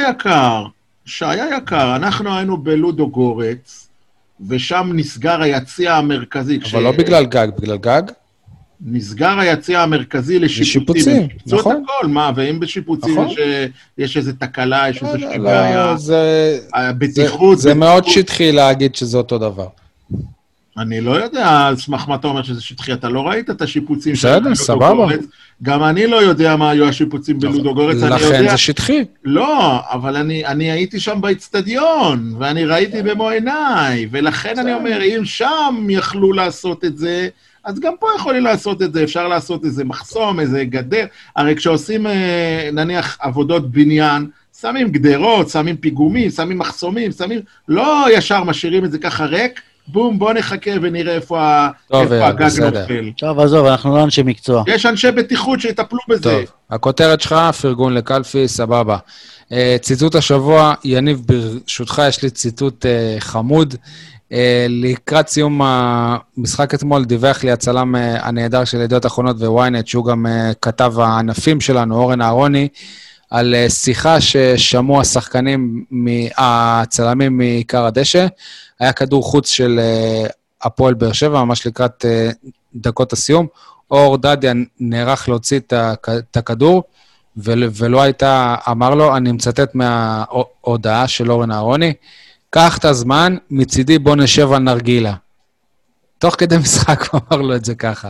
שהיה יקר, אנחנו היינו בלודו גורץ, ושם נסגר היציע המרכזי. אבל לא בגלל גג, בגלל גג? נסגר היציע המרכזי לשיפוצים. נכון. הכל, מה, ואם בשיפוצים יש איזה תקלה, יש איזה בעיה, הבטיחות... זה מאוד שטחי להגיד שזה אותו דבר. אני לא יודע, על סמך מה אתה אומר שזה שטחי, אתה לא ראית את השיפוצים בסדר, סבבה. גם אני לא יודע מה היו השיפוצים בלודו גורץ, לכן זה שטחי. לא, אבל אני הייתי שם באצטדיון, ואני ראיתי במו עיניי, ולכן אני אומר, אם שם יכלו לעשות את זה, אז גם פה יכולים לעשות את זה, אפשר לעשות איזה מחסום, איזה גדר, הרי כשעושים נניח עבודות בניין, שמים גדרות, שמים פיגומים, שמים מחסומים, לא ישר משאירים את זה ככה ריק, בום, בוא נחכה ונראה איפה הגג נופל. טוב, עזוב, אנחנו לא אנשי מקצוע. יש אנשי בטיחות שיטפלו בזה. טוב, הכותרת שלך, פרגון לקלפי, סבבה. ציטוט השבוע, יניב, ברשותך, יש לי ציטוט חמוד. לקראת סיום המשחק אתמול, דיווח לי הצלם הנהדר של ידיעות אחרונות וויינט, שהוא גם כתב הענפים שלנו, אורן אהרוני, על שיחה ששמעו השחקנים, הצלמים מעיקר הדשא, היה כדור חוץ של הפועל באר שבע, ממש לקראת דקות הסיום, אור דדיה נערך להוציא את הכדור, ולא הייתה, אמר לו, אני מצטט מההודעה של אורן אהרוני, קח את הזמן, מצידי בוא נשב על נרגילה. תוך כדי משחק הוא אמר לו את זה ככה.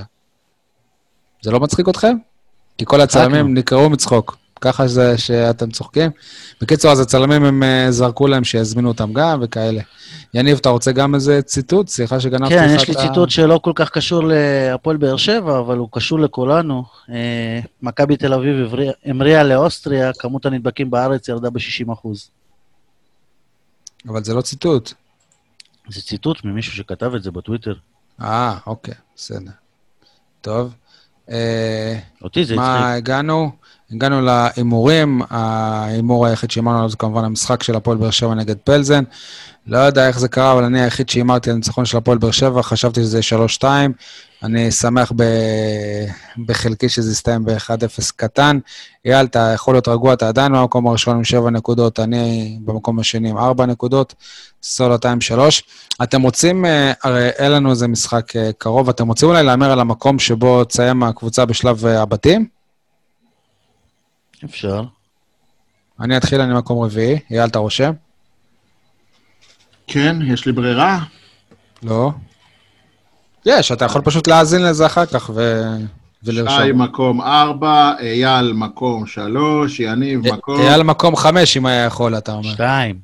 זה לא מצחיק אתכם? כי כל הצלמים נקראו מצחוק. ככה זה שאתם צוחקים. בקיצור, אז הצלמים הם זרקו להם שיזמינו אותם גם וכאלה. יניב, אתה רוצה גם איזה ציטוט? סליחה שגנבתי לך את כן, יש לי ציטוט שלא כל כך קשור להפועל באר שבע, אבל הוא קשור לכולנו. מכבי תל אביב המריאה לאוסטריה, כמות הנדבקים בארץ ירדה ב-60%. אבל זה לא ציטוט. זה ציטוט ממישהו שכתב את זה בטוויטר. אוקיי, בסדר. טוב. אותי זה מה הגענו? הגענו להימורים, ההימור היחיד שאימרנו עליו זה כמובן המשחק של הפועל באר שבע נגד פלזן. לא יודע איך זה קרה, אבל אני היחיד שאימרתי על הניצחון של הפועל באר שבע, חשבתי שזה 3-2. אני שמח בחלקי שזה יסתיים ב-1-0 קטן. אייל, אתה יכול להיות רגוע, אתה עדיין במקום הראשון עם 7 נקודות, אני במקום השני עם 4 נקודות, סול 2-3. אתם רוצים, הרי אין לנו איזה משחק קרוב, אתם רוצים אולי לאמר על המקום שבו תסיים הקבוצה בשלב הבתים? אפשר. אני אתחיל, אני מקום רביעי. אייל, אתה רושם? כן, יש לי ברירה? לא. יש, אתה יכול פשוט להאזין לזה אחר כך ולרשום. שי מקום 4, אייל מקום 3, יניב מקום... אייל מקום 5, אם היה יכול, אתה אומר. 2.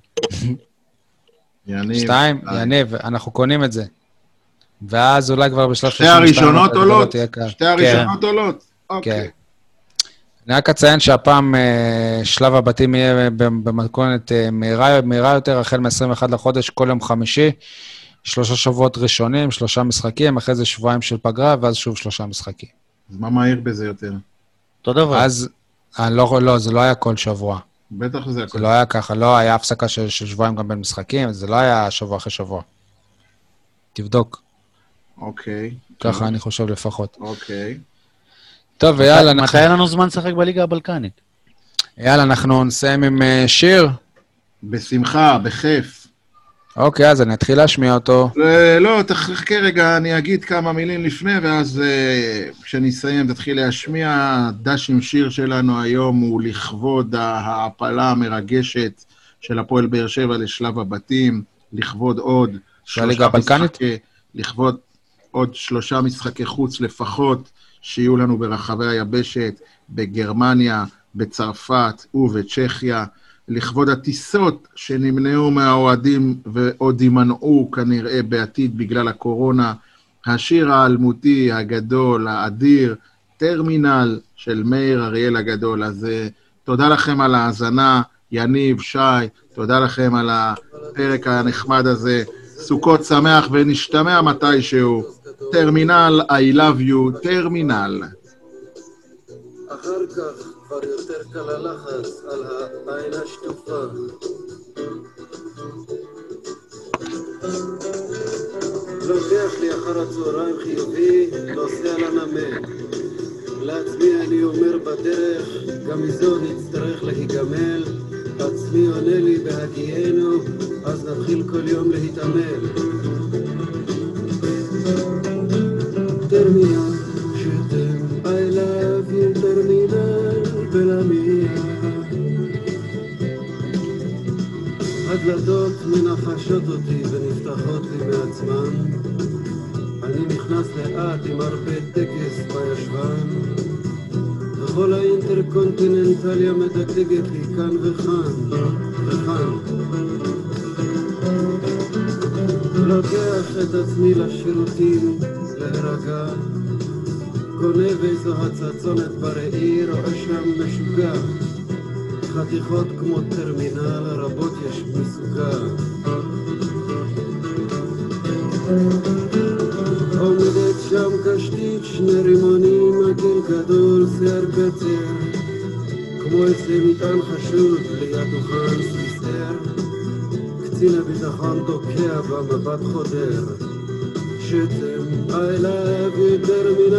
יניב. 2, יניב, אנחנו קונים את זה. ואז אולי כבר בשלב 32... שתי הראשונות עולות? שתי הראשונות עולות? אוקיי. אני רק אציין שהפעם שלב הבתים יהיה במתכונת מהירה יותר, החל מ-21 לחודש, כל יום חמישי, 3 שבועות ראשונים, 3 משחקים, אחרי זה שבועיים של פגרה, ואז שוב 3 משחקים. אז מה מהיר בזה יותר? אותו דבר. אז, לא, זה לא היה כל שבוע. בטח שזה היה כל שבוע. זה לא היה ככה, לא היה הפסקה של שבועיים גם בין משחקים, זה לא היה שבוע אחרי שבוע. תבדוק. אוקיי. ככה אני חושב לפחות. אוקיי. טוב, יאללה, מתי היה לנו זמן לשחק בליגה הבלקנית? יאללה, אנחנו נסיים עם שיר. בשמחה, בכיף. אוקיי, אז אני אתחיל להשמיע אותו. לא, תחכה רגע, אני אגיד כמה מילים לפני, ואז כשאני אסיים תתחיל להשמיע. דש עם שיר שלנו היום הוא לכבוד ההעפלה המרגשת של הפועל באר שבע לשלב הבתים, לכבוד עוד... שהליגה הבלקנית? לכבוד עוד 3 משחקי חוץ לפחות, שיהיו לנו ברחבי היבשת, בגרמניה, בצרפת ובצ'כיה, לכבוד הטיסות שנמנעו מהאוהדים ועוד יימנעו כנראה בעתיד בגלל הקורונה, השיר האלמותי הגדול, האדיר, טרמינל של מאיר אריאל הגדול. אז תודה לכם על ההאזנה, יניב, שי, תודה לכם על הפרק הנחמד הזה, סוכות שמח ונשתמע מתישהו. טרמינל, I love you, טרמינל. אחר כך כבר יותר קל הלחץ על העין השטופה. לוקח לי אחר אחר הצהריים חיובי, נוסע לנמל. לעצמי אני אומר בדרך, גם מזו נצטרך להיגמל. עצמי עונה לי בהגיינו, אז נתחיל כל יום להתעמל. טרמינל, שתם, I love you, טרמינל, בלמיה. הדלתות מנחשות אותי ונפתחות לי מעצמן. אני נכנס לאט עם הרבה טקס בישבן. וכל האינטרקונטיננטליה מדגדגת לי כאן וכאן, וכאן. לוקח את עצמי לשירותים להירגע. גונב איזו הצצונת בראי, רואה שם משוגע. חתיכות כמו טרמינל, רבות יש מסוגה. עומדת שם קשתית, שני רימונים, עגל גדול, שיער קצר, כמו איזה מטען חשוד ליד דוכן סביסר. קצין הביטחון תוקע במבט חודר. שתם, I love you, טרמינל